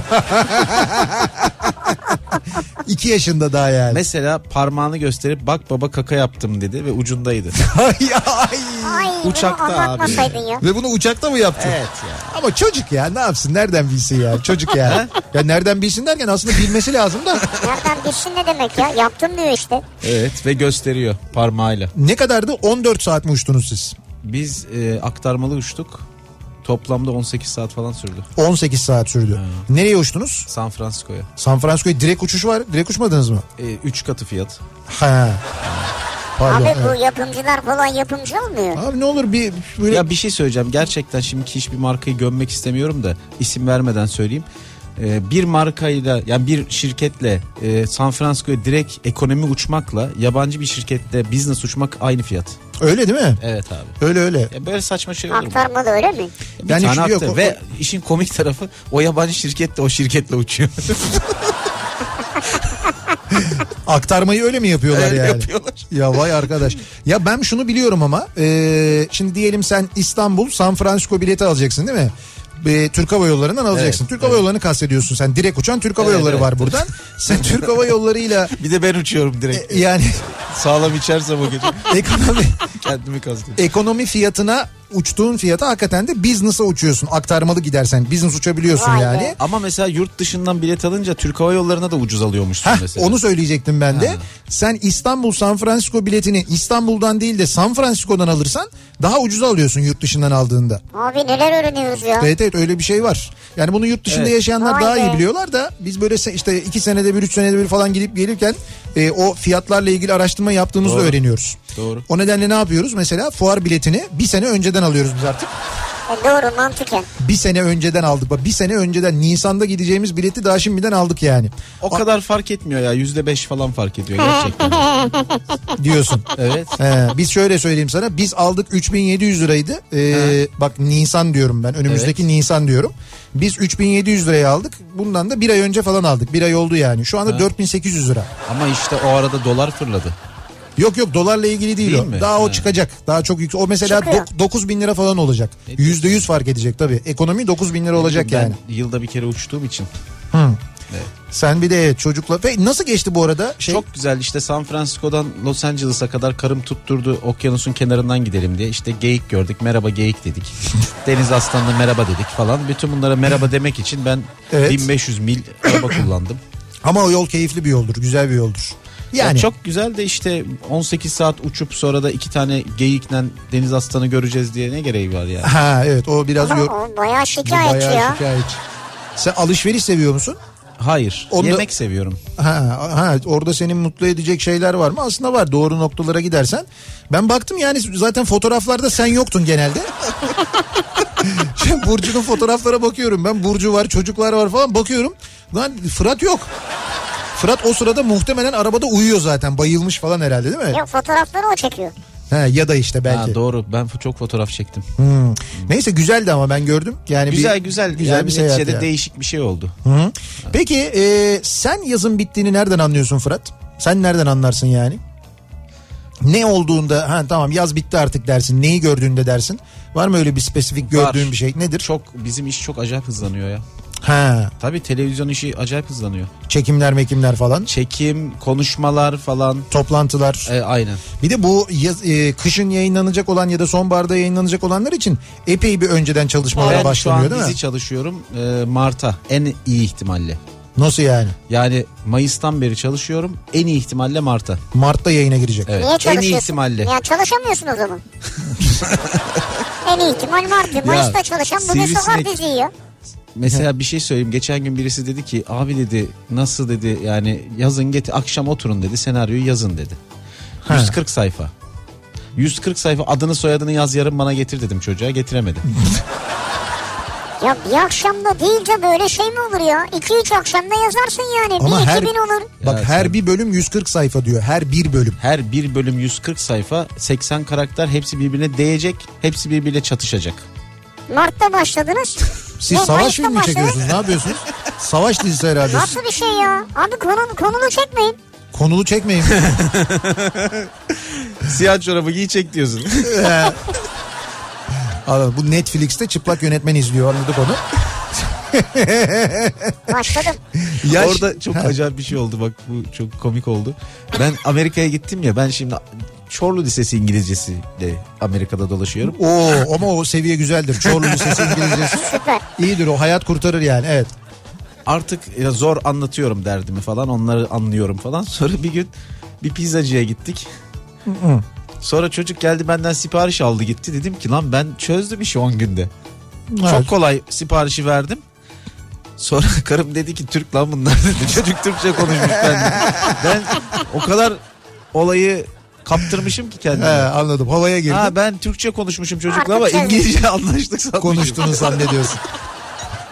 S1: İki yaşında daha yani.
S5: Mesela parmağını gösterip bak baba kaka yaptım dedi ve ucundaydı.
S1: ay ay.
S2: Ay
S5: uçakta abi.
S2: Ya.
S1: Ve bunu uçakta mı yaptı?
S5: Evet ya.
S1: Ama çocuk ya, ne yapsın, nereden bilsin ya, çocuk ya. Ya nereden bilsin derken aslında bilmesi lazım da.
S2: Nereden bilsin ne demek ya, yaptım diyor işte.
S5: Evet ve gösteriyor parmağıyla.
S1: Ne kadardı, on dört saat mi uçtunuz siz?
S5: Biz e, aktarmalı uçtuk. Toplamda on sekiz saat falan sürdü.
S1: on sekiz saat sürdü. Ha. Nereye uçtunuz?
S5: San Francisco'ya.
S1: San Francisco'ya direkt uçuş var. Direkt uçmadınız mı?
S5: E, üç katı fiyat.
S1: Ha.
S2: Pardon, abi bu evet. yapımcılar falan yapımcı olmuyor.
S1: Abi ne olur bir böyle...
S5: Ya bir şey söyleyeceğim. Gerçekten şimdi hiçbir markayı gömmek istemiyorum da isim vermeden söyleyeyim. e, bir markayla yani bir şirketle e, San Francisco'ya direkt ekonomi uçmakla yabancı bir şirkette business uçmak aynı fiyat.
S1: Öyle değil mi?
S5: Evet abi.
S1: Öyle öyle.
S5: Ya böyle saçma şey olur mu?
S2: Aktarmalı öyle mi?
S5: Bir
S1: Yani
S5: tane
S1: şu yok,
S5: aktar-
S1: o-
S5: ve işin komik tarafı o yabancı şirket de o şirketle uçuyor.
S1: Aktarmayı öyle mi yapıyorlar
S5: Öyle
S1: yani?
S5: yapıyorlar.
S1: Ya vay arkadaş. Ya ben şunu biliyorum ama e, şimdi diyelim sen İstanbul San Francisco bileti alacaksın değil mi? E, Türk Hava Yolları'ndan alacaksın.
S5: Evet,
S1: Türk Hava
S5: evet.
S1: Yolları'nı kastediyorsun sen. Direkt uçan Türk Hava
S5: Evet,
S1: Yolları
S5: evet.
S1: var buradan. Sen Türk Hava Yolları'yla
S5: Bir de ben uçuyorum direkt.
S1: e, yani
S5: Sağlam içersem o gece
S1: ekonomi
S5: kendimi kastediyorum.
S1: ekonomi fiyatına uçtuğun fiyata hakikaten de business'a uçuyorsun. Aktarmalı gidersen business uçabiliyorsun
S2: Vay be.
S1: yani.
S5: Ama mesela yurt dışından bilet alınca Türk Hava Yolları'na da ucuz alıyormuşsun
S1: Heh,
S5: mesela.
S1: onu söyleyecektim ben de.
S5: Ha.
S1: Sen İstanbul San Francisco biletini İstanbul'dan değil de San Francisco'dan alırsan daha ucuza alıyorsun yurt dışından aldığında.
S2: Abi neler öğreniyoruz ya.
S1: Evet evet öyle bir şey var. Yani bunu yurt dışında
S5: Evet.
S1: yaşayanlar
S2: Vay
S1: daha
S2: be.
S1: iyi biliyorlar da biz böyle se- işte iki senede bir üç senede bir falan gidip gelirken e, o fiyatlarla ilgili araştırma yaptığımızda
S5: Doğru.
S1: öğreniyoruz.
S5: Doğru.
S1: O nedenle ne yapıyoruz? Mesela fuar biletini bir sene önceden alıyoruz biz artık.
S2: E doğru, mantıken.
S1: Bir sene önceden aldık. Bak bir sene önceden Nisan'da gideceğimiz bileti daha şimdiden aldık yani.
S5: O kadar fark etmiyor ya. Yüzde beş falan fark ediyor gerçekten.
S1: Diyorsun.
S5: Evet.
S1: He, biz şöyle söyleyeyim sana. Biz aldık üç bin yedi yüz liraydı. Ee, bak Nisan diyorum ben. Önümüzdeki
S5: Evet.
S1: Nisan diyorum. Biz üç bin yedi yüz liraya aldık. Bundan da bir ay önce falan aldık. Bir ay oldu yani. Şu anda
S5: Ha.
S1: dört bin sekiz yüz lira.
S5: Ama işte o arada dolar fırladı.
S1: Yok yok dolarla ilgili değil,
S5: Değil
S1: o.
S5: mi?
S1: Daha o
S5: Ha.
S1: çıkacak. Daha çok yüksek. O mesela
S2: Çıkıyor.
S1: dokuz bin lira falan olacak.
S5: Ne diyorsun?
S1: yüzde yüz fark edecek tabii. Ekonomi dokuz bin lira olacak
S5: ben
S1: yani.
S5: yılda bir kere uçtuğum için.
S1: Hı.
S5: Evet.
S1: Sen bir de evet, çocukla. Ve nasıl geçti bu arada? Şey,
S5: Çok güzel işte San Francisco'dan Los Angeles'a kadar karım tutturdu okyanusun kenarından gidelim diye. İşte geyik gördük, merhaba geyik dedik. Deniz aslanına merhaba dedik falan. Bütün bunlara merhaba demek için ben
S1: Evet.
S5: bin beş yüz mil araba kullandım.
S1: Ama o yol keyifli bir yoldur. Güzel bir yoldur. Yani
S5: Ya çok güzel de işte on sekiz saat uçup sonra da iki tane geyikle deniz aslanı göreceğiz diye ne gereği var yani?
S1: Ha evet o biraz
S2: Ama
S1: yor-
S2: o bayağı şikayetçi
S1: bayağı
S2: ya.
S1: şikayetçi. Sen alışveriş seviyor musun?
S5: Hayır.
S1: Onda-
S5: Yemek seviyorum.
S1: Ha, ha orada seni mutlu edecek şeyler var mı? Aslında var. Doğru noktalara gidersen. Ben baktım yani zaten fotoğraflarda sen yoktun genelde. Şimdi Burcu'nun fotoğraflara bakıyorum. Ben Burcu var, çocuklar var falan bakıyorum. Lan Fırat yok. Fırat o sırada muhtemelen arabada uyuyor zaten. Bayılmış falan herhalde değil mi?
S2: Yok, fotoğrafları o çekiyor.
S1: Ha, ya da işte belki.
S5: Ha, doğru ben fo- çok fotoğraf çektim.
S1: Hmm. Neyse güzeldi ama ben gördüm. Yani
S5: Güzel
S1: bir,
S5: güzel
S1: güzel
S5: yani
S1: bir seyahat.
S5: neticede
S1: yani.
S5: değişik bir şey oldu.
S1: Hı. Peki e, sen yazın bittiğini nereden anlıyorsun Fırat? Sen nereden anlarsın yani? Ne olduğunda ha tamam yaz bitti artık dersin. Neyi gördüğünde dersin? Var mı öyle bir spesifik gördüğün
S5: Var.
S1: bir şey? Nedir?
S5: Çok bizim iş çok acayip hızlanıyor ya.
S1: Ha,
S5: Tabii televizyon işi acayip hızlanıyor.
S1: çekimler mekimler falan.
S5: Çekim, konuşmalar falan.
S1: Toplantılar.
S5: E, aynen.
S1: Bir de bu yaz, e, kışın yayınlanacak olan ya da sonbaharda yayınlanacak olanlar için epey bir önceden çalışmalara
S5: Ben şu
S1: başlanıyor
S5: an
S1: değil
S5: dizi
S1: mi?
S5: çalışıyorum e, Mart'a en iyi ihtimalle.
S1: Nasıl yani?
S5: Yani Mayıs'tan beri çalışıyorum en iyi ihtimalle Mart'a.
S1: Mart'ta yayına girecek.
S5: Evet.
S2: Niye
S5: En iyi
S2: çalışıyorsun?
S5: ihtimalle.
S2: Ya çalışamıyorsun o zaman. En iyi ihtimal vardı. Mayıs'ta çalışan bugün sokar
S5: sivrisinek-
S2: diziyi ya.
S5: Mesela bir şey söyleyeyim. Geçen gün birisi dedi ki abi dedi nasıl dedi yani yazın getir akşam oturun dedi senaryoyu yazın dedi.
S1: Ha.
S5: yüz kırk sayfa. yüz kırk sayfa adını soyadını yaz yarın bana getir dedim çocuğa getiremedi.
S2: Ya bir akşamda deyince böyle şey mi olur ya? iki üç akşamda yazarsın yani.
S1: Ama
S2: bir
S1: her-
S2: iki bin olur.
S1: Bak
S5: Ya
S1: her
S5: sen-
S1: bir bölüm yüz kırk sayfa diyor. Her bir bölüm.
S5: Her bir bölüm yüz kırk sayfa seksen karakter hepsi birbirine değecek hepsi birbiriyle çatışacak.
S2: Mart'ta başladınız.
S1: Siz
S2: Yok,
S1: savaş
S2: Mayıs'ta
S1: filmi
S2: başladınız.
S1: çekiyorsunuz. Ne yapıyorsunuz? Savaş dizisi herhalde.
S2: Nasıl bir şey ya? Abi konu, konulu çekmeyin.
S1: Konulu çekmeyin.
S5: Siyah çorabı giy çek diyorsun.
S1: Abi, bu Netflix'te çıplak yönetmen izliyor anladık onu.
S2: Başladım.
S1: Yaş-
S5: Orada çok acayip bir şey oldu bak bu çok komik oldu. Ben Amerika'ya gittim ya ben şimdi Çorlu Lisesi İngilizcesiyle Amerika'da dolaşıyorum.
S1: Oo, ama o seviye güzeldir. Çorlu Lisesi İngilizcesi.
S2: Süper.
S1: İyidir o hayat kurtarır yani evet.
S5: Artık ya zor anlatıyorum derdimi falan onları anlıyorum falan. Sonra bir gün bir pizzacıya gittik. Sonra çocuk geldi benden sipariş aldı gitti. Dedim ki lan ben çözdüm işi on günde.
S1: Evet.
S5: Çok kolay siparişi verdim. Sonra karım dedi ki Türk lan bunlar dedi. Çocuk Türkçe konuşmuş ben. Ben o kadar olayı kaptırmışım ki kendime.
S1: He, anladım havaya girdim.
S5: Ha ben Türkçe konuşmuşum çocukla
S2: Artık
S5: ama
S2: çözdüm.
S5: İngilizce anlaştık sanmışım.
S1: Konuştuğunu zannediyorsun.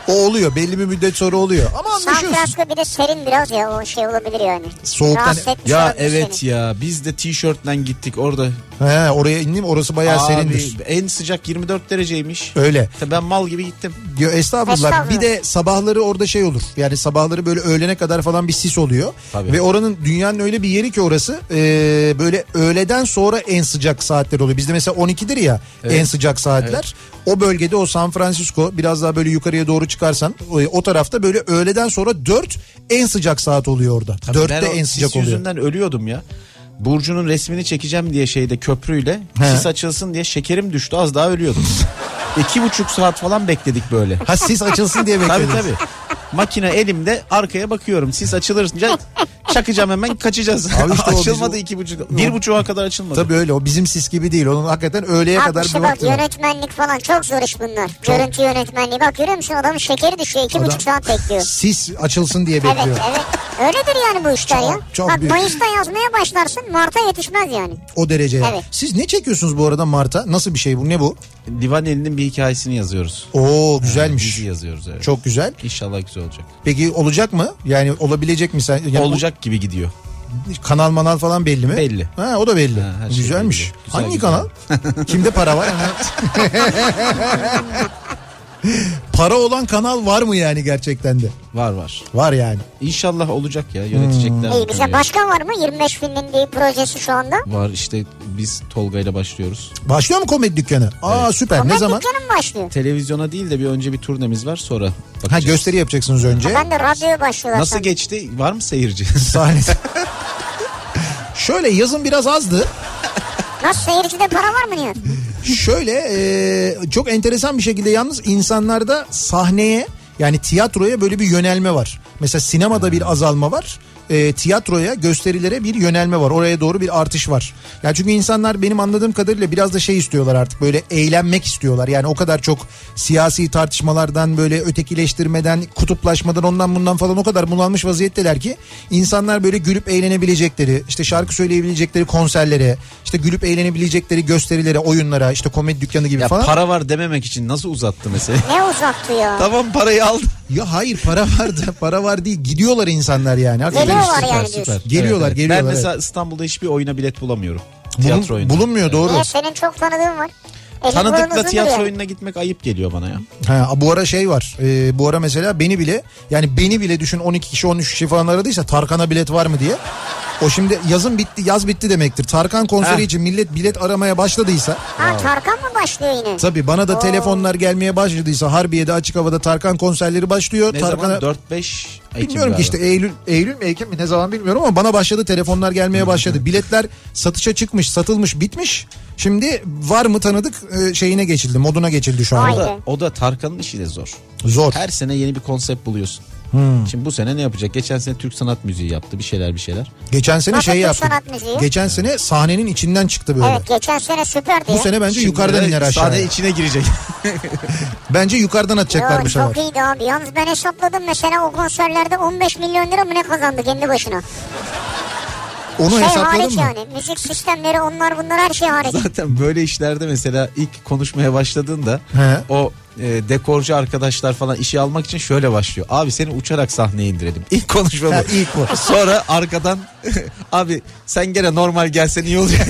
S1: O oluyor, belli bir müddet sonra oluyor ama
S2: San
S1: anlaşıyorsun.
S2: Francisco bir de serin biraz ya, o şey olabilir yani.
S1: Soğuktan.
S5: Ya evet seni. Ya biz de tişörtle gittik orada.
S1: He, oraya indim, orası bayağı
S5: Abi,
S1: serindir.
S5: En sıcak yirmi dört dereceymiş.
S1: Öyle.
S5: Ben mal gibi gittim.
S1: Diyor estağfurullah.
S2: Estağfurullah.
S1: Bir de sabahları orada şey olur. Yani sabahları böyle öğlene kadar falan bir sis oluyor.
S5: Tabii.
S1: Ve oranın, dünyanın öyle bir yeri ki orası, e, böyle öğleden sonra en sıcak saatler oluyor. Bizde mesela on ikidir ya
S5: evet.
S1: en sıcak saatler. Evet. O bölgede, o San Francisco, biraz daha böyle yukarıya doğru çıkarsan o, o tarafta böyle öğleden sonra dört en sıcak saat oluyor orada.
S5: Tabii
S1: dörtte en sıcak
S5: sis
S1: oluyor.
S5: yüzünden ölüyordum ya. Burcu'nun resmini çekeceğim diye şeyde, köprüyle
S1: He.
S5: sis açılsın diye şekerim düştü, az daha ölüyordum. İki buçuk saat falan bekledik böyle.
S1: Ha, sis açılsın diye beklediniz.
S5: Tabii tabii. Makine elimde, arkaya bakıyorum. Sis açılınca çakacağım, hemen kaçacağız.
S1: İşte
S5: açılmadı
S1: bizim...
S5: iki buçuk. Bir buçuğa kadar açılmadı.
S1: Tabii öyle, o bizim sis gibi değil. Onun hakikaten öğleye
S2: Abi
S1: kadar
S2: işte
S1: bir
S2: bak,
S1: vakti var.
S2: yönetmenlik falan çok zor iş bunlar. Çok. Görüntü yönetmenliği, bak görüyor musun, adamın şekeri düşüyor, iki
S1: Adam,
S2: buçuk saat bekliyor.
S1: Sis açılsın diye bekliyor.
S2: Evet evet, öyledir yani bu işler
S1: çok,
S2: ya.
S1: çok
S2: bak
S1: büyük.
S2: Mayıs'ta yazmaya başlarsın, Mart'a yetişmez yani.
S1: O derece ya.
S2: Evet.
S1: Siz ne çekiyorsunuz bu arada Mart'a? Nasıl bir şey bu? Ne bu?
S5: Livaneli'nin bir hikayesini yazıyoruz.
S1: Oo, güzelmiş.
S5: Yani dizi yazıyoruz, evet.
S1: Çok güzel.
S5: İnşallah güzel olacak.
S1: Peki olacak mı? Yani olabilecek mi sen? Yani
S5: olacak gibi gidiyor.
S1: Kanal manal falan belli mi?
S5: Belli.
S1: Ha, o da belli.
S5: Ha, her şey
S1: Güzelmiş.
S5: belli. Güzel,
S1: Hangi
S5: güzel.
S1: kanal? Kimde para var? Para olan kanal var mı yani gerçekten de?
S5: Var var.
S1: Var yani.
S5: İnşallah olacak ya, yönetecekler.
S2: İyi, bize başkan var mı? yirmi beş filmin diye projesi şu anda.
S5: Var işte, biz Tolga ile başlıyoruz.
S1: Başlıyor mu komedi dükkanı? Aa,
S5: Evet.
S1: süper.
S2: Komedi
S1: ne zaman?
S2: dükkanı mı başlıyor?
S5: Televizyona değil de bir önce bir turnemiz var, sonra bakacağız.
S1: Ha, gösteri yapacaksınız önce.
S2: Ha, ben de radyoya başlıyorlar.
S5: Nasıl
S2: sandım.
S5: geçti? Var mı seyirci?
S1: Sahnede. Şöyle, yazın biraz azdı.
S2: Nasıl, seyircide para var mı Nihat?
S1: Şöyle e, çok enteresan bir şekilde yalnız insanlarda sahneye, yani tiyatroya böyle bir yönelme var. Mesela sinemada bir azalma var. E, tiyatroya, gösterilere bir yönelme var. Oraya doğru bir artış var. Yani çünkü insanlar benim anladığım kadarıyla biraz da şey istiyorlar artık, böyle eğlenmek istiyorlar. Yani o kadar çok siyasi tartışmalardan, böyle ötekileştirmeden, kutuplaşmadan, ondan bundan falan o kadar bunalmış vaziyetteler ki insanlar böyle gülüp eğlenebilecekleri, işte şarkı söyleyebilecekleri konserlere, işte gülüp eğlenebilecekleri gösterilere, oyunlara, işte komedi dükkanı gibi
S5: ya
S1: falan.
S5: para var dememek için nasıl uzattı mesela?
S2: Ne uzattı ya?
S5: Tamam, parayı aldı.
S1: Ya hayır, para var da para var değil, gidiyorlar insanlar yani. Hakikaten
S2: Geliyorlar
S1: süper,
S2: yani
S1: süper.
S2: diyorsun.
S1: Geliyorlar,
S5: Evet, evet.
S1: geliyorlar.
S5: Ben mesela
S1: evet.
S5: İstanbul'da hiçbir oyuna bilet bulamıyorum.
S1: Bulun-
S5: Tiyatro oyunu.
S1: bulunmuyor, doğru.
S2: Niye, senin çok tanıdığın var. Elin
S5: Tanıdıkla
S2: boyun
S5: tiyatro
S2: uzundur
S5: oyununa gitmek ayıp geliyor bana ya.
S1: Ha, bu ara şey var. E, bu ara mesela beni bile, yani beni bile düşün, on iki kişi on üç kişi falan aradıysa Tarkan'a bilet var mı diye. O şimdi yazın bitti, yaz bitti demektir. Tarkan konseri
S5: Heh.
S1: için millet bilet aramaya başladıysa.
S2: Ha, Tarkan mı başlıyor yine?
S1: Tabii bana da
S2: Oo.
S1: telefonlar gelmeye başladıysa, Harbiye'de açık havada Tarkan konserleri başlıyor.
S5: Ne
S1: Tarkan'a
S5: zaman? dört beş Ekim
S1: bilmiyorum ki, işte Eylül Eylül mü Ekim mi, ne zaman bilmiyorum ama bana başladı, telefonlar gelmeye başladı. Biletler satışa çıkmış, satılmış, bitmiş. Şimdi var mı tanıdık e, şeyine geçildi, moduna geçildi şu
S2: Vay
S1: anda.
S5: O
S2: be.
S5: da, o da Tarkan'ın işi de zor.
S1: Zor.
S5: Her sene yeni bir konsept buluyorsun.
S1: Hmm.
S5: Şimdi bu sene ne yapacak? Geçen sene Türk sanat müziği yaptı, bir şeyler bir şeyler.
S1: Geçen sene
S2: Nasıl
S1: şey
S2: Türk
S1: yaptı.
S2: sanat müziği?
S1: Geçen sene sahnenin içinden çıktı böyle.
S2: Evet, geçen sene süperdi
S1: Bu
S2: ya.
S1: sene bence
S5: Şimdi
S1: yukarıdan
S5: de
S1: iner
S5: Sahne
S1: aşağıya.
S5: içine girecek.
S1: Bence yukarıdan
S2: Yo,
S1: atacaklar bu sefer.
S2: çok iyiydi abi. Yalnız ben hesapladım, mesela o konserlerde on beş milyon lira mı ne kazandı kendi başına.
S1: Onu
S2: Şey
S1: hesapladın
S2: hariç
S1: mı?
S2: yani. Müzik sistemleri, onlar bunlar, her şey hariç.
S5: Zaten böyle işlerde mesela ilk konuşmaya başladığında
S1: He.
S5: o e, dekorcu arkadaşlar falan işi almak için şöyle başlıyor. Abi seni uçarak sahneye indirelim. İlk konuşma bu.
S1: Ha, ilk bu.
S5: Sonra arkadan abi sen gene normal gelsen iyi olacak.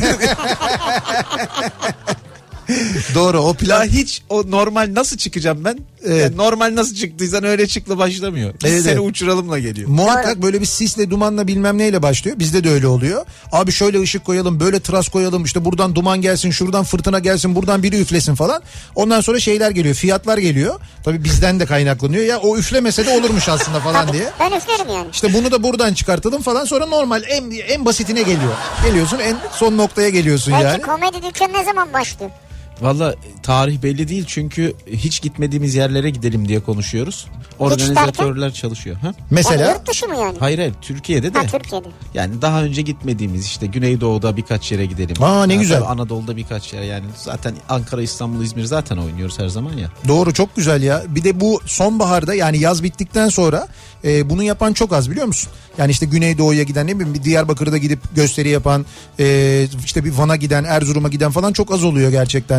S1: Doğru, o
S5: Ya
S1: plan.
S5: hiç o normal nasıl çıkacağım ben?
S1: Evet.
S5: Yani normal nasıl çıktıysan öyle çıkla başlamıyor. Biz
S1: Evet,
S5: seni
S1: evet.
S5: uçuralımla geliyor.
S1: Muhakkak böyle bir sisle, dumanla, bilmem neyle başlıyor. Bizde de öyle oluyor. Abi şöyle ışık koyalım, böyle tıras koyalım, işte buradan duman gelsin, şuradan fırtına gelsin, buradan biri üflesin falan. Ondan sonra şeyler geliyor, fiyatlar geliyor. Tabii bizden de kaynaklanıyor. Ya o üflemese de olurmuş aslında falan diye.
S2: Ben üflerim yani.
S1: İşte bunu da buradan çıkartalım falan, sonra normal en en basitine geliyor. Geliyorsun, en son noktaya geliyorsun
S2: Peki
S1: yani.
S2: komedi dükkanı ne zaman başlıyor?
S5: Valla tarih belli değil çünkü hiç gitmediğimiz yerlere gidelim diye konuşuyoruz. Organizatörler çalışıyor. Ha?
S1: Mesela
S2: Yani yurt dışı mı yani?
S5: Hayır hayır, Türkiye'de de.
S2: Ha, Türkiye'de.
S5: Yani daha önce gitmediğimiz işte Güneydoğu'da birkaç yere gidelim.
S1: Aa, ne
S5: Ha,
S1: güzel.
S5: tabii Anadolu'da birkaç yer, yani zaten Ankara, İstanbul, İzmir zaten oynuyoruz her zaman ya.
S1: doğru, çok güzel ya. Bir de bu sonbaharda, yani yaz bittikten sonra e, bunu yapan çok az, biliyor musun? Yani işte Güneydoğu'ya giden, ne bileyim, bir Diyarbakır'da gidip gösteri yapan, e, işte bir Van'a giden, Erzurum'a giden falan çok az oluyor gerçekten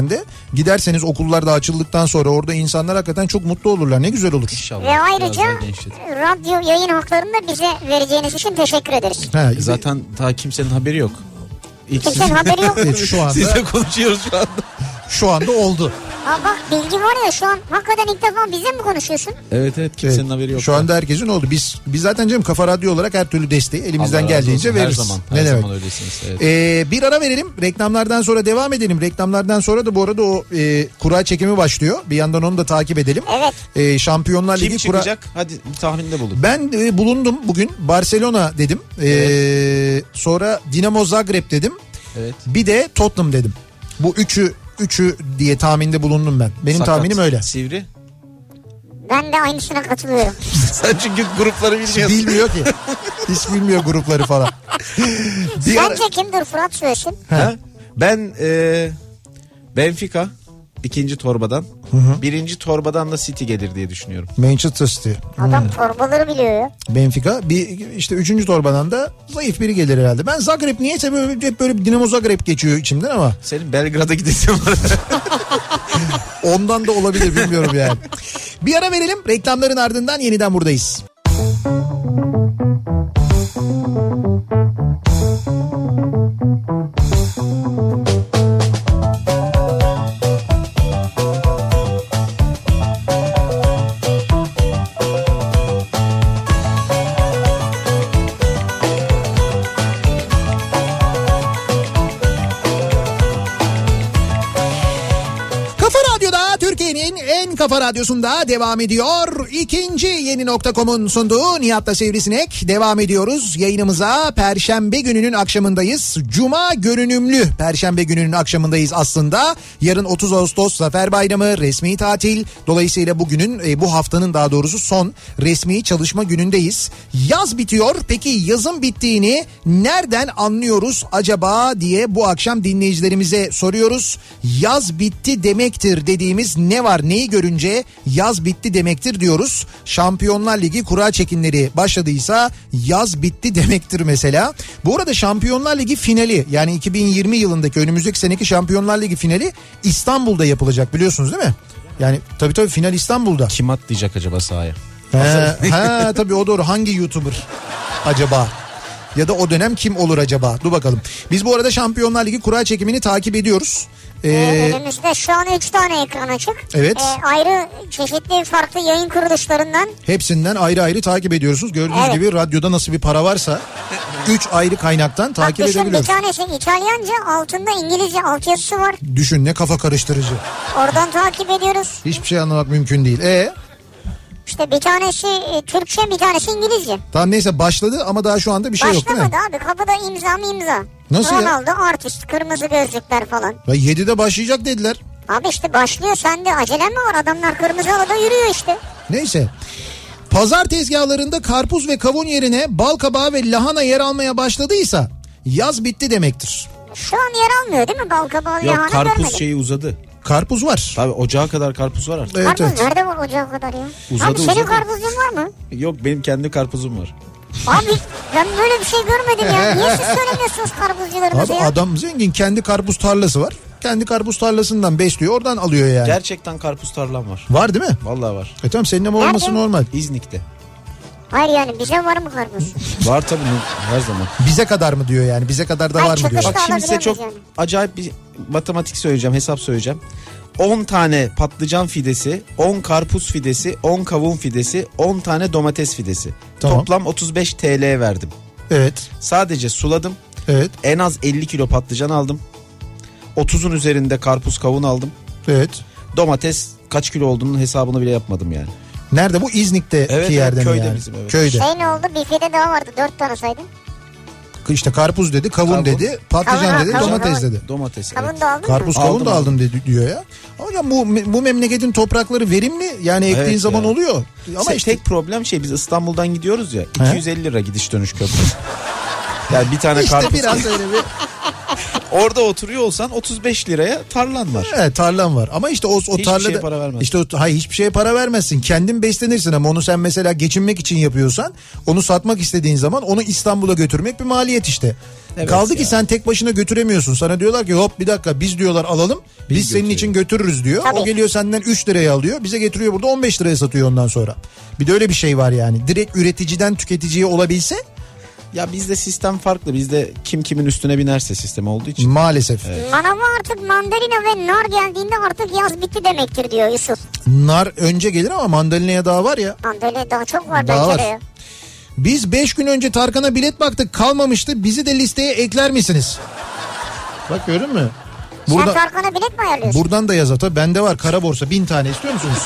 S1: de giderseniz okullar da açıldıktan sonra orada insanlar hakikaten çok mutlu olurlar. Ne güzel olur.
S5: İnşallah.
S2: Ve ayrıca radyo yayın haklarını da bize vereceğiniz için teşekkür ederiz.
S1: Ha,
S5: zaten daha kimsenin haberi yok. İlk
S2: kimsenin haberi yok.
S1: Evet, şu anda.
S5: Sizle konuşuyoruz şu anda.
S1: Şu anda oldu.
S2: Ha bak bilgi var ya şu an hakikaten ilk defa bize mi konuşuyorsun?
S5: Evet evet kimsenin
S1: Evet,
S5: haberi yok.
S1: Şu anda herkesin oldu. Biz biz zaten canım Kafa Radyo olarak her türlü desteği elimizden
S5: Allah
S1: geldiğince
S5: razı olsun.
S1: veririz.
S5: Her zaman, her
S1: ne
S5: zaman
S1: demek?
S5: öylesiniz. Evet.
S1: Ee, bir ara verelim. Reklamlardan sonra devam edelim. Reklamlardan sonra da bu arada o e, kura çekimi başlıyor. Bir yandan onu da takip edelim.
S2: Evet.
S1: E, Şampiyonlar
S5: Kim
S1: Ligi
S5: çıkacak?
S1: kura...
S5: Hadi bir tahminde bulun.
S1: Ben e, bulundum bugün. Barcelona dedim. E,
S5: Evet.
S1: Sonra Dinamo Zagreb dedim.
S5: Evet.
S1: Bir de Tottenham dedim. Bu üçü üçü diye tahminde bulundum ben. Benim
S5: Sakat.
S1: tahminim öyle.
S5: Sivri.
S2: Ben de aynısına katılıyorum.
S5: Sen çünkü grupları biliyorsun.
S1: Bilmiyor ki. Hiç bilmiyor grupları falan. Bir ara-
S2: Sence kimdir Fırat söylesin?
S5: Ha? Ben e, Benfica ikinci torbadan. Birinci torbadan da City gelir diye düşünüyorum.
S1: Manchester City.
S2: Adam torbaları biliyor ya.
S1: Benfica. Bir işte üçüncü torbadan da zayıf biri gelir herhalde. Ben Zagreb niyeyse böyle, hep böyle bir Dinamo Zagreb geçiyor içimden ama.
S5: Senin Belgrad'a gidesin var.
S1: Ondan da olabilir bilmiyorum yani. Bir ara verelim. Reklamların ardından yeniden buradayız. Kafa Radyosu'nda devam ediyor. İkinci yeni nokta com'un sunduğu Nihat'la Sivrisinek devam ediyoruz. Yayınımıza Perşembe gününün akşamındayız. Cuma görünümlü Perşembe gününün akşamındayız aslında. Yarın otuz Ağustos Zafer Bayramı, resmi tatil. Dolayısıyla bugünün, bu haftanın daha doğrusu son resmi çalışma günündeyiz. Yaz bitiyor. Peki yazın bittiğini nereden anlıyoruz acaba diye bu akşam dinleyicilerimize soruyoruz. Yaz bitti demektir dediğimiz ne var? Neyi görünce yaz bitti demektir diyoruz. Şampiyonlar Ligi kura çekimleri başladıysa yaz bitti demektir mesela. Bu arada Şampiyonlar Ligi finali, yani iki bin yirmi yılındaki önümüzdeki seneki Şampiyonlar Ligi finali İstanbul'da yapılacak, biliyorsunuz değil mi? Yani tabii tabii final İstanbul'da.
S5: Kim atlayacak acaba sahaya?
S1: He, he tabii o doğru. Hangi YouTuber acaba? Ya da o dönem kim olur acaba? Dur bakalım. Biz bu arada Şampiyonlar Ligi kura çekimini takip ediyoruz.
S2: Ee, ee, önümüzde şu an üç tane ekran açık.
S1: Evet.
S2: Ee, ayrı çeşitli farklı yayın kuruluşlarından.
S1: Hepsinden ayrı ayrı takip ediyorsunuz. Gördüğünüz evet. gibi radyoda nasıl bir para varsa üç ayrı kaynaktan takip
S2: Bak, düşün,
S1: edebiliyoruz.
S2: Bir tanesi İtalyanca, altında İngilizce altyazısı var.
S1: Düşün ne kafa karıştırıcı.
S2: Oradan takip ediyoruz.
S1: Hiçbir şey anlamak mümkün değil. E
S2: İşte bir tanesi e, Türkçe, bir tanesi İngilizce.
S1: Tamam neyse başladı ama daha şu anda bir şey
S2: Başlamadı
S1: yok değil mi?
S2: Başlamadı abi, kapıda imza mı imza.
S1: Nasıl
S2: Ronaldo,
S1: ya?
S2: artist, kırmızı gözlükler falan.
S1: Ya yedide başlayacak dediler.
S2: Abi işte başlıyor, sende acelen mi var? Adamlar kırmızı halıda yürüyor işte.
S1: Neyse. Pazar tezgahlarında karpuz ve kavun yerine bal kabağı ve lahana yer almaya başladıysa yaz bitti demektir.
S2: Şu an yer almıyor değil mi bal kabağı,
S5: Yok,
S2: lahana
S5: karpuz
S2: görmedim.
S5: şeyi uzadı.
S1: Karpuz var.
S5: Tabii ocağa kadar karpuz var artık.
S1: Evet,
S2: karpuz
S1: evet.
S2: nerede var ocağa kadar ya?
S5: Uzadı,
S2: abi senin
S5: uzadı.
S2: karpuzun var mı?
S5: Yok, benim kendi karpuzum var.
S2: Abi ben böyle bir şey görmedim ya. Niye siz söylemiyorsunuz karpuzcularımızı
S1: Abi
S2: ya?
S1: adam zengin, kendi karpuz tarlası var. Kendi karpuz tarlasından besliyor, oradan alıyor yani.
S5: Gerçekten karpuz tarlam var.
S1: Var değil mi?
S5: Vallahi var.
S1: E tamam, senin ama olması
S2: Nerede?
S1: normal.
S5: İznik'te.
S2: Hayır yani bize var mı karpuz?
S5: Var tabii, her zaman.
S1: Bize kadar mı diyor yani? Bize kadar da
S2: Ay,
S1: var mı diyor?
S2: çıkışta
S5: Bak şimdi size
S2: alabiliyor
S5: çok
S2: muyuz
S5: acayip bir matematik söyleyeceğim, hesap söyleyeceğim. on tane patlıcan fidesi, on karpuz fidesi, on kavun fidesi, on tane domates fidesi.
S1: Tamam.
S5: Toplam otuz beş TL verdim.
S1: Evet.
S5: Sadece suladım.
S1: Evet.
S5: En az elli kilo patlıcan aldım. otuzun üzerinde karpuz kavun aldım.
S1: Evet.
S5: Domates kaç kilo olduğunun hesabını bile yapmadım yani.
S1: Nerede bu? İznik'teki
S5: Evet,
S1: yerde
S5: evet,
S1: mi
S5: köyde
S1: yani?
S5: bizim, evet.
S1: Köyde.
S2: Şey ne oldu? Bir fide daha vardı. Dört tane saydın.
S1: İşte karpuz dedi, kavun,
S5: Kavun.
S1: dedi, patlıcan
S2: Kavun,
S1: dedi,
S2: kavun,
S1: domates
S2: kavun.
S1: dedi.
S5: Domates.
S2: Kavun
S5: evet.
S2: da aldın
S1: Karpuz
S2: mı?
S1: kavun
S5: Aldım,
S1: da
S5: aldım.
S1: aldım dedi diyor ya. Hocam bu bu memleketin toprakları verimli, yani ektiğin
S5: Evet
S1: zaman
S5: ya.
S1: oluyor. Ama
S5: İşte
S1: işte
S5: tek problem şey, biz İstanbul'dan gidiyoruz ya, iki yüz elli lira gidiş dönüş köprü. Yani bir tane
S1: işte
S5: karpuz.
S1: biraz öyle bir
S5: Orada oturuyor olsan otuz beş liraya tarlan var.
S1: Evet, tarlan var ama işte o, o
S5: hiçbir
S1: tarlada
S5: şeye para vermezsin.
S1: işte o, hayır hiçbir şeye para vermezsin. Kendin beslenirsin ama onu sen mesela geçinmek için yapıyorsan, onu satmak istediğin zaman onu İstanbul'a götürmek bir maliyet işte. Evet. Kaldı ya ki sen tek başına götüremiyorsun. Sana diyorlar ki hop bir dakika biz diyorlar alalım. Biz, biz senin için götürürüz diyor. Tabii. O geliyor senden üç liraya alıyor. Bize getiriyor burada on beş liraya satıyor ondan sonra. Bir de öyle bir şey var yani. Direkt üreticiden tüketiciye olabilse.
S5: Ya bizde sistem farklı. Bizde kim kimin üstüne binerse sistem olduğu için.
S1: Maalesef.
S2: Evet. Manava artık mandalina ve nar geldiğinde artık yaz bitti demektir diyor Yusuf.
S1: Nar önce gelir ama mandalinaya daha var ya.
S2: Mandalina daha çok var
S1: daha
S2: bence
S1: var.
S2: de.
S1: Biz beş gün önce Tarkan'a bilet baktık, kalmamıştı. Bizi de listeye ekler misiniz? Bak gördün mü?
S2: Burada, sen Tarkan'a bilet mi ayarlıyorsun?
S1: Buradan da yaz ata. Bende var kara borsa bin tane, istiyor musunuz?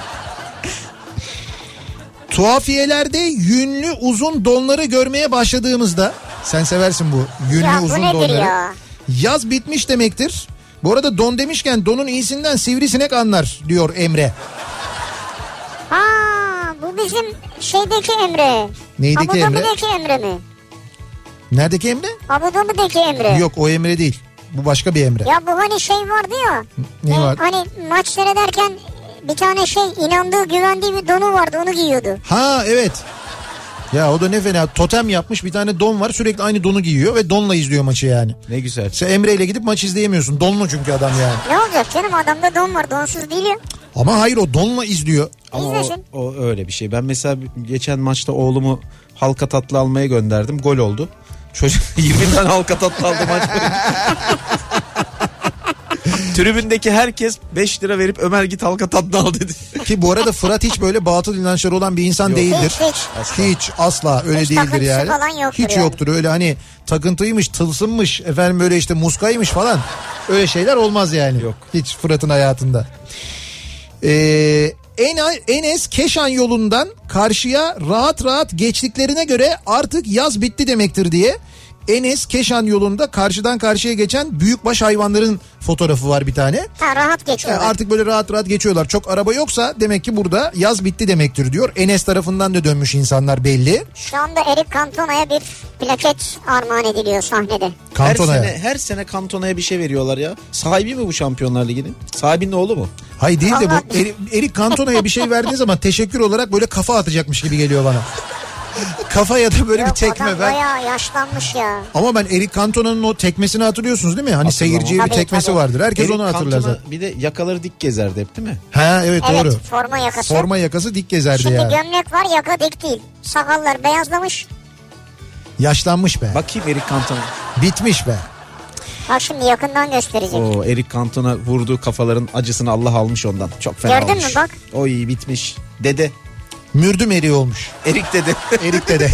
S1: Tuhafiyelerde yünlü uzun donları görmeye başladığımızda, sen seversin bu yünlü ya, uzun
S2: bu
S1: donları.
S2: Ya?
S1: Yaz bitmiş demektir. Bu arada don demişken donun iyisinden sivrisinek anlar diyor Emre.
S2: Ha, bu bizim şeydeki Emre.
S1: Neydeki
S2: Abu
S1: Emre?
S2: Dhabi'deki Emre mi?
S1: Neredeki Emre?
S2: Abu Dhabi'deki Emre.
S1: Yok, o Emre değil. Bu başka bir Emre.
S2: Ya bu hani şey vardı ya.
S1: Ne
S2: e,
S1: var?
S2: Hani maç seyrederken bir tane şey, inandığı güvendiği bir donu vardı, onu giyiyordu.
S1: Ha evet. Ya o da ne fena, totem yapmış bir tane don var, sürekli aynı donu giyiyor ve donla izliyor maçı yani.
S5: Ne güzel.
S1: Sen Emre ile gidip maç izleyemiyorsun, donlu çünkü adam yani.
S2: Ne olacak canım, adamda don var, donsuz değil ya.
S1: Ama hayır, o donla izliyor.
S5: Ama o, o öyle bir şey. Ben mesela geçen maçta oğlumu halka tatlı almaya gönderdim, gol oldu. Çocuk yirmi tane halka tatlı aldı maç boyunca. Tribündeki herkes beş lira verip Ömer git halka tatlı al dedi.
S1: Ki bu arada Fırat hiç böyle batıl inançları olan bir insan
S5: Yok.
S1: değildir.
S2: Hiç hiç.
S1: Asla. Hiç asla öyle
S2: hiç
S1: değildir yani.
S2: Yoktur
S1: hiç
S2: yani.
S1: yoktur öyle, hani takıntıymış, tılsımmış, efendim böyle işte muskaymış falan. Öyle şeyler olmaz yani.
S5: Yok.
S1: Hiç Fırat'ın hayatında. Ee, Enes Keşan yolundan karşıya rahat rahat geçtiklerine göre artık yaz bitti demektir diye. Enes Keşan yolunda karşıdan karşıya geçen büyükbaş hayvanların fotoğrafı var bir tane.
S2: Ha, rahat geçiyorlar.
S1: Artık böyle rahat rahat geçiyorlar. Çok araba yoksa demek ki burada yaz bitti demektir diyor. Enes tarafından da dönmüş insanlar belli.
S2: Şu anda Eric Cantona'ya bir plaket armağan ediliyor sahnede.
S1: Cantona'ya.
S5: Her sene, her sene Cantona'ya bir şey veriyorlar ya. Sahibi mi bu Şampiyonlar Ligi'nin? Sahibinin oğlu mu?
S1: Hayır değil de bu Eric, Eric Cantona'ya bir şey verdiği zaman teşekkür olarak böyle kafa atacakmış gibi geliyor bana. Kafaya da böyle
S2: Yok,
S1: bir tekme.
S2: Adam
S1: ben...
S2: bayağı yaşlanmış ya.
S1: Ama ben Eric Cantona'nın o tekmesini hatırlıyorsunuz değil mi? Hani seyirciye bir
S2: tabii,
S1: tekmesi
S2: tabii.
S1: vardır. Herkes
S5: Eric
S1: onu hatırlar
S5: Cantona
S1: zaten.
S5: bir de yakaları dik gezerdi hep değil mi?
S1: Ha evet,
S2: evet
S1: doğru.
S2: Forma yakası.
S1: Forma yakası dik gezerdi
S2: Şimdi
S1: yani.
S2: gömlek var, yaka dik değil. Sakallar beyazlamış.
S1: Yaşlanmış be.
S5: Bakayım Eric Cantona.
S1: Bitmiş be.
S2: Bak şimdi yakından gösterecek.
S5: Oo, Eric Cantona vurduğu kafaların acısını Allah almış ondan. Çok fena
S2: Gördün
S5: olmuş.
S2: mü bak?
S5: Oy bitmiş. Dede.
S1: Mürdüm eriği olmuş.
S5: Erik dede.
S1: Erik dede.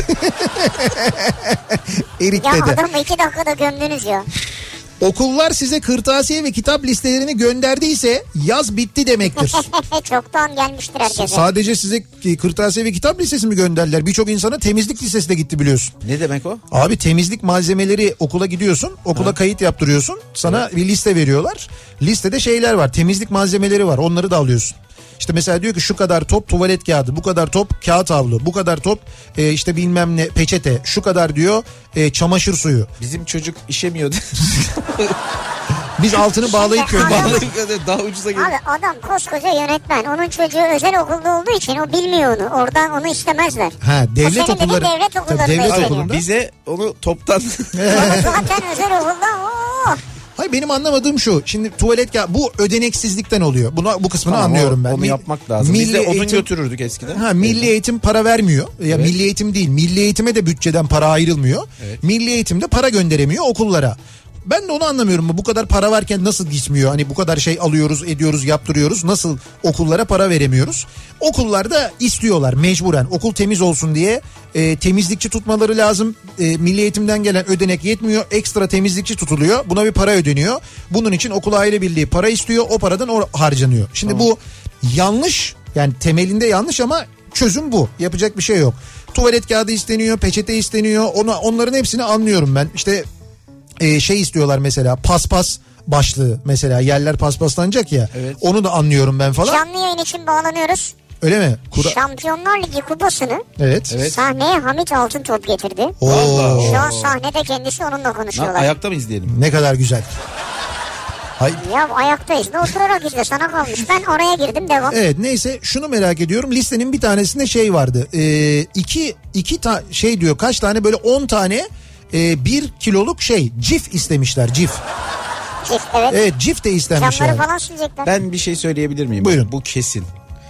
S1: Erik
S2: ya
S1: dede.
S2: adamı iki dakikada gömdünüz ya.
S1: Okullar size kırtasiye ve kitap listelerini gönderdiyse yaz bitti demektir.
S2: Çoktan gelmiştir herkese.
S1: Sadece size kırtasiye ve kitap listesi mi gönderdiler? Birçok insana temizlik listesi de gitti biliyorsun.
S5: Ne demek o?
S1: Abi temizlik malzemeleri, okula gidiyorsun. Okula ha. kayıt yaptırıyorsun. Sana evet. bir liste veriyorlar. Listede şeyler var. Temizlik malzemeleri var. Onları da alıyorsun. İşte mesela diyor ki şu kadar top tuvalet kağıdı, bu kadar top kağıt havlu, bu kadar top e, işte bilmem ne peçete, şu kadar diyor e, çamaşır suyu.
S5: Bizim çocuk işemiyordu.
S1: Biz altını bağlayıp
S5: gönderdik. Daha ucuza geldi.
S2: Abi adam koskoca yönetmen. Onun çocuğu özel okulda olduğu için o bilmiyor onu. Oradan onu istemezler.
S1: Ha, devlet okulları.
S2: Devlet okulları.
S1: Devlet okulunda.
S5: Bize onu toptan.
S2: Onu zaten özel okulda. Oo.
S1: Hayır, benim anlamadığım şu. Şimdi tuvalet ya bu ödeneksizlikten oluyor. Buna bu kısmını tamam, anlıyorum ben.
S5: Onu yapmak lazım. Milli Biz de odun eğitim, götürürdük eskiden. Ha,
S1: milli evet. eğitim para vermiyor. Ya evet. milli eğitim değil. Milli eğitime de bütçeden para ayrılmıyor. Evet. Milli eğitimde para gönderemiyor okullara. Ben de onu anlamıyorum. Bu kadar para varken nasıl gitmiyor? Hani bu kadar şey alıyoruz, ediyoruz, yaptırıyoruz. Nasıl okullara para veremiyoruz? Okullarda istiyorlar mecburen. Okul temiz olsun diye e, temizlikçi tutmaları lazım. E, milli eğitimden gelen ödenek yetmiyor. Ekstra temizlikçi tutuluyor. Buna bir para ödeniyor. Bunun için okul aile birliği para istiyor. O paradan o harcanıyor. Şimdi tamam. bu yanlış. Yani temelinde yanlış ama çözüm bu. Yapacak bir şey yok. Tuvalet kağıdı isteniyor, peçete isteniyor. Ona, onların hepsini anlıyorum ben. İşte Ee, şey istiyorlar mesela, paspas başlığı mesela, yerler paspaslanacak ya. Evet. Onu da anlıyorum ben falan.
S2: Canlı yayın için bağlanıyoruz.
S1: Öyle mi?
S2: Kura... Şampiyonlar Ligi kupasını
S1: evet.
S2: evet. sahneye Hamit Altıntop getirdi.
S1: Oo.
S2: Şu an sahnede kendisi onunla konuşuyorlar.
S5: Na, ayakta mı izleyelim?
S1: Ne kadar güzel.
S2: Hay... Ya ayaktayız. Ne oturarak izle, sana kalmış. Ben oraya girdim, devam.
S1: Evet, neyse şunu merak ediyorum. Listenin bir tanesinde şey vardı. Ee, iki iki ta şey diyor, kaç tane böyle on tane e, bir kiloluk şey cif istemişler, cif.
S2: Cif, evet.
S1: Evet, cif de istenmiş.
S2: Camları
S1: yani.
S2: falan silecekler.
S5: Ben bir şey söyleyebilir miyim?
S1: Buyurun.
S5: Bu kesin.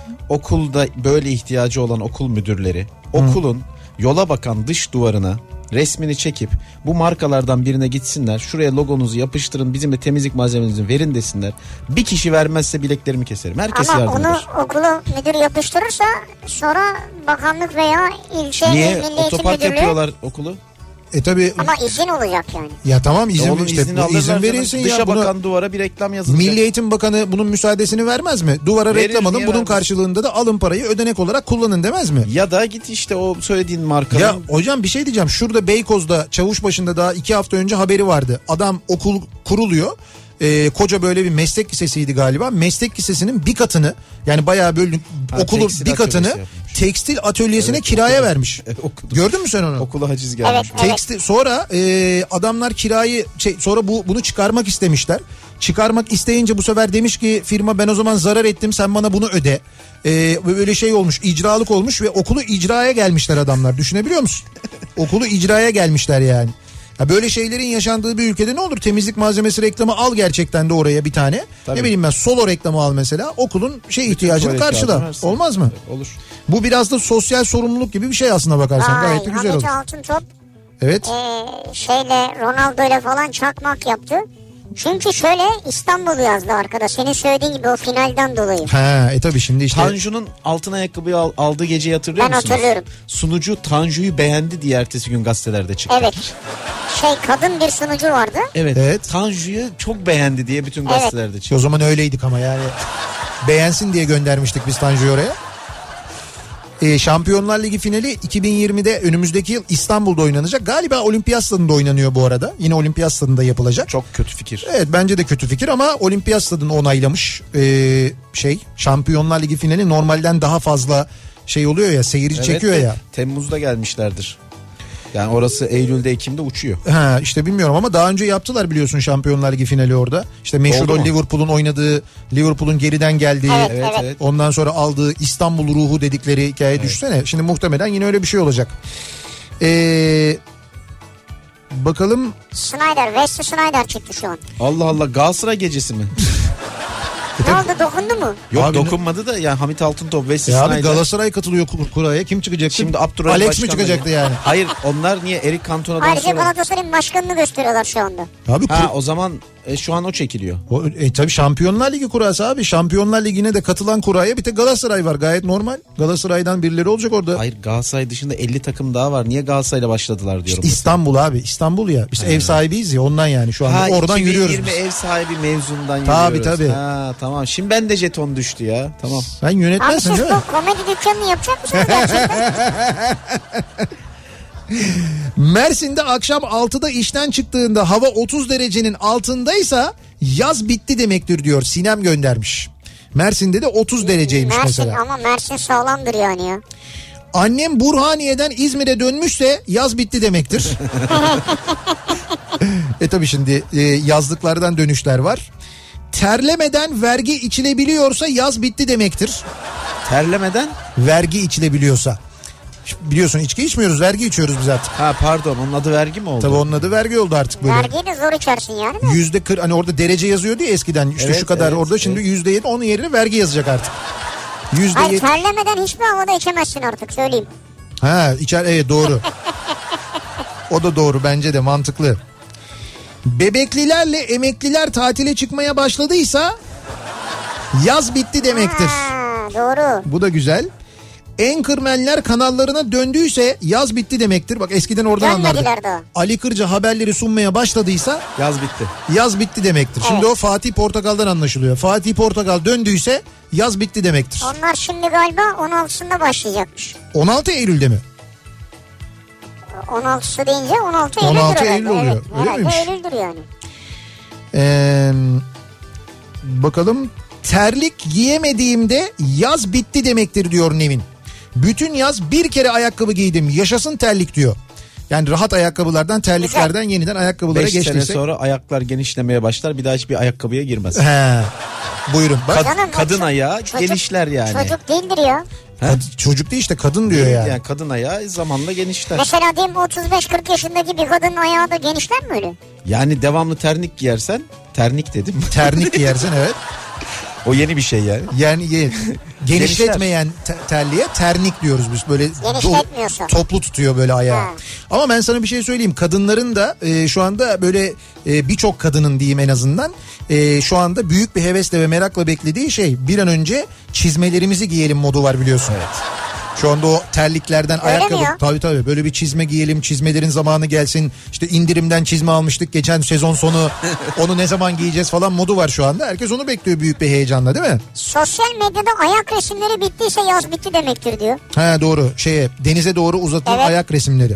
S5: Okulda böyle ihtiyacı olan okul müdürleri okulun Hı. yola bakan dış duvarına resmini çekip bu markalardan birine gitsinler. Şuraya logonuzu yapıştırın, bizim de temizlik malzemenizi verin desinler. Bir kişi vermezse bileklerimi keserim. Herkes
S2: Ama
S5: yardım eder.
S2: Ama onu okulu müdür yapıştırırsa sonra bakanlık veya ilçe
S5: Niye?
S2: Milli Eğitim
S5: Otopark
S2: Müdürlüğü...
S5: yapıyorlar okulu.
S1: E tabi.
S2: Ama izin olacak yani.
S1: Ya tamam, izin,
S5: ya
S1: işte, bu izin verilsin ya.
S5: Dışa
S1: Buna,
S5: bakan duvara bir reklam yazılacak.
S1: Milli Eğitim Bakanı bunun müsaadesini vermez mi? Duvara
S5: Verir,
S1: reklam alın, bunun
S5: vermez?
S1: Karşılığında da alın parayı, ödenek olarak kullanın demez mi?
S5: Ya da git işte o söylediğin markanın.
S1: Ya hocam bir şey diyeceğim. Şurada Beykoz'da Çavuşbaşı'nda daha iki hafta önce haberi vardı. Adam okul kuruluyor. Ee, koca böyle bir meslek lisesiydi galiba. Meslek lisesinin bir katını, yani bayağı böyle ha, okulu bir katını tekstil atölyesine evet, kiraya okudum. vermiş. Evet, gördün mü sen onu?
S5: Okula haciz gelmiş.
S2: Evet,
S1: tekstil evet. Sonra e, adamlar kirayı şey, sonra bu bunu çıkarmak istemişler. Çıkarmak isteyince bu sefer demiş ki firma, ben o zaman zarar ettim, sen bana bunu öde. Ee, böyle şey olmuş, icralık olmuş ve okulu icraya gelmişler adamlar. Düşünebiliyor musun? Okulu icraya gelmişler yani. Ya böyle şeylerin yaşandığı bir ülkede ne olur? Temizlik malzemesi reklamı al gerçekten de oraya bir tane. Tabii. Ne bileyim ben, Solo reklamı al mesela. Okulun şey ihtiyacını karşıla. Olmaz mı?
S5: Olur.
S1: Bu biraz da sosyal sorumluluk gibi bir şey aslına bakarsan. Ay, gayet de güzel olur.
S2: Hamit Altıntop
S1: evet.
S2: Ee, şeyle Ronaldo ile falan çakmak yaptı. Çünkü şöyle, İstanbul yazdı arkada. Senin söylediğin gibi o finalden dolayı.
S1: Ha, e tabii şimdi işte.
S5: Tanju'nun altın ayakkabıyı al, aldığı geceyi hatırlıyor
S2: ben
S5: musunuz?
S2: Ben hatırlıyorum.
S5: Sunucu Tanju'yu beğendi diye ertesi gün gazetelerde çıktı.
S2: Evet. Şey, kadın bir sunucu vardı.
S5: Evet.
S1: evet.
S5: Tanju'yu çok beğendi diye bütün gazetelerde evet. çıktı.
S1: O zaman öyleydik ama yani. Beğensin diye göndermiştik biz Tanju'yu oraya. Ee, Şampiyonlar Ligi finali iki bin yirmide önümüzdeki yıl İstanbul'da oynanacak. Galiba Olimpiyat Stadı'nda oynanıyor bu arada. Yine Olimpiyat Stadı'nda yapılacak.
S5: Çok kötü fikir.
S1: Evet, bence de kötü fikir ama Olimpiyat Stadı'nı onaylamış. Ee, şey Şampiyonlar Ligi finali normalden daha fazla şey oluyor ya, seyirci evet, çekiyor ya.
S5: Temmuz'da gelmişlerdir. Yani orası Eylül'de, Ekim'de uçuyor.
S1: Ha, işte bilmiyorum ama daha önce yaptılar biliyorsun Şampiyonlar Ligi finali orada. İşte meşhur o Liverpool'un oynadığı, Liverpool'un geriden geldiği,
S2: evet, evet, evet.
S1: ondan sonra aldığı İstanbul ruhu dedikleri hikaye evet. Düşsene. Şimdi muhtemelen yine öyle bir şey olacak. Ee, bakalım.
S2: Snyder, Wesley Snyder çıktı şu an.
S5: Allah Allah, Galatasaray gecesi mi?
S2: Ne oldu, dokundu mu?
S5: Yok
S1: abi
S5: dokunmadı da yani Hamit Altıntop, Wesley
S1: ya
S5: Snyder.
S1: Abi Galatasaray katılıyor kur- kuraya, kim çıkacaktı?
S5: Şimdi Abdurrahim
S1: Alex
S5: Başkan
S1: mi çıkacaktı yani?
S5: Hayır, onlar niye Erik Cantona'dan
S2: Ayrıca
S5: sonra...
S2: Ayrıca Galatasaray'ın başkanını gösteriyorlar şu anda.
S1: Abi kur...
S5: Ha, o zaman e, şu an o çekiliyor.
S1: O, e, tabii Şampiyonlar Ligi kurası abi. Şampiyonlar Ligi'ne de katılan kuraya bir tek Galatasaray var, gayet normal. Galatasaray'dan birileri olacak orada.
S5: Hayır, Galatasaray dışında elli takım daha var. Niye Galatasaray'la başladılar diyorum.
S1: İşte İstanbul abi, İstanbul ya. Biz ha. ev sahibiyiz ya, ondan yani şu anda ha, oradan yürüyoruz.
S5: iki bin yirmi ev sahibi mevzundan
S1: tabii,
S5: yürüyoruz.
S1: Tabii tabii.
S5: Ha, tamam, şimdi ben de jeton düştü ya. Tamam.
S1: Sen yönetmensin
S2: abi
S1: değil mi?
S2: Abi siz bu komedi dükkanını yapacak mısınız gerçekten?
S1: Mersin'de akşam altıda işten çıktığında hava otuz derecenin altındaysa yaz bitti demektir diyor. Sinem göndermiş. Mersin'de de otuz dereceymiş
S2: Mersin,
S1: mesela.
S2: Ama Mersin sağlamdır yani ya.
S1: Annem Burhaniye'den İzmir'e dönmüşse yaz bitti demektir. e tabii şimdi e, yazlıklardan dönüşler var. Terlemeden vergi içilebiliyorsa yaz bitti demektir.
S5: Terlemeden?
S1: Vergi içilebiliyorsa. Biliyorsun içki içmiyoruz, vergi içiyoruz biz artık.
S5: Ha pardon, onun adı vergi mi oldu?
S1: Tabii onun adı vergi oldu artık böyle.
S2: Vergiyi de zor içersin yani mi?
S1: Yüzde kırk, hani orada derece yazıyordu ya eskiden, işte evet, şu kadar evet, orada şimdi yüzde yedi, onun yerine vergi yazacak artık.
S2: Yüzde Hayır, terlemeden hiçbir havada içemezsin artık, söyleyeyim.
S1: Ha içer, evet doğru. O da doğru, bence de mantıklı. Bebeklilerle emekliler tatile çıkmaya başladıysa yaz bitti demektir.
S2: Ha, doğru.
S1: Bu da güzel. Anchorman'ler kanallarına döndüyse yaz bitti demektir. Bak eskiden oradan anlardık. Ali Kırca haberleri sunmaya başladıysa
S5: yaz bitti.
S1: Yaz bitti demektir. Evet. Şimdi o Fatih Portakal'dan anlaşılıyor. Fatih Portakal döndüyse yaz bitti demektir.
S2: Onlar şimdi galiba on altısında başlayacakmış.
S1: on altı Eylül'de mi?
S2: on altısı deyince on altı Eylül'dür.
S1: on altı Eylül oluyor.
S2: Evet,
S1: öyle miymiş?
S2: Eylül'dür yani.
S1: Ee, bakalım. Terlik giyemediğimde yaz bitti demektir diyor Nevin. Bütün yaz bir kere ayakkabı giydim. Yaşasın terlik diyor. Yani rahat ayakkabılardan, terliklerden Güzel. yeniden ayakkabılara geçtiysek.
S5: beş sene sonra ayaklar genişlemeye başlar. Bir daha hiçbir ayakkabıya girmez.
S1: He. Buyurun. Bak.
S2: Canım,
S5: kadın
S2: çocuk,
S5: ayağı
S2: çocuk,
S5: genişler yani.
S2: Çocuk değildir ya.
S1: Kad- çocuk değil işte kadın diyor yani.
S5: Yani kadın ayağı zamanla genişler.
S2: Mesela diyelim otuz beş kırk yaşındaki bir kadının ayağı da genişler mi öyle?
S5: Yani devamlı terlik giyersen, ternik dedim.
S1: Terlik giyersen evet.
S5: O yeni bir şey yani.
S1: Yani ye, genişletmeyen te- terliğe ternik diyoruz biz. Böyle
S2: genişletmiyorsun.
S1: Do- toplu tutuyor böyle ayağı. Ha. Ama ben sana bir şey söyleyeyim. Kadınların da e, şu anda böyle e, birçok kadının diyeyim en azından e, şu anda büyük bir hevesle ve merakla beklediği şey bir an önce çizmelerimizi giyelim modu var biliyorsun. Evet. Şu anda o terliklerden
S2: Öyle
S1: ayakkabı tabii tabii böyle bir çizme giyelim, çizmelerin zamanı gelsin. İşte indirimden çizme almıştık geçen sezon sonu. Onu ne zaman giyeceğiz falan modu var şu anda. Herkes onu bekliyor büyük bir heyecanla değil mi?
S2: Sosyal medyada ayak resimleri bittiyse yaz bitti demektir diyor.
S1: Ha doğru. Şeye denize doğru uzatılan evet. ayak resimleri.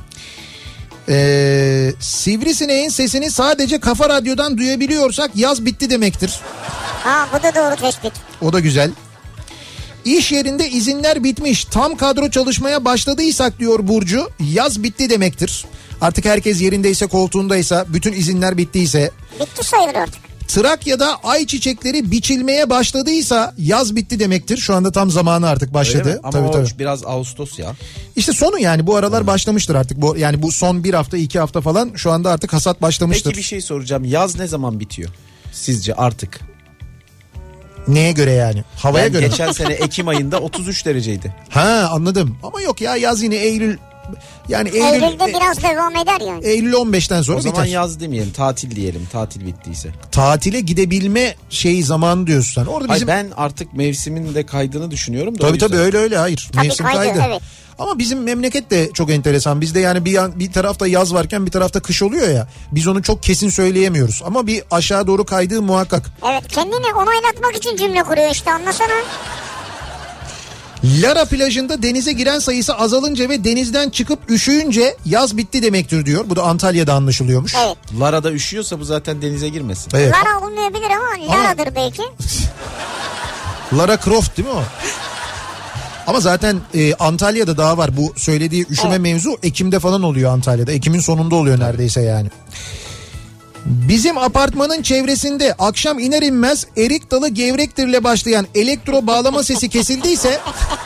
S1: Ee, Sivrisineğin sesini sadece Kafa Radyo'dan duyabiliyorsak yaz bitti demektir.
S2: Ha bu da doğru tespit.
S1: O da güzel. İş yerinde izinler bitmiş, tam kadro çalışmaya başladıysak diyor Burcu, yaz bitti demektir. Artık herkes yerindeyse, koltuğundaysa, bütün izinler bittiyse.
S2: Bitti sayılır artık.
S1: Trakya'da ayçiçekleri biçilmeye başladıysa yaz bitti demektir. Şu anda tam zamanı artık başladı.
S5: Ama
S1: tabii,
S5: o
S1: tabii.
S5: biraz Ağustos ya.
S1: İşte sonu yani bu aralar hmm. başlamıştır artık. Bu, yani bu son bir hafta iki hafta falan şu anda artık hasat başlamıştır.
S5: Peki bir şey soracağım. Yaz ne zaman bitiyor sizce artık?
S1: Neye göre yani? Havaya
S5: yani
S1: göre
S5: geçen sene Ekim ayında otuz üç dereceydi.
S1: Ha anladım. Ama yok ya yaz yine Eylül. Yani Eylül,
S2: Eylül'de e, biraz devam eder yani.
S1: Eylül on beşten sonra biter.
S5: O zaman biter. Yaz demeyelim, tatil diyelim. Tatil bittiyse.
S1: Tatile gidebilme şeyi zamanı diyorsun sen. Orada bizim...
S5: Hayır, ben artık mevsimin de kaydığını düşünüyorum da.
S1: Tabii tabii öyle öyle hayır.
S2: Tabii
S1: Mevsim
S2: kaydı,
S1: kaydı.
S2: Evet.
S1: Ama bizim memleket de çok enteresan. Bizde yani bir yan, bir tarafta yaz varken bir tarafta kış oluyor ya. Biz onu çok kesin söyleyemiyoruz. Ama bir aşağı doğru kaydığı muhakkak.
S2: Evet, kendini onaylatmak için cümle kuruyor işte, anlasana.
S1: Lara plajında denize giren sayısı azalınca ve denizden çıkıp üşüyünce yaz bitti demektir diyor. Bu da Antalya'da anlaşılıyormuş.
S2: Evet.
S5: Lara'da üşüyorsa bu zaten denize girmesin.
S1: Evet.
S2: Lara olmayabilir ama Lara'dır ama... belki.
S1: Lara Croft değil mi o? Ama zaten e, Antalya'da daha var bu söylediği üşüme evet. mevzu Ekim'de falan oluyor Antalya'da. Ekim'in sonunda oluyor neredeyse yani. Bizim apartmanın çevresinde akşam iner inmez erik dalı gevrektirle başlayan elektro bağlama sesi kesildiyse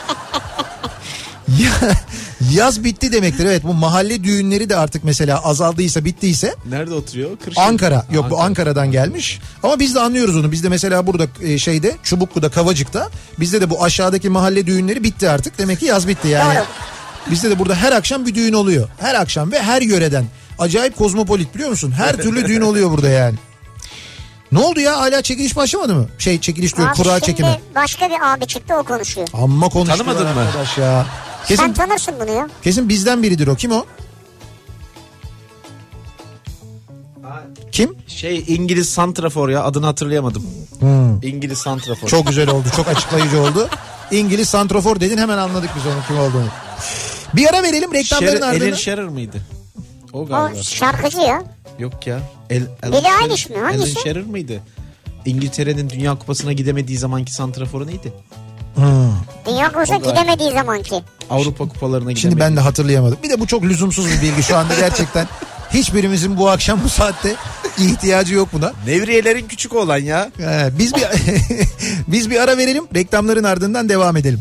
S1: ya, yaz bitti demektir. Evet, bu mahalle düğünleri de artık mesela azaldıysa, bittiyse.
S5: Nerede oturuyor? Kırşehir.
S1: Ankara. Yok,
S5: Ankara.
S1: Bu Ankara'dan gelmiş. Ama biz de anlıyoruz onu. Bizde mesela burada şeyde Çubuklu'da, Kavacık'ta bizde de bu aşağıdaki mahalle düğünleri bitti artık. Demek ki yaz bitti yani. Bizde de burada her akşam bir düğün oluyor. Her akşam ve her yöreden. Acayip kozmopolit, biliyor musun? Her türlü düğün oluyor burada yani. Ne oldu ya, hala çekiliş başlamadı mı? Şey çekiliş diyor, kura çekimi.
S2: Başka bir abi çıktı, o konuşuyor.
S1: Amma konuştu.
S5: Tanımadın mı?
S1: Arkadaş ya.
S2: Kesin, sen tanırsın bunu ya.
S1: Kesin bizden biridir o. Kim o? Kim?
S5: Şey İngiliz santrafor ya, adını hatırlayamadım.
S1: Hmm.
S5: İngiliz santrafor.
S1: Çok güzel oldu, çok açıklayıcı oldu. İngiliz santrafor dedin, hemen anladık biz onun kim olduğunu. Bir ara verelim reklamların
S5: Şer-
S1: ardından.
S5: Alan Shearer mıydı? O galiba.
S2: O şarkıcı ya.
S5: Yok ya. El,
S2: Billie Eilish mi? Hangisi?
S5: Alan Shearer mıydı? İngiltere'nin Dünya Kupası'na gidemediği zamanki santraforu neydi?
S1: Hmm.
S2: Dünya Kupası'na gidemediği zamanki.
S5: Avrupa kupalarına gidemediği.
S1: Şimdi ben de hatırlayamadım. Bir de bu çok lüzumsuz bir bilgi şu anda gerçekten. Hiçbirimizin bu akşam bu saatte ihtiyacı yok buna.
S5: Nevriyelerin küçük olan ya.
S1: Ee, biz bir biz bir ara verelim. Reklamların ardından devam edelim.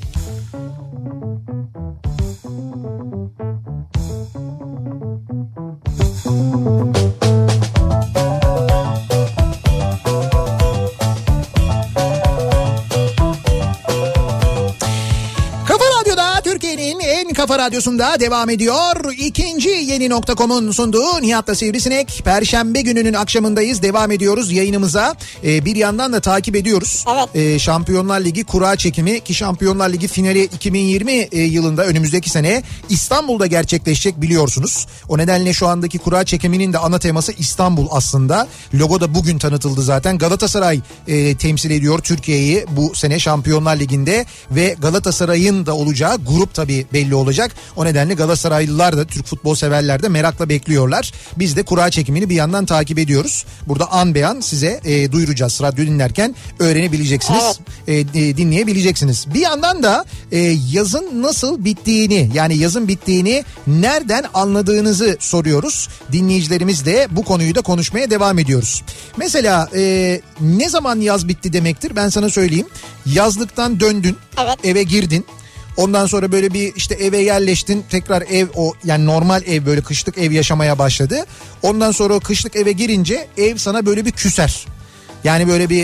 S1: Kafa Radyosu'nda devam ediyor. İkinci yeni nokta com'un sunduğu Nihat'la Sivrisinek. Perşembe gününün akşamındayız. Devam ediyoruz yayınımıza. Ee, bir yandan da takip ediyoruz.
S2: Evet.
S1: Ee, Şampiyonlar Ligi kura çekimi, ki Şampiyonlar Ligi finali iki bin yirmi yılında, önümüzdeki sene İstanbul'da gerçekleşecek biliyorsunuz. O nedenle şu andaki kura çekiminin de ana teması İstanbul aslında. Logo da bugün tanıtıldı zaten. Galatasaray e, temsil ediyor Türkiye'yi bu sene Şampiyonlar Ligi'nde ve Galatasaray'ın da olacağı grup tabii belli oldu. olacak. O nedenle Galatasaraylılar da, Türk futbol severler de merakla bekliyorlar. Biz de kura çekimini bir yandan takip ediyoruz. Burada an be an size e, duyuracağız. Radyo dinlerken öğrenebileceksiniz, evet. e, e, dinleyebileceksiniz. Bir yandan da e, yazın nasıl bittiğini, yani yazın bittiğini nereden anladığınızı soruyoruz. Dinleyicilerimizle bu konuyu da konuşmaya devam ediyoruz. Mesela e, ne zaman yaz bitti demektir? Ben sana söyleyeyim. Yazlıktan döndün, evet. eve girdin. Ondan sonra böyle bir işte eve yerleştin, tekrar ev, o yani normal ev, böyle kışlık ev yaşamaya başladı. Ondan sonra o kışlık eve girince ev sana böyle bir küser. Yani böyle bir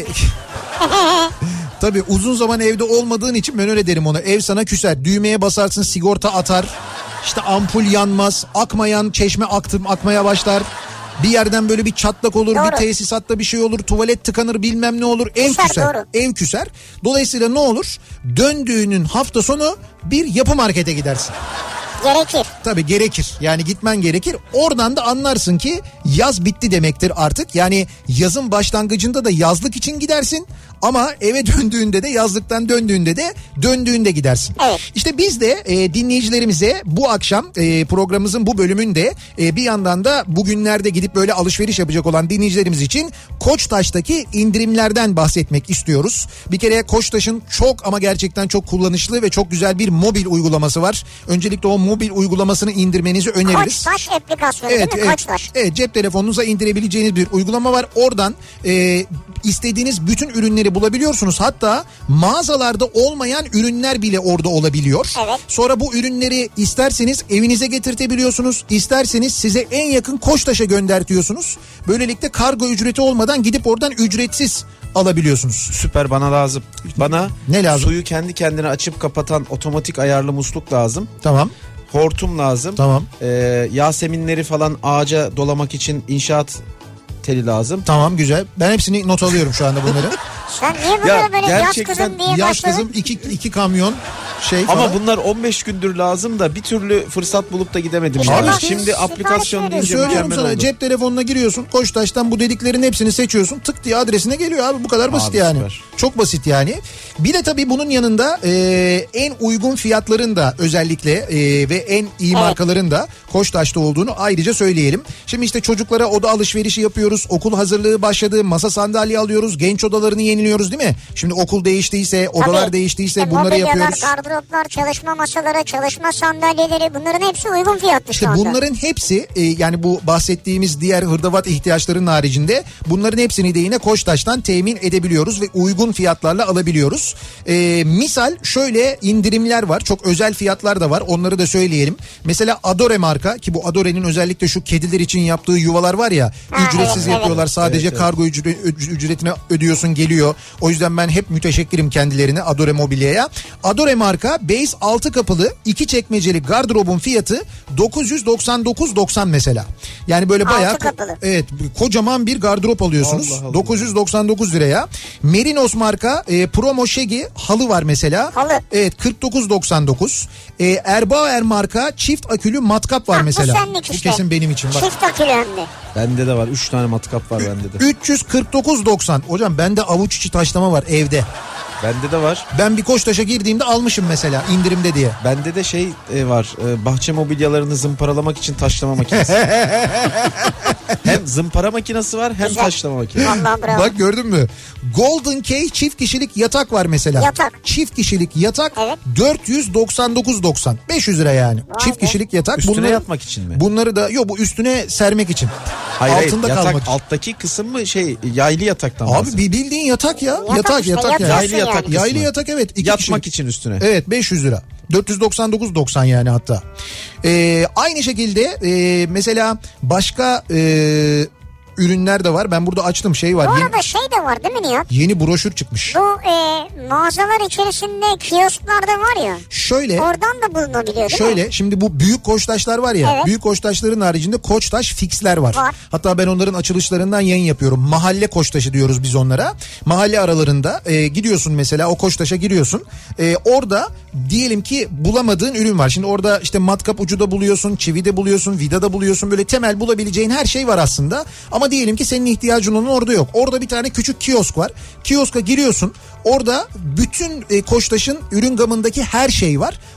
S1: tabii uzun zaman evde olmadığın için ben öyle derim ona. Ev sana küser. Düğmeye basarsın, sigorta atar. İşte ampul yanmaz. Akmayan çeşme aktım akmaya başlar. Bir yerden böyle bir çatlak olur, doğru. bir tesisatta bir şey olur, tuvalet tıkanır, bilmem ne olur. Ev küser, küser. Doğru. Ev küser. Dolayısıyla ne olur? Döndüğünün hafta sonu bir yapı markete gidersin.
S2: Gerekir.
S1: Tabii gerekir. Yani gitmen gerekir. Oradan da anlarsın ki yaz bitti demektir artık. Yani yazın başlangıcında da yazlık için gidersin. Ama eve döndüğünde de, yazlıktan döndüğünde de döndüğünde gidersin. Evet. İşte biz de e, dinleyicilerimize bu akşam e, programımızın bu bölümünde e, bir yandan da bugünlerde gidip böyle alışveriş yapacak olan dinleyicilerimiz için Koçtaş'taki indirimlerden bahsetmek istiyoruz. Bir kere Koçtaş'ın çok ama gerçekten çok kullanışlı ve çok güzel bir mobil uygulaması var. Öncelikle o mobil uygulamasını indirmenizi öneririz.
S2: Koçtaş aplikasyonu,
S1: evet,
S2: değil mi?
S1: Evet,
S2: Koçtaş.
S1: evet, cep telefonunuza indirebileceğiniz bir uygulama var. Oradan e, istediğiniz bütün ürünleri bulabiliyorsunuz. Hatta mağazalarda olmayan ürünler bile orada olabiliyor.
S2: Evet.
S1: Sonra bu ürünleri isterseniz evinize getirtebiliyorsunuz. İsterseniz size en yakın Koçtaş'a göndertiyorsunuz. Böylelikle kargo ücreti olmadan gidip oradan ücretsiz alabiliyorsunuz.
S5: Süper, bana lazım. Bana
S1: ne lazım?
S5: Suyu kendi kendine açıp kapatan otomatik ayarlı musluk lazım.
S1: Tamam.
S5: Hortum lazım.
S1: Tamam.
S5: Ee, Yaseminleri falan ağaca dolamak için inşaat teli lazım.
S1: Tamam, güzel. Ben hepsini not alıyorum şu anda bunları.
S2: Sen niye bunları ya, böyle yaz kızım diye
S1: yaz
S2: başladın?
S1: Yaz kızım iki, iki kamyon şey falan.
S5: Ama bunlar on beş gündür lazım da bir türlü fırsat bulup da gidemedim.
S1: İşte
S5: yani.
S1: bak,
S5: Şimdi aplikasyon deyince
S1: söylüyorum sana,
S5: oldu.
S1: cep telefonuna giriyorsun. Koçtaş'tan bu dediklerin hepsini seçiyorsun. Tık diye adresine geliyor abi. Bu kadar basit abi, yani. Süper. Çok basit yani. Bir de tabii bunun yanında e, en uygun fiyatların da özellikle e, ve en iyi evet. markaların da Koçtaş'ta olduğunu ayrıca söyleyelim. Şimdi işte çocuklara oda alışverişi yapıyoruz. Okul hazırlığı başladı. Masa sandalye alıyoruz. Genç odalarını yeniliyoruz değil mi? Şimdi okul değiştiyse, odalar tabii. değiştiyse işte bunları yapıyoruz.
S2: Gardıroplar, çalışma masaları, çalışma sandalyeleri, bunların hepsi uygun fiyatlı
S1: işte
S2: şu anda.
S1: Bunların hepsi e, yani bu bahsettiğimiz diğer hırdavat ihtiyaçlarının haricinde bunların hepsini de yine Koçtaş'tan temin edebiliyoruz ve uygun fiyatlarla alabiliyoruz. E, misal şöyle indirimler var. Çok özel fiyatlar da var. Onları da söyleyelim. Mesela Adore marka, ki bu Adore'nin özellikle şu kediler için yaptığı yuvalar var ya, ha, ücretsiz evet, yapıyorlar. Evet. Sadece evet, kargo evet. ücretine ödüyorsun, geliyor. O yüzden ben hep müteşekkirim kendilerine, Adore Mobilya'ya. Adore marka base altı kapılı iki çekmeceli gardırobun fiyatı dokuz yüz doksan dokuz doksan mesela. Yani böyle bayağı evet, kocaman bir gardırop alıyorsunuz. Allah Allah. dokuz yüz doksan dokuz liraya. Merinos marka e, Promo Shegi halı var mesela.
S2: Halı.
S1: Evet, kırk dokuz doksan dokuz. E, Erbauer marka çift akülü matkap var ha, mesela.
S2: Bu senlik işte.
S1: Bu kesin benim için. Bak.
S2: Çift akülü hem de.
S5: Bende de var. üç tane matkap var bende de.
S1: üç yüz kırk dokuz doksan. Hocam bende avuç içi taşlama var evde.
S5: Bende de var.
S1: Ben bir Koçtaş'a girdiğimde almışım mesela indirimde diye.
S5: Bende de şey e, var. E, bahçe mobilyalarını zımparalamak için taşlama makinesi. Hem zımpara makinesi var hem güzel. Taşlama makinesi.
S1: Bak gördün mü? Golden Key çift kişilik yatak var mesela.
S2: Yatak.
S1: Çift kişilik yatak
S2: evet.
S1: dört yüz doksan dokuz doksan. beş yüz lira yani. Vay çift be. Kişilik yatak.
S5: Üstüne
S1: bunları,
S5: yatmak için mi?
S1: Bunları da yok, bu üstüne sermek için.
S5: Hayır,
S1: altında
S5: hayır, yatak,
S1: kalmak.
S5: Alttaki kısım mı şey, yaylı yataktan
S1: abi bir bildiğin yatak ya. Yatak yatak,
S2: işte,
S1: yatak yani.
S5: Yaylı yatak.
S2: Yani.
S1: Yaylı yatak evet.
S5: Yatmak
S1: kişilik.
S5: için üstüne.
S1: Evet, beş yüz lira. dört yüz doksan dokuz doksan yani hatta. Ee, aynı şekilde e, mesela başka e, ürünler de var. Ben burada açtım, şey var.
S2: Bu arada
S1: yeni,
S2: şey de var değil mi Nihat?
S1: Yeni broşür çıkmış.
S2: Bu e, mağazalar içerisinde kiosklarda var ya.
S1: Şöyle.
S2: Oradan da bulunabiliyor değil
S1: şöyle,
S2: mi?
S1: şimdi bu büyük Koçtaşlar var ya.
S2: Evet.
S1: Büyük Koçtaşların haricinde Koçtaş Fix'ler var.
S2: var.
S1: Hatta ben onların açılışlarından yayın yapıyorum. Mahalle Koçtaşı diyoruz biz onlara. Mahalle aralarında e, gidiyorsun mesela, o Koçtaş'a giriyorsun. E, orada diyelim ki bulamadığın ürün var. Şimdi orada işte matkap ucu da buluyorsun, çivi de buluyorsun, vida da buluyorsun. Böyle temel bulabileceğin her şey var aslında. Ama diyelim ki senin ihtiyacın olan orada yok. Orada bir tane küçük kiosk var. Kioska giriyorsun. Orada bütün e, Koçtaş'ın ürün gamındaki her şey var.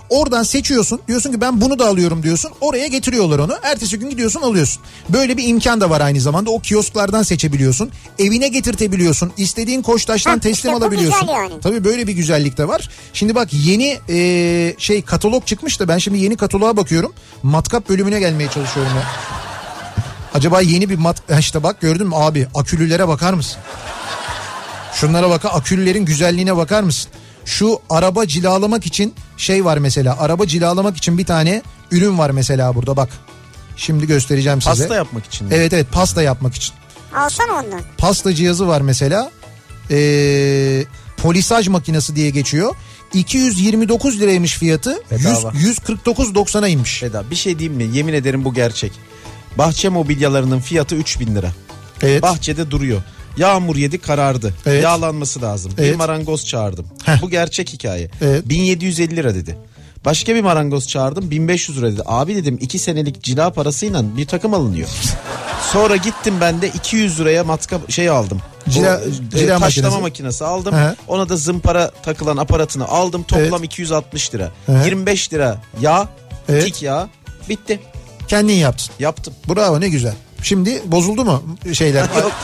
S1: Oradan seçiyorsun. Diyorsun ki ben bunu da alıyorum diyorsun. Oraya getiriyorlar onu. Ertesi gün gidiyorsun alıyorsun. Böyle bir imkan da var aynı zamanda. O kiosklardan seçebiliyorsun. Evine getirtebiliyorsun. İstediğin Koçtaş'tan
S2: Ha,
S1: teslim
S2: işte bu
S1: alabiliyorsun.
S2: güzel yani.
S1: Tabii böyle bir güzellik de var. Şimdi bak yeni e, şey katalog çıkmış da ben şimdi yeni kataloğa bakıyorum. Matkap bölümüne gelmeye çalışıyorum ya. Acaba yeni bir mat... İşte bak gördün mü abi, akülülere bakar mısın? Şunlara bak, aküllerin güzelliğine bakar mısın? Şu araba cilalamak için şey var mesela. Araba cilalamak için bir tane ürün var mesela burada bak. Şimdi göstereceğim size.
S5: Pasta yapmak için mi?
S1: Evet evet, pasta yapmak için.
S2: Alsana ondan.
S1: Pasta cihazı var mesela. Ee, polisaj makinesi diye geçiyor. iki yüz yirmi dokuz liraymış fiyatı. yüz, yüz kırk dokuz doksana inmiş.
S5: Eda, bir şey diyeyim mi? Yemin ederim bu gerçek. Bahçe mobilyalarının fiyatı üç bin lira.
S1: Evet.
S5: Bahçede duruyor. Yağmur yedi, karardı. Evet. Yağlanması lazım.
S1: Evet.
S5: Bir marangoz çağırdım.
S1: Heh.
S5: Bu gerçek hikaye.
S1: Evet.
S5: bin yedi yüz elli lira dedi. Başka bir marangoz çağırdım, bin beş yüz lira dedi. Abi dedim, iki senelik cila parasıyla bir takım alınıyor. Sonra gittim ben de iki yüz liraya matkap şey aldım.
S1: Cila,
S5: o,
S1: cila
S5: e, taşlama
S1: makinesi.
S5: makinesi aldım.
S1: He.
S5: Ona da zımpara takılan aparatını aldım. Toplam
S1: Evet.
S5: iki yüz altmış lira.
S1: He.
S5: yirmi beş lira yağ,
S1: Evet.
S5: tik yağ. Bitti.
S1: Kendin yaptın.
S5: Yaptım.
S1: Bravo, ne güzel. Şimdi bozuldu mu şeyler?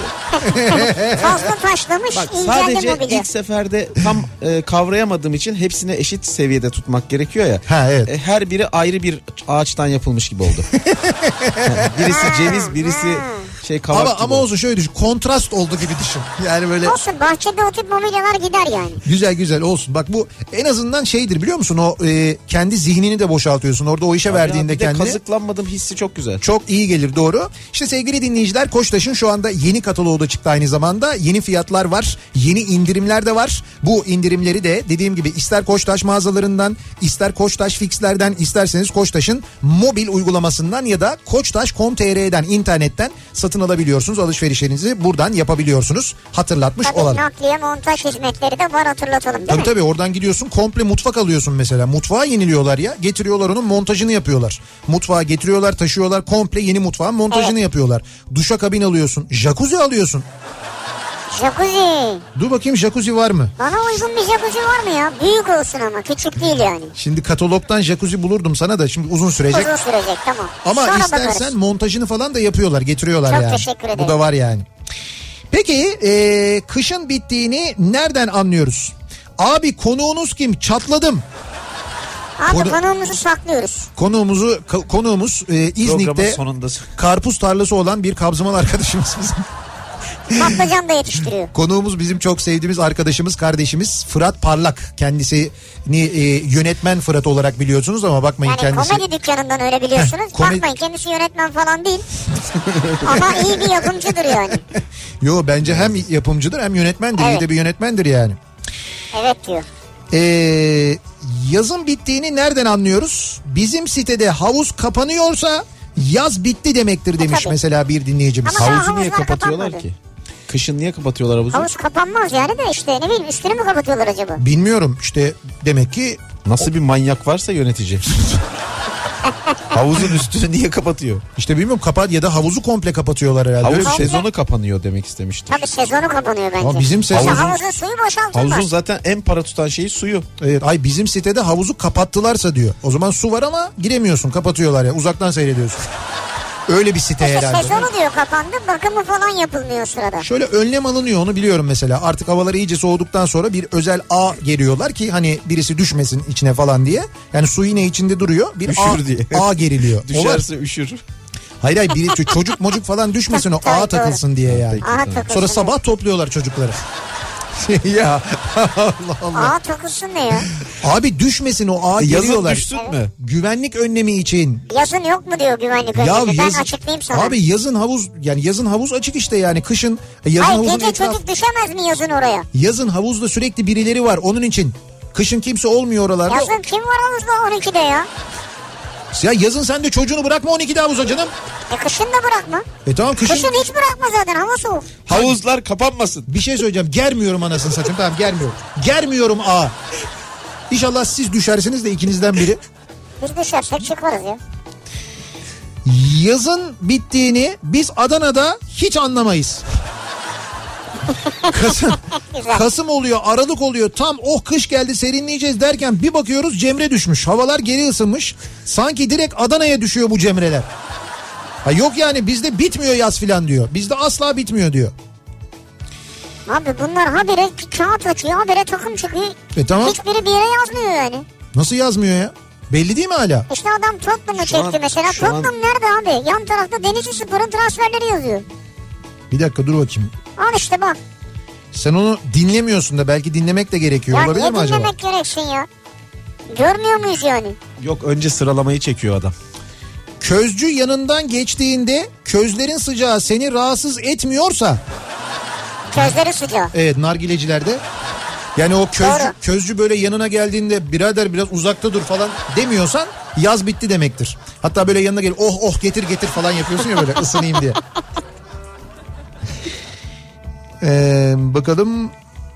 S2: Fazla taşlamış,
S5: Bak,
S2: inceldi
S5: sadece
S2: mobilya.
S5: ilk seferde tam e, kavrayamadığım için hepsini eşit seviyede tutmak gerekiyor ya.
S1: Ha, evet.
S5: E, her biri ayrı bir ağaçtan yapılmış gibi oldu. Yani birisi ceviz, birisi şey kavak
S1: ama
S5: gibi.
S1: ama olsun, şöyle düşün. Kontrast oldu gibi düşün. Yani böyle
S2: Olsun, bahçede o tip mobilyalar gider yani.
S1: güzel güzel olsun. Bak bu en azından şeydir, biliyor musun? O e, kendi zihnini de boşaltıyorsun. Orada o işe
S5: Abi
S1: verdiğinde
S5: ya, bir de
S1: kendini.
S5: kazıklanmadım hissi çok güzel.
S1: Çok iyi gelir, doğru. İşte sevgili dinleyiciler, Koçtaş'ın şu anda yeni kataloğu da çıktı aynı zamanda. Yeni fiyatlar var, yeni indirimler de var. Bu indirimleri de dediğim gibi ister Koçtaş mağazalarından, ister Koçtaş Fix'lerden, isterseniz Koçtaş'ın mobil uygulamasından ya da koçtaş nokta com nokta tr'den, internetten satın alabiliyorsunuz. Alışverişlerinizi buradan yapabiliyorsunuz. Hatırlatmış
S2: Tabii
S1: olalım.
S2: nakliye, montaj hizmetleri de var, hatırlatalım değil
S1: Tabii
S2: mi?
S1: tabii, oradan gidiyorsun, komple mutfak alıyorsun mesela. Mutfağı yeniliyorlar ya. Getiriyorlar, onun montajını yapıyorlar. Mutfağı getiriyorlar, taşıyorlar, komple yeni mutfağın montajını
S2: Evet.
S1: yapıyorlar. Duşakabin alıyorsun. Jacuzzi alıyorsun.
S2: Jacuzzi.
S1: Dur bakayım, jacuzzi var mı?
S2: Bana uygun bir jacuzzi var mı ya? Büyük olsun ama, küçük değil yani.
S1: Şimdi katalogdan jacuzzi bulurdum sana da, şimdi uzun sürecek.
S2: Uzun sürecek, tamam.
S1: Ama
S2: Sonra
S1: istersen
S2: bakarız.
S1: montajını falan da yapıyorlar, getiriyorlar
S2: Çok
S1: yani.
S2: teşekkür ederim.
S1: Bu da var yani. Peki e, kışın bittiğini nereden anlıyoruz? Abi konuğunuz kim? Çatladım.
S2: Abi
S1: Konu-
S2: konuğumuzu saklıyoruz.
S1: Konuğumuzu ko- konuğumuz e, İznik'te
S5: Programın sonunda.
S1: karpuz tarlası olan bir kabzımal arkadaşımız bizim.
S2: Patlıcan da yetiştiriyor.
S1: Konuğumuz bizim çok sevdiğimiz arkadaşımız, kardeşimiz Fırat Parlak. Kendisini e, yönetmen Fırat olarak biliyorsunuz ama bakmayın
S2: Yani
S1: kendisi.
S2: komedi dükkanından öyle biliyorsunuz.
S1: Heh, komedi-
S2: Bakmayın, kendisi yönetmen falan değil. Ama iyi bir yapımcıdır yani.
S1: Yo, bence hem yapımcıdır hem yönetmendir. İyi
S2: Evet.
S1: de bir yönetmendir yani.
S2: Evet diyor.
S1: Ee, yazın bittiğini nereden anlıyoruz? Bizim sitede havuz kapanıyorsa yaz bitti demektir demiş
S2: tabii.
S1: mesela bir dinleyicimiz.
S2: Ama
S5: Havuzu niye
S2: havuzlar
S5: kapatıyorlar
S2: kapanmadı.
S5: ki? Kışın niye kapatıyorlar havuzu?
S2: Havuz kapanmaz yani de işte, ne bileyim, üstünü mü kapatıyorlar acaba?
S1: Bilmiyorum işte, demek ki
S5: Nasıl bir manyak varsa yönetici. Havuzun üstünü niye kapatıyor?
S1: işte bilmiyorum, kapat ya da havuzu komple kapatıyorlar herhalde.
S5: Havuz
S1: Öyle bir şey.
S5: sezonu kapanıyor demek istemiştir.
S2: Tabii sezonu kapanıyor bence.
S1: Ama bizim sezon-
S2: İşte
S1: Havuzun-
S2: havuzun suyu boşaltılmaz.
S5: Havuzun zaten en para tutan şeyi suyu.
S1: Evet, ay bizim sitede havuzu kapattılarsa diyor. O zaman su var ama giremiyorsun, kapatıyorlar ya, uzaktan seyrediyorsun. Öyle bir site
S2: İşte
S1: herhalde.
S2: sezonu diyor kapandı, bakımı falan yapılmıyor o sırada.
S1: Şöyle önlem alınıyor, onu biliyorum mesela. Artık havalar iyice soğuduktan sonra bir özel ağ geriyorlar ki hani birisi düşmesin içine falan diye. Yani su yine içinde duruyor. Bir
S5: Üşür
S1: ağ,
S5: diye.
S1: ağ geriliyor. O var.
S5: Düşerse üşür.
S1: Hayır hayır, biri, çocuk mocuk falan düşmesin, o
S2: Tabii,
S1: ağa
S2: doğru.
S1: takılsın diye yani.
S2: Aha takılsın.
S1: Sonra sabah topluyorlar çocukları. ya Allah Allah.
S2: Aa takılsın ne ya?
S1: Abi düşmesin, o ağa
S5: E, yazın
S1: geriyorlar.
S5: düşsün mü?
S1: Güvenlik önlemi için.
S2: Yazın yok mu diyor güvenlik
S1: Ya
S2: önlemi? Ben
S1: yaz-
S2: açıklayayım sana.
S1: Abi yazın havuz, yani yazın havuz açık işte yani, kışın e, yazın
S2: Hayır,
S1: havuzun
S2: gece
S1: etrafı.
S2: çocuk düşemez mi yazın oraya?
S1: Yazın havuzda sürekli birileri var onun için. Kışın kimse olmuyor oralarda.
S2: Yazın kim var havuzda on ikide ya?
S1: Ya yazın sen de çocuğunu bırakma on ikide havuza canım.
S2: E kışın da bırakma.
S1: E tamam, kışın.
S2: Kışın hiç bırakma zaten, hava soğuk.
S5: Havuzlar kapanmasın.
S1: Bir şey söyleyeceğim, germiyorum anasını satayım, tamam germiyorum. Germiyorum ağa. İnşallah siz düşersiniz de ikinizden biri.
S2: Biz düşersek çıkarız ya.
S1: Yazın bittiğini biz Adana'da hiç anlamayız. Kasım, Kasım oluyor, Aralık oluyor. Tam oh kış geldi serinleyeceğiz derken bir bakıyoruz Cemre düşmüş. Havalar geri ısınmış. Sanki direkt Adana'ya düşüyor bu Cemreler. Ha yok yani bizde bitmiyor yaz filan diyor. Bizde asla bitmiyor diyor.
S2: Abi bunlar habire kağıt açıyor, habire takım çıkıyor.
S1: E tamam.
S2: Hiçbiri bir yere yazmıyor yani.
S1: Nasıl yazmıyor ya? Belli değil mi hala?
S2: İşte adam Tottenham'ı çekti
S5: an,
S2: mesela. Tottenham
S5: an...
S2: nerede abi? Yan tarafta Denizlispor'un transferleri yazıyor.
S1: Bir dakika dur bakayım.
S2: Al işte bak.
S1: Sen onu dinlemiyorsun da belki dinlemek de gerekiyor.
S2: Ya
S1: olabilir mi acaba?
S2: Ya niye dinlemek gereksin ya? Görmüyor muyuz yani?
S5: Yok önce sıralamayı çekiyor adam.
S1: Közcü yanından geçtiğinde közlerin sıcağı seni rahatsız etmiyorsa.
S2: Közleri sıcağı.
S1: Evet nargilecilerde. Yani o közcü,
S2: Doğru.
S1: közcü böyle yanına geldiğinde birader biraz uzakta dur falan demiyorsan yaz bitti demektir. Hatta böyle yanına gelip oh oh getir getir falan yapıyorsun ya böyle ısınayım diye. Ee, bakalım.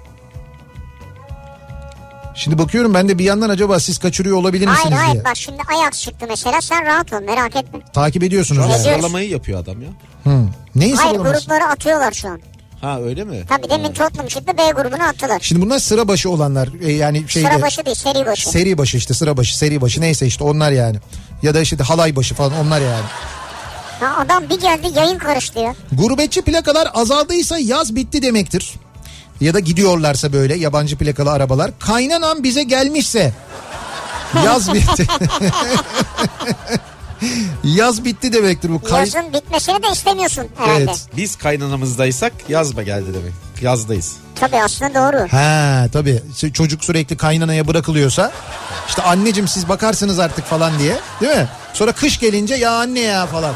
S1: Şimdi bakıyorum ben de bir yandan acaba siz kaçırıyor olabilir misiniz
S2: hayır, hayır,
S1: diye.
S2: Bak şimdi Ajax çıktı mesela, sen rahat ol, merak etme.
S1: Takip ediyorsunuz
S5: Şu an
S1: yani.
S5: sıralamayı yapıyor adam ya.
S1: Hı. Neyi
S2: Hayır,
S1: sıralaması?
S2: grupları atıyorlar şu an.
S5: Ha öyle mi?
S2: Tabii demin Tottenham çıktı, B grubunu attılar.
S1: Şimdi bunlar sıra başı olanlar. E, yani şeyde,
S2: sıra başı değil, seri başı.
S1: Seri başı işte, sıra başı, seri başı neyse işte onlar yani. Ya da işte halay başı falan onlar yani.
S2: Ya adam bir geldi yayın karıştı ya.
S1: Gurbetçi plakalar azaldıysa yaz bitti demektir. Ya da gidiyorlarsa böyle yabancı plakalı arabalar. Kaynanan bize gelmişse yaz bitti. Yaz bitti demektir bu. Kay...
S2: Yazın bitmesini de istemiyorsun herhalde.
S1: Evet.
S5: Biz kaynanamızdaysak yaz mı geldi demek. Yazdayız.
S2: Tabii aslında doğru.
S1: Ha tabii çocuk sürekli kaynanaya bırakılıyorsa işte anneciğim siz bakarsınız artık falan diye, değil mi? Sonra kış gelince ya anne ya falan.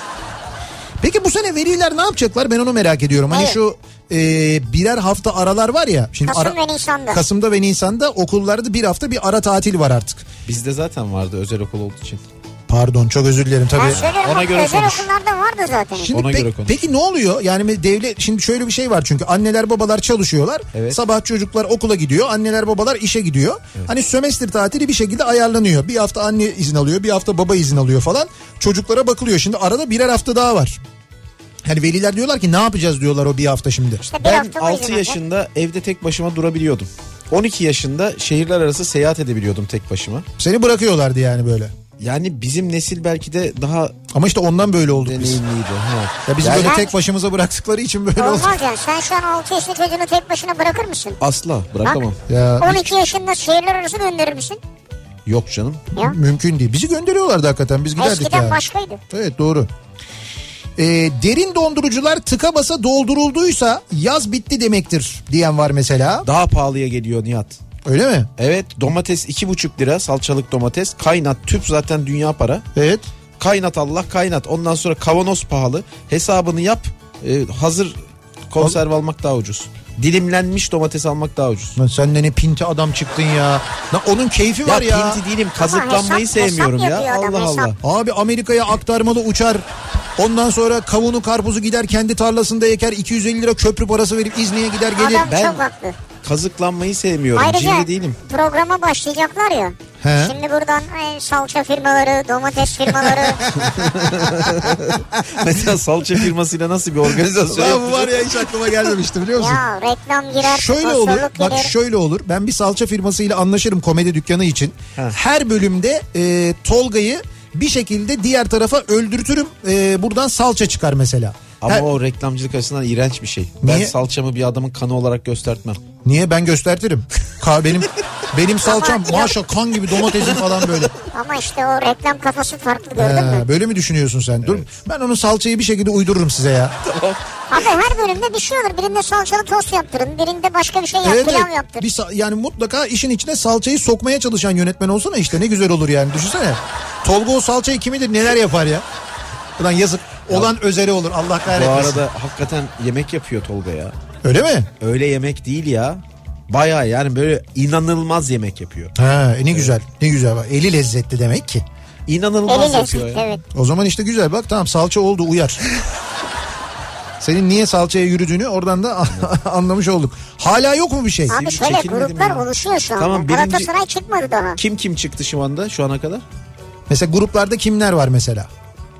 S1: Peki bu sene veliler ne yapacaklar, ben onu merak ediyorum. Hani
S2: evet.
S1: şu e, birer hafta aralar var ya. Şimdi
S2: Kasım
S1: ara,
S2: ve Nisan'da.
S1: Kasım'da ve Nisan'da okullarda bir hafta bir ara tatil var artık.
S5: Bizde zaten vardı özel okul olduğu için.
S1: Pardon çok özür dilerim tabii.
S2: Ben söylüyorum,
S5: Ona göre
S2: özel
S5: konuş.
S2: okullarda vardı zaten.
S1: Şimdi
S5: Ona
S1: pe-
S5: göre konuş.
S1: peki ne oluyor? Yani devlet şimdi şöyle bir şey var çünkü anneler babalar çalışıyorlar.
S5: Evet.
S1: Sabah çocuklar okula gidiyor, anneler babalar işe gidiyor. Evet. Hani sömestr tatili bir şekilde ayarlanıyor. Bir hafta anne izin alıyor, bir hafta baba izin alıyor falan. Çocuklara bakılıyor. Şimdi arada birer hafta daha var. Hani veliler diyorlar ki ne yapacağız diyorlar o bir hafta şimdi.
S2: İşte bir
S5: Ben
S2: hafta
S5: altı yaşında evde tek başıma durabiliyordum. on iki yaşında şehirler arası seyahat edebiliyordum tek başıma.
S1: Seni bırakıyorlardı yani böyle.
S5: Yani bizim nesil belki de daha
S1: ama işte ondan böyle olduk biz.
S5: deneyimliydi. Ha.
S1: Ya bizi
S5: yani,
S1: böyle tek başımıza bıraktıkları için böyle oldu.
S2: Olmaz yani, sen şu an altı yaşında çocuğunu tek başına bırakır mısın?
S5: Asla bırakamam.
S1: Ya,
S2: on iki yaşında şehirler arası gönderir misin?
S5: Yok canım.
S2: Ya.
S1: Mümkün değil. Bizi gönderiyorlardı hakikaten, biz giderdik
S2: Eskiden
S1: yani.
S2: başkaydı.
S1: Evet doğru. Ee, derin dondurucular tıka basa doldurulduysa yaz bitti demektir diyen var mesela.
S5: Daha pahalıya geliyor Nihat.
S1: Öyle mi?
S5: Evet, domates iki buçuk lira, salçalık domates. Kaynat, tüp zaten dünya para.
S1: Evet.
S5: Kaynat Allah kaynat. Ondan sonra kavanoz pahalı. Hesabını yap. Ee, hazır konserve almak daha ucuz. Dilimlenmiş domates almak daha ucuz.
S1: Lan sen de ne pinti adam çıktın ya. Lan onun keyfi var ya.
S5: Ya pinti değilim, kazıklanmayı
S2: hesap-
S5: sevmiyorum
S2: hesap
S5: ya.
S2: yapıyor adam,
S5: Allah
S2: hesap.
S5: Allah.
S1: Abi Amerika'ya aktarmalı uçar. Ondan sonra kavunu karpuzu gider kendi tarlasında eker. iki yüz elli lira köprü parası verip İzni'ye gider gelir.
S2: Adam
S5: Ben-
S2: çok haklı.
S5: Kazıklanmayı sevmiyorum.
S2: Ayrıca
S5: Cimri değilim.
S2: programa başlayacaklar ya.
S1: He.
S2: Şimdi buradan e, salça firmaları, domates firmaları.
S5: Mesela salça firmasıyla nasıl bir organizasyon
S1: Ya bu
S5: yapacağız?
S1: var ya hiç aklıma gelmemişti biliyor musun?
S2: Ya reklam girer,
S1: Şöyle olur,
S2: sponsorluk
S1: bak
S2: gelir.
S1: şöyle olur. Ben bir salça firmasıyla anlaşırım komedi dükkanı için.
S5: Heh.
S1: Her bölümde e, Tolga'yı bir şekilde diğer tarafa öldürtürüm. E, buradan salça çıkar mesela.
S5: Ama
S1: Her-
S5: o reklamcılık açısından iğrenç bir şey. Ben
S1: Niye?
S5: salçamı bir adamın kanı olarak göstertmem.
S1: Niye, ben göstertirim. Ka benim benim salçam
S2: Ama-
S1: maşa kan gibi domatesin falan böyle.
S2: Ama işte o reklam kafası farklı, gördün mü?
S1: Ee, böyle mi düşünüyorsun sen? Dur. Ben onun salçayı bir şekilde uydururum size ya.
S2: Abi her bölümde bir şey olur. Birinde salçalı tost yaptırın. Birinde başka bir şey yap,
S1: Evet,
S2: pilav
S1: evet.
S2: yaptır.
S1: Bir sa- yani mutlaka işin içine salçayı sokmaya çalışan yönetmen olsana işte, ne güzel olur yani, düşünsene. Tolga o salçayı kim bilir neler yapar ya. Ulan yazık. Olan özeri olur, Allah
S5: Bu
S1: kahretmesin.
S5: arada hakikaten yemek yapıyor Tolga ya.
S1: Öyle mi?
S5: Öyle yemek değil ya. Bayağı yani böyle inanılmaz yemek yapıyor.
S1: Ha, ne güzel. Ne güzel bak. Eli lezzetli demek ki.
S5: İnanılmaz
S2: Eli
S5: yapıyor
S2: lezzet,
S5: ya.
S2: evet.
S1: O zaman işte güzel, bak tamam, salça oldu, uyar. Senin niye salçaya yürüdüğünü oradan da anlamış olduk. Hala yok mu bir şey?
S2: Abi şöyle
S5: çekilmedi mi
S2: gruplar
S5: ya?
S2: oluşuyor şu anda.
S5: Tamam, birinci-
S2: Galatasaray çıkmadı daha.
S5: Kim kim çıktı şu anda şu ana kadar?
S1: Mesela gruplarda kimler var mesela?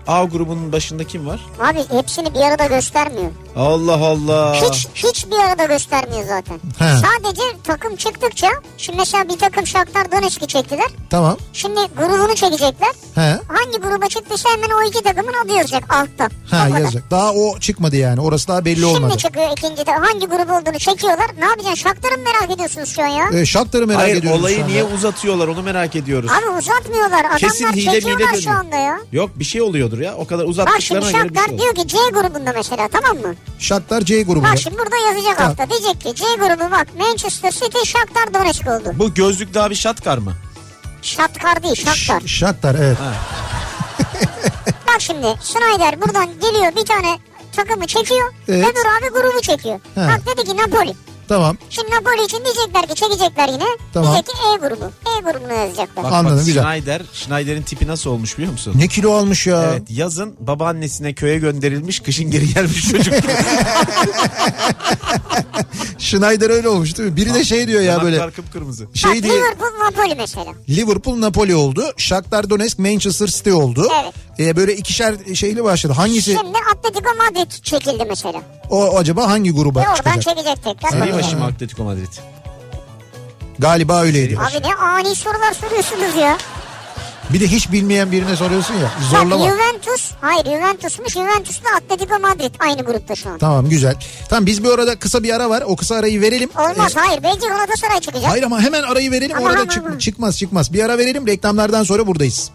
S5: A grubunun başında kim var?
S2: Abi hepsini bir arada göstermiyor.
S5: Allah Allah.
S2: Hiç hiç bir arada göstermiyor zaten.
S1: He.
S2: Sadece takım çıktıkça, şimdi mesela bir takım Shakhtar Donetsk'i çektiler.
S1: Tamam.
S2: Şimdi grubunu çekecekler.
S1: He.
S2: Hangi gruba çıktıysa hemen o iki takımın adı yazacak altta.
S1: Ha yazacak. Daha o çıkmadı yani. Orası daha belli
S2: Şimdi
S1: olmadı.
S2: Şimdi çıkıyor ikincide. Hangi grup olduğunu çekiyorlar. Ne yapacaksın? Shakhtar'ı mı merak ediyorsunuz şu an ya?
S1: E, Shakhtar'ı merak
S5: Hayır,
S1: ediyoruz.
S5: olayı niye uzatıyorlar onu merak ediyoruz.
S2: Abi uzatmıyorlar. Adamlar
S5: Kesin hile
S2: çekiyorlar
S5: mile
S2: şu anda ya.
S5: Yok bir şey oluyordur ya. O kadar
S2: Bak
S5: uzattıklarına
S2: şimdi
S5: göre bir şey
S2: Shakhtar
S5: olur.
S2: diyor ki C grubunda mesela, tamam mı?
S1: Shakhtar C grubu.
S2: Bak şimdi burada yazacak
S1: Tamam.
S2: altta. Diyecek ki C grubu bak Manchester City, Shakhtar Donetsk oldu.
S5: Bu gözlüklü abi Shakhtar mı?
S2: Shakhtar değil, Shakhtar.
S1: Ş- Shakhtar evet.
S5: Ha.
S2: Bak şimdi Snyder buradan geliyor, bir tane takımı çekiyor.
S1: Evet.
S2: Öbür abi grubu çekiyor.
S1: Ha.
S2: Bak dedi ki Napoli.
S1: Tamam.
S2: Şimdi Napoli için diyecekler ki çekecekler yine.
S1: Tamam.
S2: Diyecek ki E grubu. E grubunu yazacaklar.
S5: Bak,
S1: Anladım,
S5: bak,
S1: güzel.
S5: Schneider, Schneider'in tipi nasıl olmuş biliyor musun?
S1: Ne kilo almış ya.
S5: Evet, yazın babaannesine köye gönderilmiş, kışın geri gelmiş çocuk.
S1: Schneider öyle olmuş değil mi? Biri de şey diyor ya böyle.
S5: Yanaklar kıpkırmızı.
S1: Şey
S2: Bak,
S1: diye.
S2: Liverpool Napoli mesela.
S1: Liverpool Napoli oldu. Shakhtar Donetsk Manchester City oldu.
S2: Evet.
S1: Ee, böyle ikişer şeyli başladı. Hangisi?
S2: Şimdi Atletico Madrid çekildi mesela.
S1: O acaba hangi gruba
S2: Ve oradan
S1: çıkacak?
S2: çekecek tekrar.
S5: Seri
S2: Bakalım.
S5: başı mı Atletico Madrid?
S1: Galiba öyleydi.
S2: Abi ne ani sorular soruyorsunuz ya.
S1: Bir de hiç bilmeyen birine soruyorsun ya. Zorlama.
S2: Bak Juventus, hayır Juventus'muş. Juventus'la Atletico Madrid aynı grupta şu an.
S1: Tamam güzel. Tamam biz bir orada kısa bir ara var. O kısa arayı verelim.
S2: Olmaz
S1: Ee,
S2: hayır, belki Galatasaray çıkacak.
S1: hayır ama hemen arayı verelim.
S2: Ama
S1: Orada
S2: ama
S1: çık-
S2: ama.
S1: çıkmaz çıkmaz. Bir ara verelim. Reklamlardan sonra buradayız.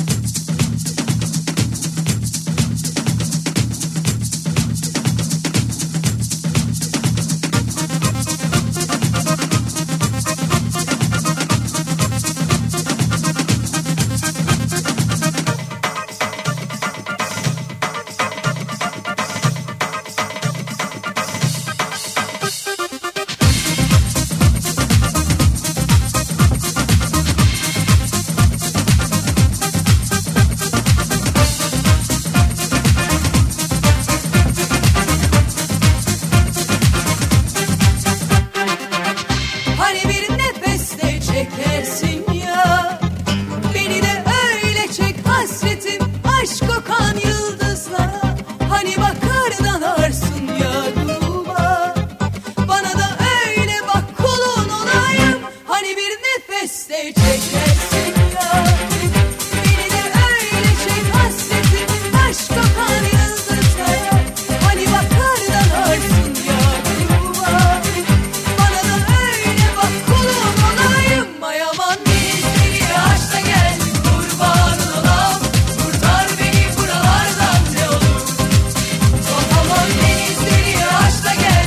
S6: Hani bir nefeste çekersin ya, beni de öyle çek hasretim, aşk kokan yıldızlara. Hani bakar dalarsın ya gruba, bana da öyle bak kulun olayım. Hani bir nefeste çekersin ya, beni de öyle çek hasretim, aşk kokan yıldızlara. Hani bakar dalarsın ya gruba, bana da öyle bak kulun olayım. Ay aman denizleri aşla gel, kurbanın olam, kurtar beni buralardan ne olur. Aman denizleri aşla gel,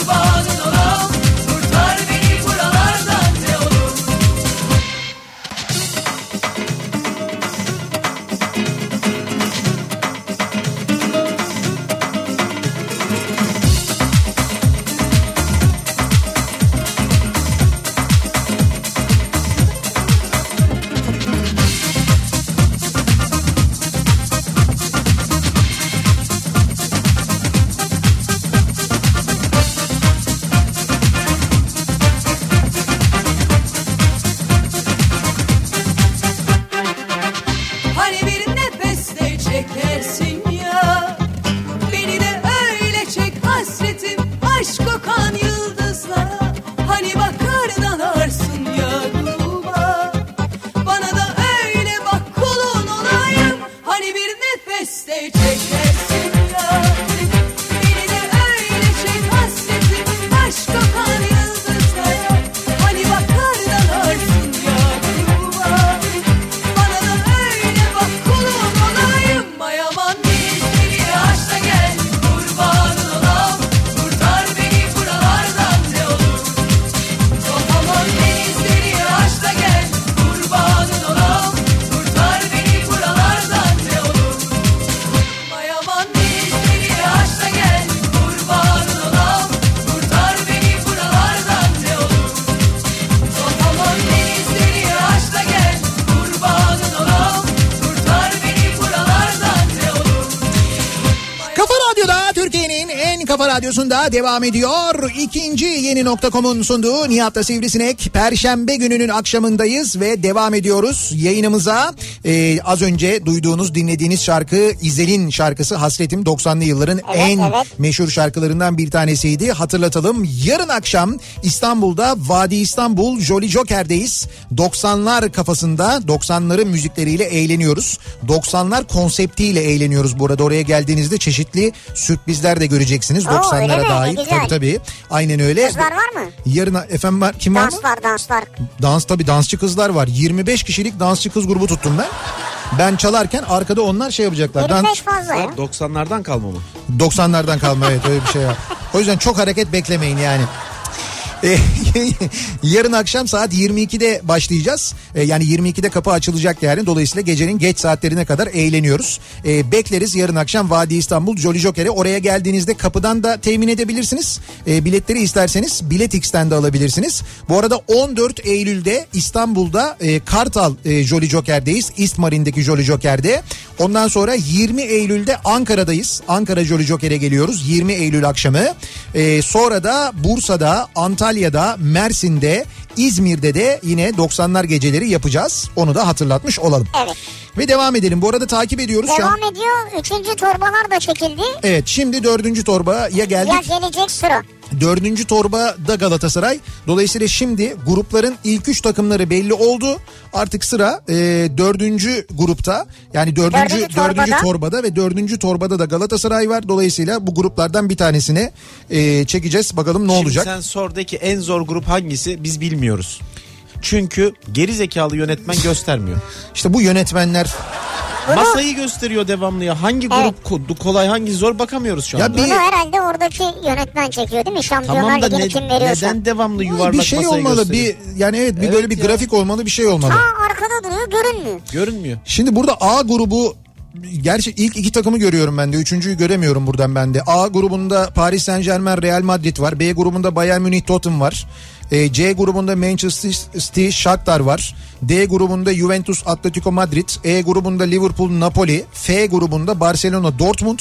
S6: kurbanın olam, kurtar beni buralardan ne olur.
S1: Radyosu'nda devam ediyor. İkinci yeni nokta com'un sunduğu Nihat'la Sivrisinek. Perşembe gününün akşamındayız ve devam ediyoruz yayınımıza. Ee, az önce duyduğunuz, dinlediğiniz şarkı İzel'in şarkısı Hasretim, doksanlı yılların
S2: Evet,
S1: en
S2: evet.
S1: meşhur şarkılarından bir tanesiydi. Hatırlatalım, yarın akşam İstanbul'da Vadi İstanbul Jolly Joker'deyiz. doksanlar kafasında doksanların müzikleriyle eğleniyoruz. doksanlar konseptiyle eğleniyoruz. Burada oraya geldiğinizde çeşitli sürprizler de göreceksiniz.
S2: Oo,
S1: doksanlara
S2: öyle mi?
S1: dair.
S2: Ne güzel.
S1: Tabii tabii. Aynen öyle.
S2: Kızlar var mı?
S1: Yarın efendim var, kim var mı?
S2: Danslar danslar.
S1: Dans tabii, dansçı kızlar var. yirmi beş kişilik dansçı kız grubu tuttum ben. Ben çalarken arkada onlar şey yapacaklar.
S2: yirmi beş fazla ya.
S5: doksanlardan kalma mı?
S1: doksanlardan kalma, evet, öyle bir şey var. O yüzden çok hareket beklemeyin yani. Yarın akşam saat yirmi ikide başlayacağız. Yani yirmi ikide kapı açılacak yani. Dolayısıyla gecenin geç saatlerine kadar eğleniyoruz. Bekleriz yarın akşam Vadi İstanbul Jolly Joker'e. Oraya geldiğinizde kapıdan da temin edebilirsiniz. Biletleri isterseniz Biletix'ten de alabilirsiniz. Bu arada on dört Eylül'de İstanbul'da Kartal Jolly Joker'deyiz. East Marine'deki Jolly Joker'de. Ondan sonra yirmi Eylül'de Ankara'dayız. Ankara Jolly Joker'e geliyoruz yirmi Eylül akşamı. Sonra da Bursa'da, Antalya Antalya'da, Mersin'de, İzmir'de de yine doksanlar geceleri yapacağız. Onu da hatırlatmış olalım.
S2: Evet.
S1: Ve devam edelim. Bu arada takip ediyoruz.
S2: Devam
S1: şu an.
S2: ediyor. Üçüncü torbalar da çekildi.
S1: Evet, şimdi dördüncü torbaya geldik.
S2: Ya gelecek sıra.
S1: Dördüncü torba da Galatasaray. Dolayısıyla şimdi grupların ilk üç takımları belli oldu. Artık sıra e, dördüncü grupta. Yani dördüncü,
S2: dördüncü, torbada.
S1: dördüncü torbada ve dördüncü torbada da Galatasaray var. Dolayısıyla bu gruplardan bir tanesini e, çekeceğiz. Bakalım ne
S5: Şimdi
S1: olacak.
S5: sen sordaki en zor grup hangisi biz bilmiyoruz. Çünkü geri zekalı yönetmen göstermiyor.
S1: İşte bu yönetmenler...
S5: Masayı gösteriyor devamlı ya. Hangi grup evet. kolay, hangi zor bakamıyoruz şu
S1: ya
S5: anda.
S1: Bir...
S2: Bunu herhalde oradaki yönetmen çekiyor değil mi? Şampiyonlar
S5: tamam da
S2: Ligi'ni
S5: ne,
S2: kim veriyorsa.
S5: neden devamlı yuvarlak
S1: bir şey
S5: masayı
S1: olmalı,
S5: gösteriyor?
S1: bir yani evet bir
S5: evet
S1: böyle bir
S5: ya.
S1: grafik olmalı, bir şey olmalı.
S2: Aa, arkada duruyor, görünmüyor.
S5: Görünmüyor.
S1: Şimdi burada A grubu, gerçi ilk iki takımı görüyorum ben de. Üçüncüyü göremiyorum buradan ben de. A grubunda Paris Saint Germain, Real Madrid var. B grubunda Bayern Münih, Tottenham var. C grubunda Manchester City, Shakhtar var. D grubunda Juventus, Atletico Madrid. E grubunda Liverpool, Napoli. F grubunda Barcelona, Dortmund.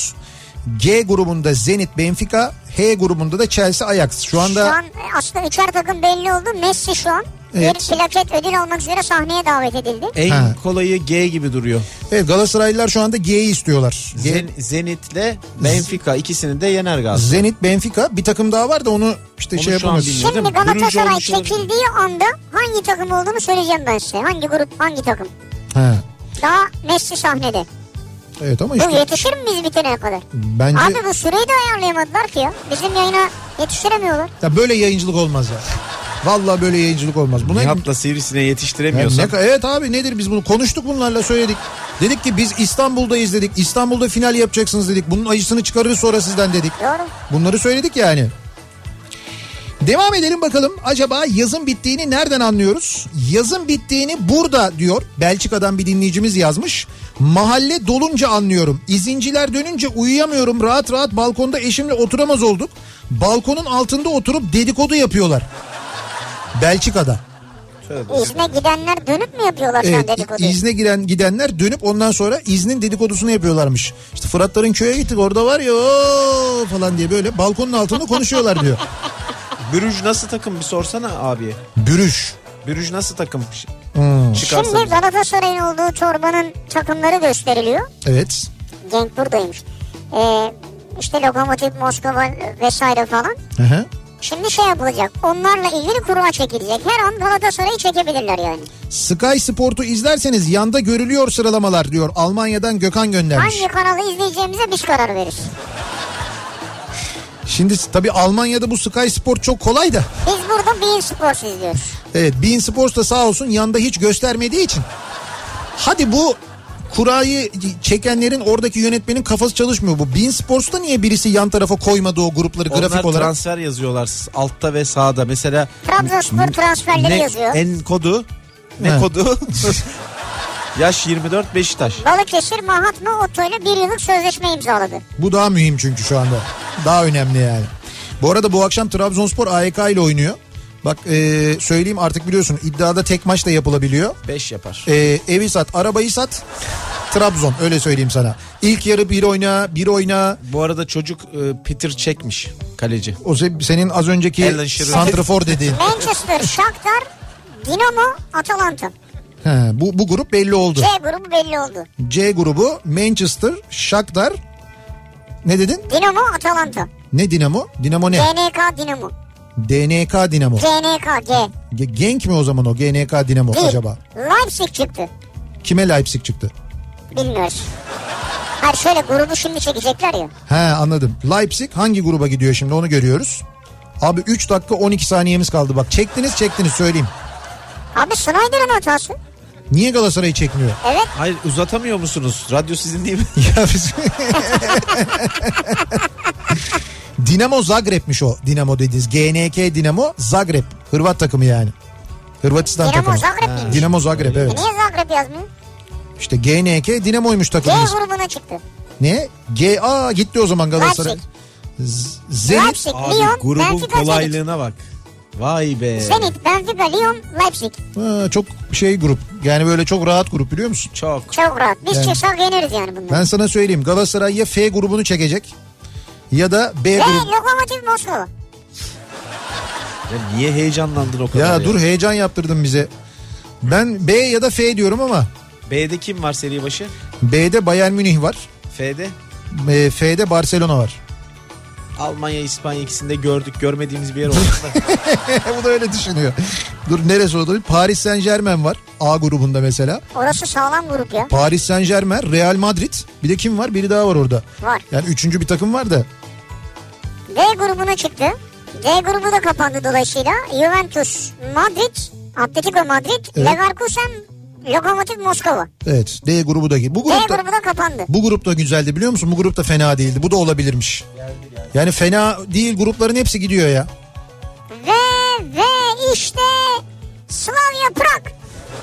S1: G grubunda Zenit, Benfica. H grubunda da Chelsea, Ajax. Şu anda
S2: Şu an aslında üçer takım belli oldu. Messi şu an
S1: evet.
S2: bir plaket ödül almak üzere sahneye davet edildi.
S5: En
S1: ha.
S5: kolayı G gibi duruyor.
S1: Evet, Galatasaraylılar şu anda G'yi istiyorlar. G...
S5: Zen, Zenit'le Benfica ikisini de yener Galatasaray.
S1: Zenit, Benfica, bir takım daha var da onu işte
S5: onu
S1: şey yapamaz.
S2: Şimdi Galatasaray çekildiği anda hangi takım olduğunu söyleyeceğim ben size. Hangi grup, hangi takım?
S1: Ha.
S2: Daha Messi sahnede.
S1: Evet ama
S2: Bu
S1: işte.
S2: yetişir mi biz bitene kadar?
S1: Bence...
S2: Abi bu süreyi de ayarlayamadılar ki ya. Bizim yayına yetiştiremiyorlar.
S1: Ya böyle yayıncılık olmaz ya. Vallahi böyle yayıncılık olmaz. Buna...
S5: Nihat'la Sivrisineği yetiştiremiyorsan.
S1: Ne... Evet abi, nedir, biz bunu konuştuk, bunlarla söyledik. Dedik ki biz İstanbul'dayız dedik. İstanbul'da final yapacaksınız dedik. Bunun acısını çıkarırız sonra sizden dedik.
S2: Doğru.
S1: Bunları söyledik yani. Devam edelim bakalım. Acaba yazın bittiğini nereden anlıyoruz? Yazın bittiğini burada diyor. Belçika'dan bir dinleyicimiz yazmış. Mahalle dolunca anlıyorum. İzinciler dönünce uyuyamıyorum. Rahat rahat balkonda eşimle oturamaz olduk. Balkonun altında oturup dedikodu yapıyorlar. Belçika'da.
S2: İzne gidenler dönüp mü yapıyorlar
S1: evet,
S2: sen dedikoduyu?
S1: İzne giren gidenler dönüp ondan sonra iznin dedikodusunu yapıyorlarmış. İşte Fıratların köye gittik, orada var ya ooo falan diye böyle balkonun altında konuşuyorlar diyor.
S5: Brüj nasıl takım bir sorsana abiye.
S1: Brüj.
S5: Brüj nasıl takım?
S1: Hmm.
S2: Şimdi Galatasaray'ın olduğu torbanın takımları gösteriliyor.
S1: Evet.
S2: Genk buradaymış. Ee, işte Lokomotiv Moskova vesaire falan.
S1: Hı hı.
S2: Şimdi şey yapılacak. Onlarla ilgili kura çekilecek. Her an Galatasaray'ı çekebilirler yani.
S1: Sky Sport'u izlerseniz yanda görülüyor sıralamalar diyor. Almanya'dan Gökhan göndermiş.
S2: Hangi kanalı izleyeceğimize biz karar veririz.
S1: Şimdi tabii Almanya'da bu Sky Sport çok kolay da.
S2: Biz burada beIN Sports izliyoruz.
S1: Evet, beIN Sports da sağ olsun yanda hiç göstermediği için. Hadi bu kurayı çekenlerin, oradaki yönetmenin kafası çalışmıyor. Bu beIN Sports'ta niye birisi yan tarafa koymadı o grupları
S5: onlar
S1: grafik olarak?
S5: Onlar transfer yazıyorlar altta ve sağda. Mesela
S2: Trabzonspor transferleri
S5: ne,
S2: yazıyor.
S5: En kodu ne
S1: He.
S5: kodu? Yaş yirmi dört Beşiktaş.
S2: Balıkesir Mahatma Otto ile bir yıllık sözleşme imzaladı.
S1: Bu daha mühim çünkü şu anda. Daha önemli yani. Bu arada bu akşam Trabzonspor A Y K ile oynuyor. Bak ee, söyleyeyim artık, biliyorsun iddiada tek maç da yapılabiliyor.
S5: beş yapar.
S1: E, evi sat, arabayı sat. Trabzon, öyle söyleyeyim sana. İlk yarı bir oyna bir oyna.
S5: Bu arada çocuk e, Peter çekmiş kaleci.
S1: O senin az önceki santrafor dediğin.
S2: Manchester, Shakhtar, Dinamo, Atalanta.
S1: He, bu, bu grup belli oldu.
S2: C grubu belli oldu.
S1: C grubu Manchester, Shakhtar, ne dedin?
S2: Dinamo, Atalanta.
S1: Ne Dinamo? Dinamo ne?
S2: G N K Dinamo.
S1: D N K Dinamo.
S2: G N K G.
S1: G- Genk mi o zaman o G N K Dinamo
S2: Değil.
S1: acaba?
S2: Leipzig çıktı.
S1: Kime Leipzig çıktı?
S2: Bilmiyoruz. Hayır şöyle grubu şimdi çekecekler ya.
S1: He, anladım. Leipzig hangi gruba gidiyor şimdi onu görüyoruz. Abi üç dakika on iki saniyemiz kaldı bak. Çektiniz çektiniz söyleyeyim.
S2: Abi Snyder'ın hatası.
S1: Niye Galatasaray'ı çekmiyor?
S2: Evet.
S5: Hayır, uzatamıyor musunuz? Radyo sizin değil mi?
S1: Ya biz... Dinamo Zagreb'miş o. Dinamo dediğiniz. G N K Dinamo Zagreb. Hırvat takımı yani. Hırvatistan
S2: Dinamo
S1: takımı.
S2: Zagreb miymiş?
S1: Dinamo Zagreb, evet.
S2: E niye Zagreb yazmıyor?
S1: İşte G N K Dinamo'ymuş
S2: G
S1: takımımız.
S2: grubuna çıktı.
S1: Ne? G A gitti o zaman Galatasaray. Z- Zenit.
S2: Leipzig,
S5: Abi
S2: Lyon,
S5: grubun
S2: Benfica, Zenit.
S5: kolaylığına bak. Vay be.
S2: Zenit, Benfica, Lyon, Leipzig.
S1: Ha, çok şey grup. Yani böyle çok rahat grup biliyor musun?
S5: Çok.
S2: Çok rahat. Biz
S1: Yani-
S2: çıksak yeneriz yani bunları.
S1: Ben sana söyleyeyim. Galatasaray ya F grubunu çekecek ya da B
S2: Ve
S1: grubu.
S2: Lokomotiv Moskova.
S5: Ya niye heyecanlandın o kadar
S1: Ya,
S5: ya?
S1: dur, heyecan yaptırdın bize. Ben B ya da F diyorum ama
S5: B'de kim var seri başı?
S1: B'de Bayern Münih var.
S5: F'de?
S1: E, F'de Barcelona var.
S5: Almanya, İspanya ikisinde gördük. Görmediğimiz bir yer oldu da.
S1: Bu da öyle düşünüyor. Dur, neresi oldu? Paris Saint Germain var A grubunda mesela.
S2: Orası sağlam grup ya.
S1: Paris Saint Germain, Real Madrid. Bir de kim var? Biri daha var orada.
S2: Var.
S1: Yani üçüncü bir takım var da.
S2: D grubuna çıktı. D grubu da kapandı dolayısıyla. Juventus, Madrid, Atletico Madrid,
S1: Evet.
S2: Leverkusen, Lokomotiv Moskova.
S1: Evet, D grubu da. Bu
S2: D
S1: grupta,
S2: grubu da kapandı.
S1: bu grup da güzeldi biliyor musun? Bu grup da fena değildi. Bu da olabilirmiş. Yani fena değil, grupların hepsi gidiyor ya.
S2: Ve ve işte Slavia Prag.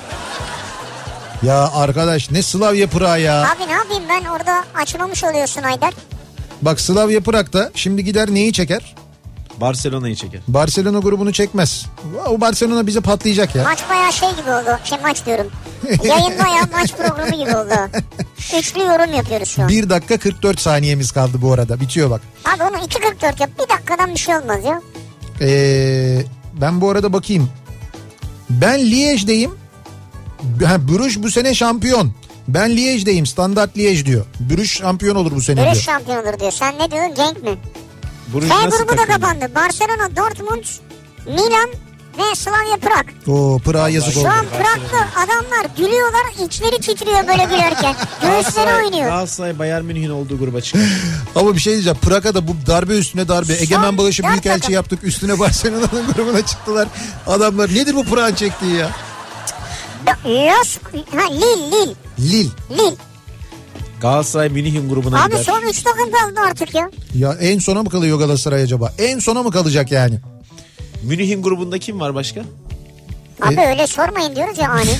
S1: Ya arkadaş, ne Slavia Prag ya.
S2: Abi ne yapayım ben orada açmamış oluyorsun Haydar.
S1: Bak, Slavia Prag da şimdi gider neyi çeker?
S5: Barcelona'yı çeker.
S1: Barcelona grubunu çekmez. O Barcelona bize patlayacak ya.
S2: Maç bayağı şey gibi oldu. Şey maç diyorum. Yayın bayağı maç programı gibi oldu. Üçlü yorum yapıyoruz şu an.
S1: bir dakika kırk dört saniyemiz kaldı bu arada. Bitiyor bak.
S2: Abi onu iki kırk dört yap. Bir dakikadan bir şey olmaz ya.
S1: Ee, ben bu arada bakayım. Ben Liège'deyim. Ha, Bruges bu sene şampiyon. Ben Liège'deyim. Standart Liège diyor. Bruges şampiyon olur bu sene
S2: Bruges
S1: diyor.
S2: şampiyon olur diyor. Sen ne diyorsun? Genk mi?
S5: Bruges
S2: F
S5: nasıl
S2: grubu da
S5: takım?
S2: kapandı. Barcelona, Dortmund, Milan ve Slavia Prag.
S1: Oo, Prag'a yazık oldu.
S2: Şu an Prag'da adamlar gülüyorlar. İçleri titriyor böyle gülerken. Göğüsleri oynuyor.
S5: Galatasaray Bayern Münih'in olduğu gruba çıkar.
S1: Ama bir şey diyeceğim. Prag'a da bu darbe üstüne darbe.
S2: Son
S1: Egemen Bağış'ı
S2: dört
S1: büyükelçi
S2: takım.
S1: yaptık. Üstüne Barcelona'nın grubuna çıktılar. Adamlar nedir bu Prag'ın çektiği ya?
S2: Los, ha Lille, Lille,
S1: Lille.
S2: Lille.
S5: Galatasaray Münih'in grubuna
S2: Abi
S5: gider.
S2: son üç takım kaldı artık ya.
S1: Ya en sona mı kalıyor Galatasaray acaba? En sona mı kalacak yani?
S5: Münih'in grubunda kim var başka?
S2: Abi
S1: E-
S2: öyle sormayın diyoruz ya ani.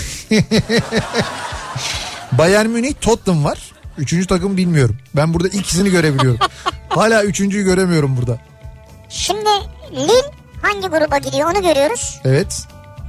S1: Bayern Münih, Tottenham var. Üçüncü takım bilmiyorum. Ben burada ikisini görebiliyorum. Hala üçüncüyü göremiyorum burada.
S2: Şimdi Lille hangi gruba gidiyor onu görüyoruz.
S1: Evet.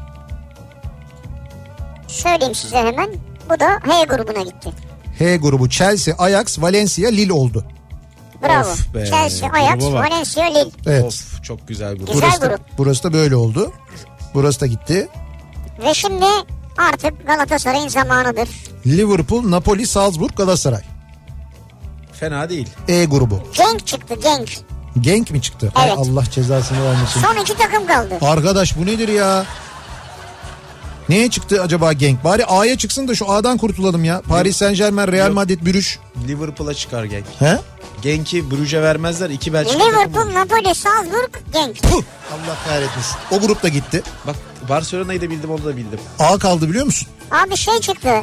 S2: Söyleyeyim size hemen. Bu da H grubuna gitti.
S1: H grubu Chelsea, Ajax, Valencia, Lille oldu.
S2: Bravo.
S5: Of be,
S2: Chelsea, Ajax,
S5: gruba bak.
S2: Valencia, Lille.
S1: Evet.
S5: Of, çok güzel grup.
S2: Güzel
S1: Burası da,
S2: grup.
S1: burası da böyle oldu. Burası da gitti.
S2: Ve şimdi artık Galatasaray'ın zamanıdır.
S1: Liverpool, Napoli, Salzburg, Galatasaray.
S5: Fena değil.
S1: E grubu.
S2: Genk çıktı Genk.
S1: Genk mi çıktı? Hay
S2: Evet.
S1: Allah cezasını vermesin.
S2: Son iki takım kaldı.
S1: Arkadaş bu nedir ya? Neye çıktı acaba Genk? Bari A'ya çıksın da şu A'dan kurtulalım ya. Paris Saint Germain, Real
S5: Yok.
S1: Madrid, Brüj.
S5: Liverpool'a çıkar Genk.
S1: He?
S5: Genk'i Brugge'e vermezler. İki Belçika takımı
S2: Liverpool,
S5: var.
S2: Napoli, Salzburg, Genk.
S1: Puh, Allah kahretmesin. O grup da gitti.
S5: Bak Barcelona'yı da bildim, onu da bildim.
S1: A kaldı biliyor musun?
S2: Abi şey çıktı.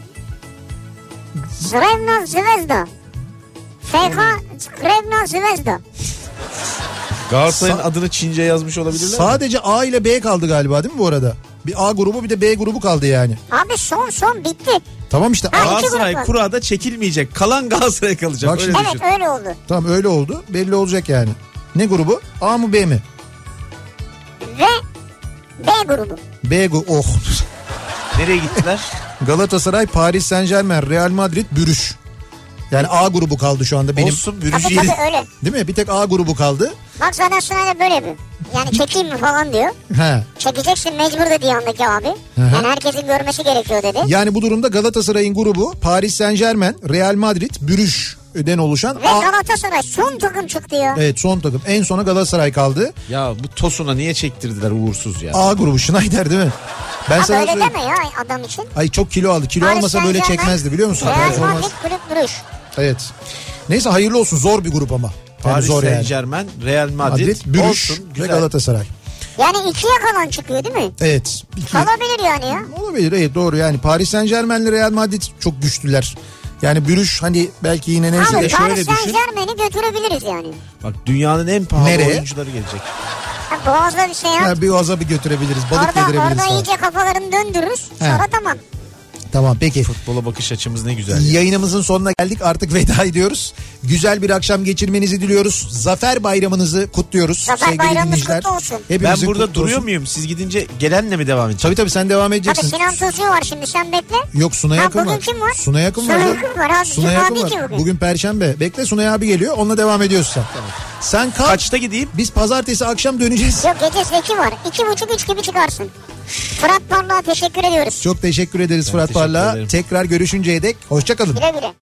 S2: Zvezda, Zvezda. F K Zvezda, Zvezda.
S5: Galatasaray'ın
S1: Sa-
S5: adını Çince yazmış olabilirler mi?
S1: Sadece A ile B kaldı galiba değil mi bu arada? Bir A grubu bir de B grubu kaldı yani.
S2: Abi son son bitti.
S1: Tamam işte.
S2: Ha,
S1: A-
S2: iki
S5: Galatasaray
S2: grup var.
S5: kurada çekilmeyecek. Kalan Galatasaray kalacak.
S1: Bak
S5: Öyle
S1: şimdi-
S5: düşün.
S2: Evet öyle oldu.
S1: Tamam öyle oldu. Belli olacak yani. Ne grubu? A mı B mi?
S2: Ve B grubu.
S1: B grubu. Oh.
S5: Nereye gittiler?
S1: Galatasaray, Paris Saint-Germain, Real Madrid, Brüj. Yani A grubu kaldı şu anda benim.
S5: Olsun, Brüj
S2: Tabii
S5: yedi.
S2: tabii öyle.
S1: Değil mi? Bir tek A grubu kaldı.
S2: Bak zaten Snyder böyle bir. Yani çekeyim mi falan diyor.
S1: He.
S2: Çekeceksin mecbur dedi yanındaki abi. Yani herkesin görmesi gerekiyor dedi.
S1: Yani bu durumda Galatasaray'ın grubu Paris Saint-Germain, Real Madrid, Brüj'den oluşan
S2: Ve
S1: A...
S2: Galatasaray son takım çıktı ya.
S1: Evet, son takım. En sona Galatasaray kaldı.
S5: Ya bu Tosun'a niye çektirdiler uğursuz ya?
S1: A grubu Schneider değil mi? Ben
S2: Abi
S1: sana
S2: öyle
S1: söyleyeyim.
S2: deme ya adam için.
S1: Ay çok kilo aldı. Kilo
S2: Paris
S1: almasa böyle
S2: Saint-Germain,
S1: çekmezdi biliyor musun?
S2: Real
S1: Performans.
S2: Madrid, Kulüp Brüj.
S1: Evet. Neyse hayırlı olsun. Zor bir grup ama. Yani
S5: Paris
S1: zor
S5: Saint
S1: yani.
S5: Germain, Real Madrid,
S1: Madrid, Brüj
S5: olsun,
S1: ve
S5: güzel.
S1: Galatasaray.
S2: Yani ikiye kalan çıkıyor değil mi?
S1: Evet. İki...
S2: Kalabilir yani ya.
S1: Olabilir, evet doğru. Yani Paris Saint Germain ile Real Madrid çok güçlüler. Yani Brüj hani belki yine neyse
S2: Abi
S1: de şöyle
S2: Paris
S1: düşün.
S2: Saint Germain'i götürebiliriz yani.
S5: Bak dünyanın en pahalı
S1: Nereye?
S5: oyuncuları gelecek.
S2: Ha, Boğaz'da bir seyahat.
S1: Ya bir oza bir götürebiliriz. Balık
S2: Orada,
S1: yedirebiliriz
S2: orada
S1: falan.
S2: iyice kafalarını döndürürüz. Sonra
S1: He.
S2: tamam.
S1: Tamam peki.
S5: Futbola bakış açımız ne güzel. Ya.
S1: Yayınımızın sonuna geldik, artık veda ediyoruz. Güzel bir akşam geçirmenizi diliyoruz. Zafer bayramınızı kutluyoruz.
S2: Zafer
S1: sevgili
S2: bayramınız
S1: dinleyiciler.
S2: kutlu olsun.
S5: Ben
S1: Hepimizin
S5: burada
S1: kutlu
S5: duruyor
S1: olsun.
S5: muyum? Siz gidince gelenle mi devam edeceğim?
S1: Tabii tabii sen devam
S2: Tabii
S1: edeceksin.
S2: Sinan Tuzcu var şimdi sen bekle.
S1: Yok Sunay
S2: Ha,
S1: Akın var.
S2: bugün kim var?
S1: Sunay Akın var.
S2: Sunay
S1: ya.
S2: Akın var abi.
S1: Sunay
S2: Cuma
S1: Akın
S2: değil
S1: var.
S2: ki bugün.
S1: Bugün Perşembe. Bekle Sunay abi geliyor. Onunla devam ediyorsun sen. Tamam. Sen kal.
S5: Kaçta gideyim?
S1: Biz pazartesi akşam döneceğiz.
S2: Yok gece Zeki var. İki buçuk üç gibi çıkarsın. Fırat Parlak'a teşekkür ediyoruz.
S1: Çok teşekkür ederiz Fırat
S5: teşekkür
S1: Parlak'a.
S5: ederim.
S1: Tekrar görüşünceye dek hoşça kalın.
S2: Güle güle.